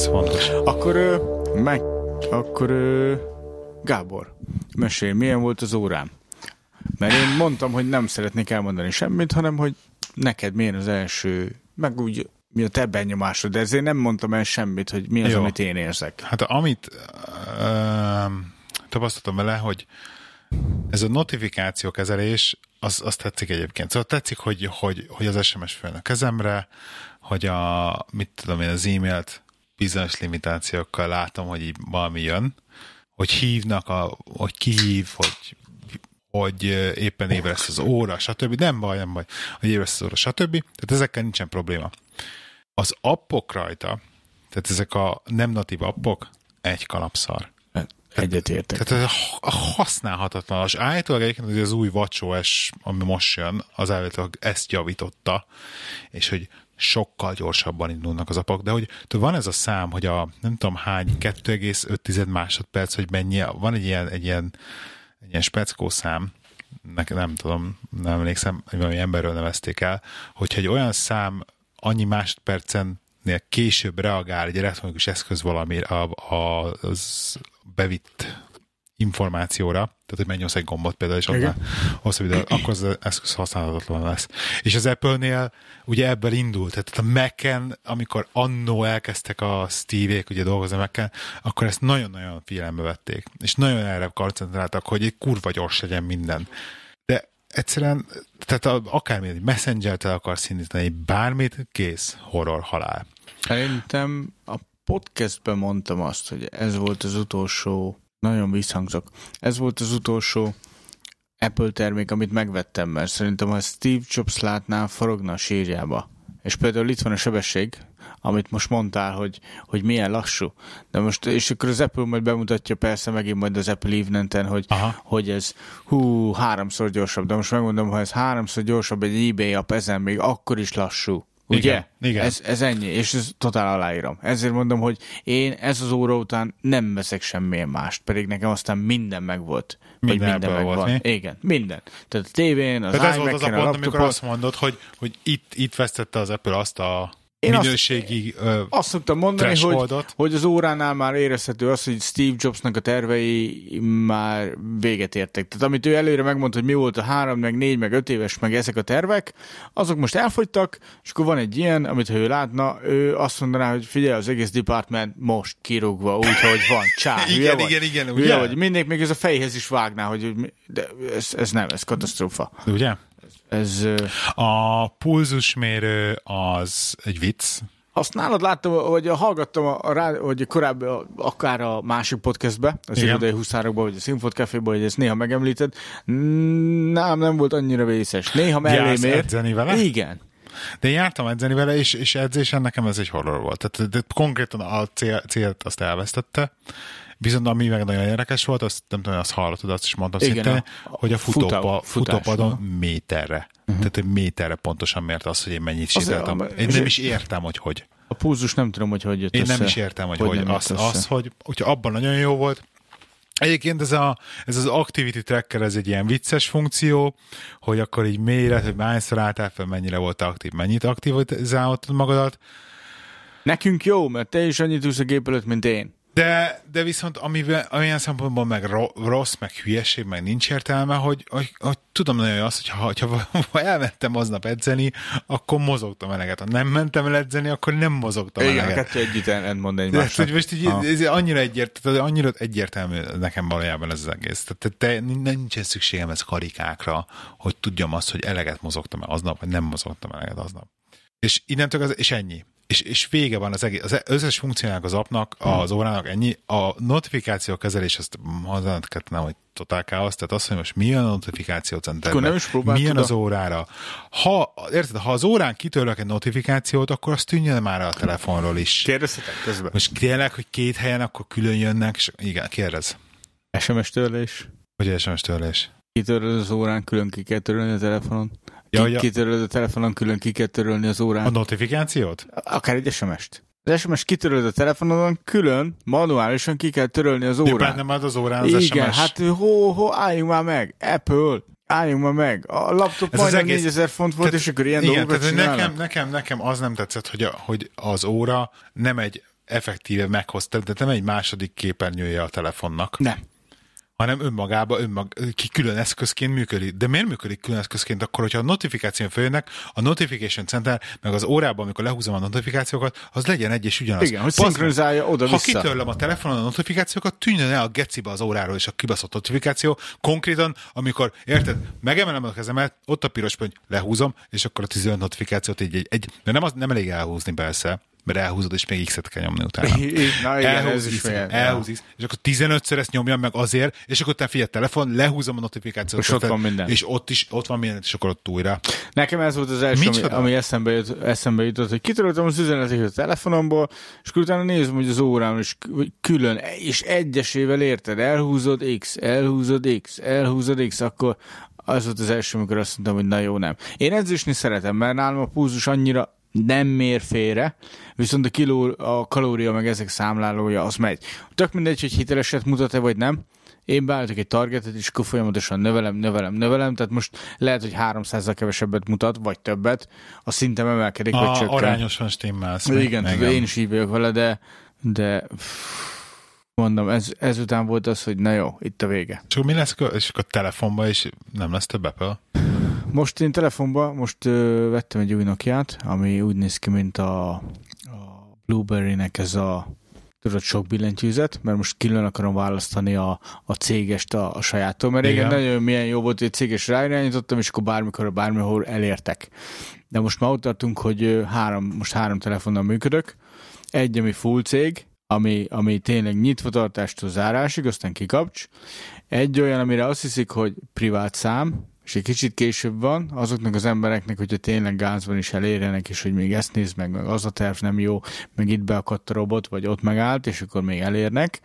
A: ez fontos.
C: Akkor ö, meg, akkor ö, Gábor, mesélj, milyen volt az órám? Mert én mondtam, hogy nem szeretnék elmondani semmit, hanem hogy neked milyen az első, meg úgy mi a te benyomásod, de ezért nem mondtam el semmit, hogy mi az, Jó. amit én érzek.
A: Hát amit uh, tapasztaltam vele, hogy ez a notifikációkezelés, az, az tetszik egyébként. Szóval tetszik, hogy, hogy, hogy az es em es följön a kezemre, hogy a, mit tudom én, az e-mailt bizonyos limitációkkal látom, hogy így valami jön, hogy hívnak, a, hogy kihív, hogy, hogy éppen ébreszt az óra, stb. Nem baj, nem baj, hogy ébreszt az óra, stb. Tehát ezekkel nincsen probléma. Az appok rajta, tehát ezek a nem natív appok, egy kalapszar.
C: Egyetértek.
A: Tehát használhatatlan. És állítólag egyébként az új watchOS, ami most jön, az állítólag ezt javította, és hogy sokkal gyorsabban indulnak az appok, de hogy van ez a szám, hogy a nem tudom hány, kettő egész öt másodperc, hogy mennyi, van egy ilyen, egy ilyen, egy ilyen speckó szám, nekem nem tudom, nem emlékszem, hogy valami emberről nevezték el, hogyha egy olyan szám annyi másodpercennél később reagál egy elektronikus eszköz valami a, a, az bevitt információra, tehát hogy megnyomsz egy gombot például, és annál hosszabb idő, akkor az eszköz használhatatlan lesz. És az Apple-nél ugye ebből indult, tehát a Mac-en, amikor annó elkezdtek a Steve-ék ugye dolgozni a Mac-en, akkor ezt nagyon-nagyon figyelembe vették, és nagyon erre koncentráltak, hogy egy kurva gyors legyen minden. De egyszerűen, tehát a, akármilyen egy Messenger-t el akarsz indítani, bármit, kész, horror, halál.
C: Szerintem a podcastben mondtam azt, hogy ez volt az utolsó, nagyon visszhangzok, ez volt az utolsó Apple termék, amit megvettem, mert szerintem ha Steve Jobs látná, forogna a sírjába. És például itt van a sebesség, amit most mondtál, hogy, hogy milyen lassú. De most, és akkor az Apple majd bemutatja persze megint majd az Apple Evenenten, hogy, hogy ez hú, háromszor gyorsabb. De most megmondom, ha ez háromszor gyorsabb egy eBay app, ezen még akkor is lassú. Ugye?
A: Igen, igen.
C: Ez, ez ennyi, és ez totál aláírom. Ezért mondom, hogy én ez az óra után nem veszek semmilyen mást, pedig nekem aztán minden megvolt.
A: Minden,
C: minden megvan.
A: volt, mi?
C: Igen, minden. Tehát a tévén, az
A: iMac-en, a laptopon. Ez volt az a pont, amikor azt mondod, hogy, hogy itt, itt vesztette az Apple azt a Én minőségi
C: azt, ö, azt szoktam mondani, hogy, hogy az óránál már érezhető az, hogy Steve Jobsnak a tervei már véget értek. Tehát amit ő előre megmondta, hogy mi volt a három, meg négy, meg öt éves, meg ezek a tervek, azok most elfogytak, és akkor van egy ilyen, amit ha ő látna, ő azt mondaná, hogy figyelj, az egész department most kirúgva, úgy, hogy van, csá,
A: igen,
C: vagy,
A: igen, igen,
C: ugye? Ugye, vagy mindig még ez a fejhez is vágná, hogy de ez, ez nem, ez katasztrófa.
A: Ugye?
C: Ez,
A: a pulzusmérő az egy vicc.
C: Azt nálad láttam, hogy hallgattam a, a, hogy korábban akár a másik podcastbe, az Irodai Huszárokban, vagy a Színfolt Caféban, hogy ezt néha megemlíted. Nálam nem volt annyira vészes. Néha mellé mér.
A: Edzeni vele?
C: Igen.
A: De én jártam edzeni vele, és, és edzésen nekem ez egy horror volt. Tehát de konkrétan a cél, célt azt elvesztette. Viszont ami meg nagyon érdekes volt, azt nem tudom, azt hallottad, azt is mondtam szintén, hogy a futópa, futópadon méterre. Uh-huh. Tehát, hogy méterre pontosan mért az, hogy én mennyit sétáltam. Én nem is értem, hogy hogy.
C: A pulzus nem tudom, hogy hogy jött
A: Én
C: össze.
A: nem is értem, hogy hogy. hogy. Az, az, hogy hogyha abban nagyon jó volt. Egyébként ez, a, ez az Activity Tracker, ez egy ilyen vicces funkció, hogy akkor így méret, hogy hányszor álltál fel, mennyire volt aktív, mennyit aktivizáltad magadat.
C: Nekünk jó, mert te is annyit ülsz a gép előtt, mint én.
A: De, de viszont amivel, olyan szempontból meg rossz, meg hülyeség, meg nincs értelme, hogy, hogy, hogy tudom nagyon azt, hogy ha, ha, ha elmentem aznap edzeni, akkor mozogtam eleget. Ha nem mentem el edzeni, akkor nem mozogtam
C: igen,
A: eleget.
C: Igen, a kettő együtt elmond egymásnak.
A: Most így, ez annyira, egyért, annyira egyértelmű nekem valójában ez az egész. Tehát te, nincsen szükségem ez karikákra, hogy tudjam azt, hogy eleget mozogtam el aznap, vagy nem mozogtam eleget aznap. És innentől az, és ennyi. És, és vége van az egész, az összes funkciónak az appnak, az órának ennyi. A notifikáció kezelés, ezt hazánat kettem, hogy totál káosz, tehát az, hogy most milyen a notifikáció centerben, milyen az órára. Ha, érted, ha az órán kitörlök egy notifikációt, akkor azt tűnjön már a telefonról is.
C: Kérdezhetek közben.
A: Most tényleg, hogy két helyen akkor külön jönnek, és igen, kérdez.
C: es em es törlés?
A: Hogy es em es törlés?
C: Kitöröd az órán, külön ki kell törölni a telefonon.
A: Ja,
C: ki,
A: ja.
C: Kitöröd a telefonon, külön ki kell törölni az órán.
A: A notifikációt?
C: Akár egy es em est. Az es em es kitöröd a telefonon, külön, manuálisan ki kell törölni az órán.
A: Éppen nem ad az órán az
C: igen,
A: es em es.
C: Igen, hát hó, hó, álljunk már meg. Apple, álljunk már meg. A laptop ez majdnem egész... négyezer font volt, tehát, és akkor ilyen
A: igen,
C: dolgokat
A: tehát
C: csinálnak.
A: Nekem, nekem, nekem az nem tetszett, hogy, a, hogy az óra nem egy effektíve meghozta, de nem egy második képernyője a telefonnak.
C: Nem.
A: Hanem önmagában, önmag, ki külön eszközként működik. De miért működik külön eszközként akkor, hogyha a notifikáción följönnek, a Notification Center, meg az órában, amikor lehúzom a notifikációkat, az legyen egy és ugyanaz.
C: Igen, hogy szinkronizálja oda-vissza.
A: Ha kitörlöm a telefonon a notifikációkat, tűnjön el a gecibe az óráról és a kibaszott notifikáció. Konkrétan, amikor, érted, megemelem a kezemet, ott a piros pont, lehúzom, és akkor a tizenöt notifikációt egy, egy, egy de nem, az, nem elég elhúzni persze, mert elhúzod, és még X-et kell nyomni utána.
C: Na igen, elhúz, ez is
A: fél, elhúz, és akkor tizenötször ezt nyomjam meg azért, és akkor utána figyelj, telefon, lehúzom a notifikációt.
C: És ott van minden.
A: És ott is, ott van minden, és akkor ott újra.
C: Nekem ez volt az első, ami, ami eszembe, jut, eszembe jutott, hogy kitöröltem az üzeneteket a telefonomból, és akkor utána nézem, hogy az órám is külön, és egyesével érted, elhúzod X, elhúzod X, elhúzod X, akkor az volt az első, amikor azt mondtam, hogy na jó, nem. Én edzésni szeretem, mert nálam a pulzus annyira nem mér félre, viszont a kiló, a kalória meg ezek számlálója, az megy. Tök mindegy, hogy hiteleset mutat-e vagy nem. Én beállítok egy targetet, és akkor folyamatosan növelem, növelem, növelem, tehát most lehet, hogy háromszázzal kevesebbet mutat, vagy többet, a szintem emelkedik,
A: a,
C: vagy csökken.
A: Arányosan stimmelsz.
C: Igen, meg, tudom, én is így vagyok vele, de, de mondom, ez, ezután volt az, hogy na jó, itt a vége.
A: És akkor mi lesz, és akkor telefonban is nem lesz több Apple?
C: Most én telefonban, most ö, vettem egy új Nokiát, ami úgy néz ki, mint a, a Blueberry-nek ez a tudod, sok billentyűzet, mert most külön akarom választani a, a cégest a, a sajáttól, mert igen, nagyon milyen jó volt, hogy céges ráirányítottam, és akkor bármikor, bármihol elértek. De most már ott tartunk, hogy három, most három telefonnal működök. Egy, ami full cég, ami, ami tényleg nyitvatartástól zárásig, aztán kikapcs. Egy olyan, amire azt hiszik, hogy privát szám, és egy kicsit később van, azoknak az embereknek, hogyha tényleg gázban is elérjenek, és hogy még ezt nézd meg, meg az a terv nem jó, meg itt beakadt a robot, vagy ott megállt, és akkor még elérnek,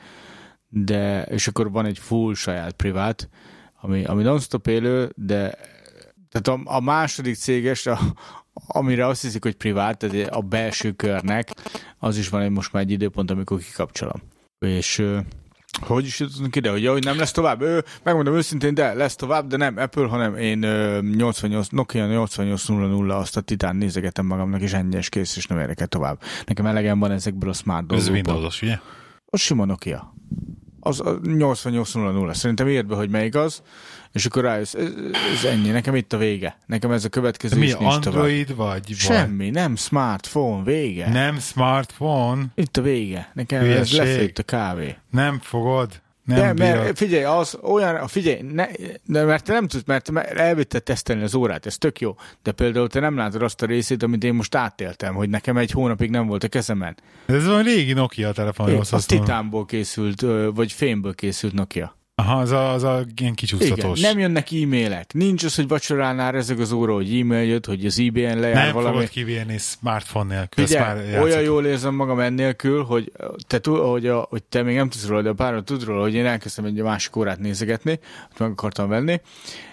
C: de, és akkor van egy full saját privát, ami, ami non-stop élő, de tehát a, a második céges, a, amire azt hiszik, hogy privát, tehát a belső körnek, az is van egy most már egy időpont, amikor kikapcsolom. És hogy is jutottunk ide, hogy, ja, hogy nem lesz tovább? Ő, megmondom őszintén, de lesz tovább, de nem Apple, hanem én ö, nyolcvannyolc, Nokia nyolcvannyolc nulla nulla azt a titán nézegetem magamnak, és ennyi kész, és nem érek el tovább. Nekem elegem van ezekből a smart dolgokból.
A: Ez Windows-os, ugye?
C: Az sima Nokia. Az a nyolcvannyolc nulla nulla. Szerintem írd be, hogy melyik az, és akkor rájössz, ez, ez ennyi, nekem itt a vége. Nekem ez a következő
A: mi,
C: is nincs
A: Android
C: tovább.
A: vagy?
C: Semmi, nem smartphone, vége.
A: Nem smartphone?
C: Itt a vége. Nekem
A: Hülyeség.
C: ez lefőtt a kávé.
A: Nem fogod? Nem
C: de,
A: bírod.
C: mert figyelj, az olyan, figyelj, ne, de mert te nem tudsz, mert elvitted tesztelni az órát, ez tök jó, de például te nem látod azt a részét, amit én most átéltem, hogy nekem egy hónapig nem volt a kezemen.
A: Ez van régi Nokia telefon.
C: Az titánból készült, vagy fémből készült Nokia.
A: Aha, az a, az a ilyen kicsúsztatós.
C: Igen, nem jönnek e-mailek. Nincs az, hogy vacsorálnál ezek az óra, hogy e-mail jött, hogy az í bé en lejár
A: nem
C: valami.
A: Nem fogod kivírni smartphone nélkül.
C: Figyelj, olyan jól érzem magam ennélkül, hogy te, hogy, a, hogy te még nem tudsz róla, de a párod tud róla, hogy én elkezdtem egy másik órát nézegetni, meg akartam venni,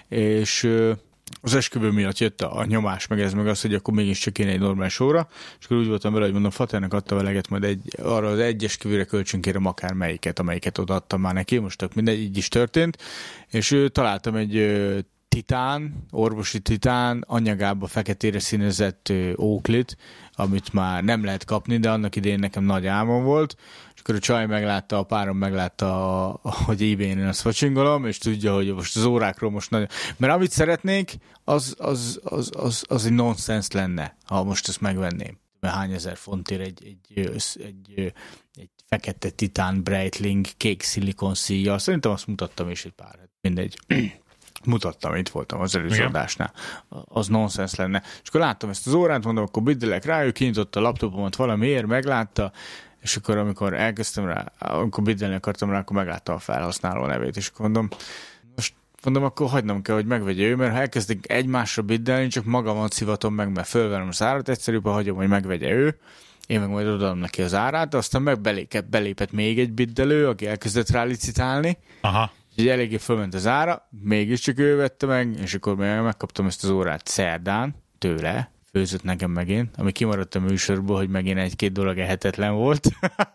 C: és az esküvő miatt jött a nyomás, meg ez, meg az, hogy akkor mégiscsak kéne egy normális óra, és akkor úgy voltam vele, hogy mondom, Faternek adta veleget, majd egy, arra az egy esküvőre kölcsönkérem akár melyiket, amelyiket odaadtam már neki, most tök mindegy, így is történt, és ő, találtam egy ö, titán, orvosi titán, anyagába feketére színezett ö, Oakley-t, amit már nem lehet kapni, de annak idején nekem nagy álmom volt, és akkor a csaj meglátta, a párom meglátta, hogy eBay-n én azt facsingolom, és tudja, hogy most az órákról most nagyon... Mert amit szeretnék, az, az, az, az, az egy nonsens lenne, ha most ezt megvenném. Mert hány ezer fontért egy, egy, egy, egy, egy fekete titán Breitling kék szilikon szíjjal. Szerintem azt mutattam is egy pár. Mindegy. Mutattam, itt voltam az előző adásnál. Az nonsens lenne. És akkor láttam ezt az órát, mondom, akkor biddelek rá, ő kinyitotta a laptopomat valamiért, meglátta, és akkor amikor elkezdtem rá, amikor biddelni akartam rá, akkor meglátta a felhasználó nevét, és akkor mondom, most mondom, akkor hagynom kell, hogy megvegye ő, mert ha elkezdik egymásra biddelni, csak magamat szivatom meg, mert fölverem az árat, egyszerűbb, ha hagyom, hogy megvegye ő, én meg majd odaadom neki az árát, de aztán meg belépett, belépett még egy biddelő, aki elkezdett rá licitálni,
A: aha.
C: Úgyhogy eléggé fölment az ára, mégiscsak ő vette meg, és akkor megkaptam ezt az órát szerdán tőle, főzött nekem megint, ami kimaradt a műsorból, hogy megint egy-két dolog ehetetlen volt.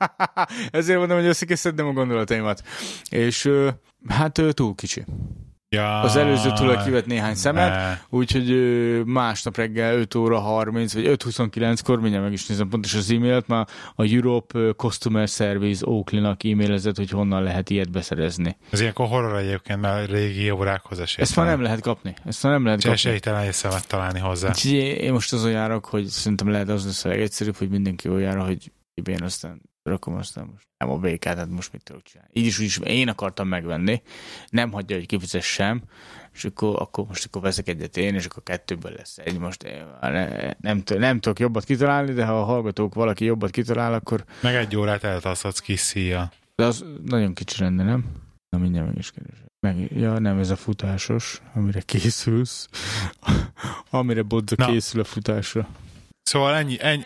C: Ezért mondom, hogy össze kell szednem a gondolataimat. És hát túl kicsi.
A: Ja,
C: az előző tulaj kivett néhány szemet, úgyhogy másnap reggel öt óra harminc, vagy öt huszonkilenckor, mindjárt meg is nézem pontosan az e-mailt, már a Europe Customer Service Oakley-nak e-mailezett, hogy honnan lehet ilyet beszerezni.
A: Ez ilyenkor horror egyébként, mert régi órákhoz esélytelen.
C: Ezt már nem lehet kapni. Ezt már nem lehet kapni.
A: Esélytelen egy szemet találni hozzá.
C: Én most azon járok, hogy szerintem lehet az lesz a legegyszerűbb, hogy mindenki olyanra, hogy én aztán rakom, aztán most nem a békát, hát most mit tudok csinálni. Így is, úgy is én akartam megvenni, nem hagyja, hogy kifizessem, és akkor, akkor most akkor veszek egyet én, és akkor kettőből lesz egy. Most én ne, nem, nem tudok jobbat kitalálni, de ha a hallgatók valaki jobbat kitalál, akkor...
A: Meg egy órát eltarthatsz kis szíjjal.
C: De az nagyon kicsi lenne, nem? Na mindjárt meg is keresem. Meg, ja, nem, ez a futásos, amire készülsz. Amire Bodza Na. készül a futásra.
A: Szóval ennyi, ennyi.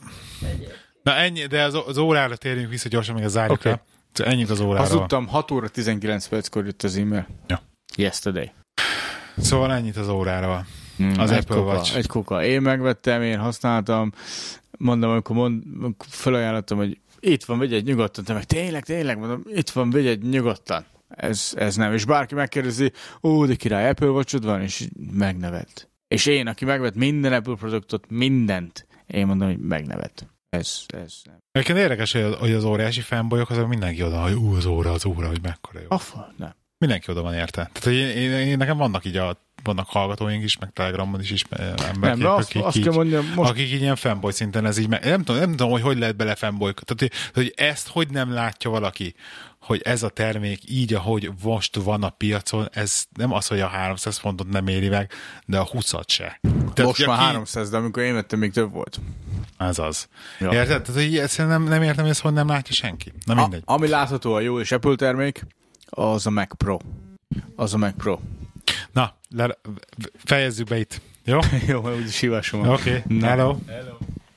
A: Na ennyi, de az, az órára térjünk vissza gyorsan, még a zárjuk okay. le. Szóval ennyit az óráról.
C: Hazudtam, hat óra tizenkilenc perckor jött az e-mail.
A: Ja.
C: Yesterday.
A: Szóval ennyit az óráról.
C: Mm,
A: az
C: egy
A: Apple
C: kuka,
A: Watch.
C: Egy kuka. Én megvettem, én használtam. Mondom, amikor, mond, amikor felajánlottam, hogy itt van, vigyed nyugodtan. Te meg tényleg, tényleg, mondom, itt van, vigyed nyugodtan. Ez, ez nem. És bárki megkérdezi, ó, de király, Apple Watch-od van, és megnevet. És én, aki megvett minden Apple produktot, mindent, én mondom, hogy megnevet. Ez, ez nem.
A: Egyébként érdekes, hogy az óriási fanboyok, azok mindenki oda, hogy ú, az óra, az óra, hogy mekkora jó.
C: Afa, nem.
A: Mindenki oda van érte. Tehát, hogy én, én, én, nekem vannak így a, vannak hallgatóink is, meg Telegramon is emberek,
C: nem, azt,
A: akik,
C: azt
A: így,
C: kell mondjam, most...
A: akik így ilyen fanboy szinten ez így, meg, nem tudom, nem tudom, hogy hogy lehet bele fanboy. Tehát, hogy ezt hogy nem látja valaki, hogy ez a termék így, ahogy most van a piacon, ez nem az, hogy a háromszáz fontot nem éri meg, de a húszat se. Tehát,
C: most már
A: aki...
C: háromszáz, de amikor én vettem, még több volt.
A: Ez az.
C: Ja.
A: Érted? Tehát, hogy ezt nem, nem értem, hogy ezt hogy nem látja senki. Na mindegy.
C: A, ami látható a jó és Apple termék, az a Mac Pro. Az a Mac Pro.
A: Na, le, fejezzük be itt. Jó?
C: Jó, úgyis hívásom van.
A: Oké, okay. Hello.
C: Hello.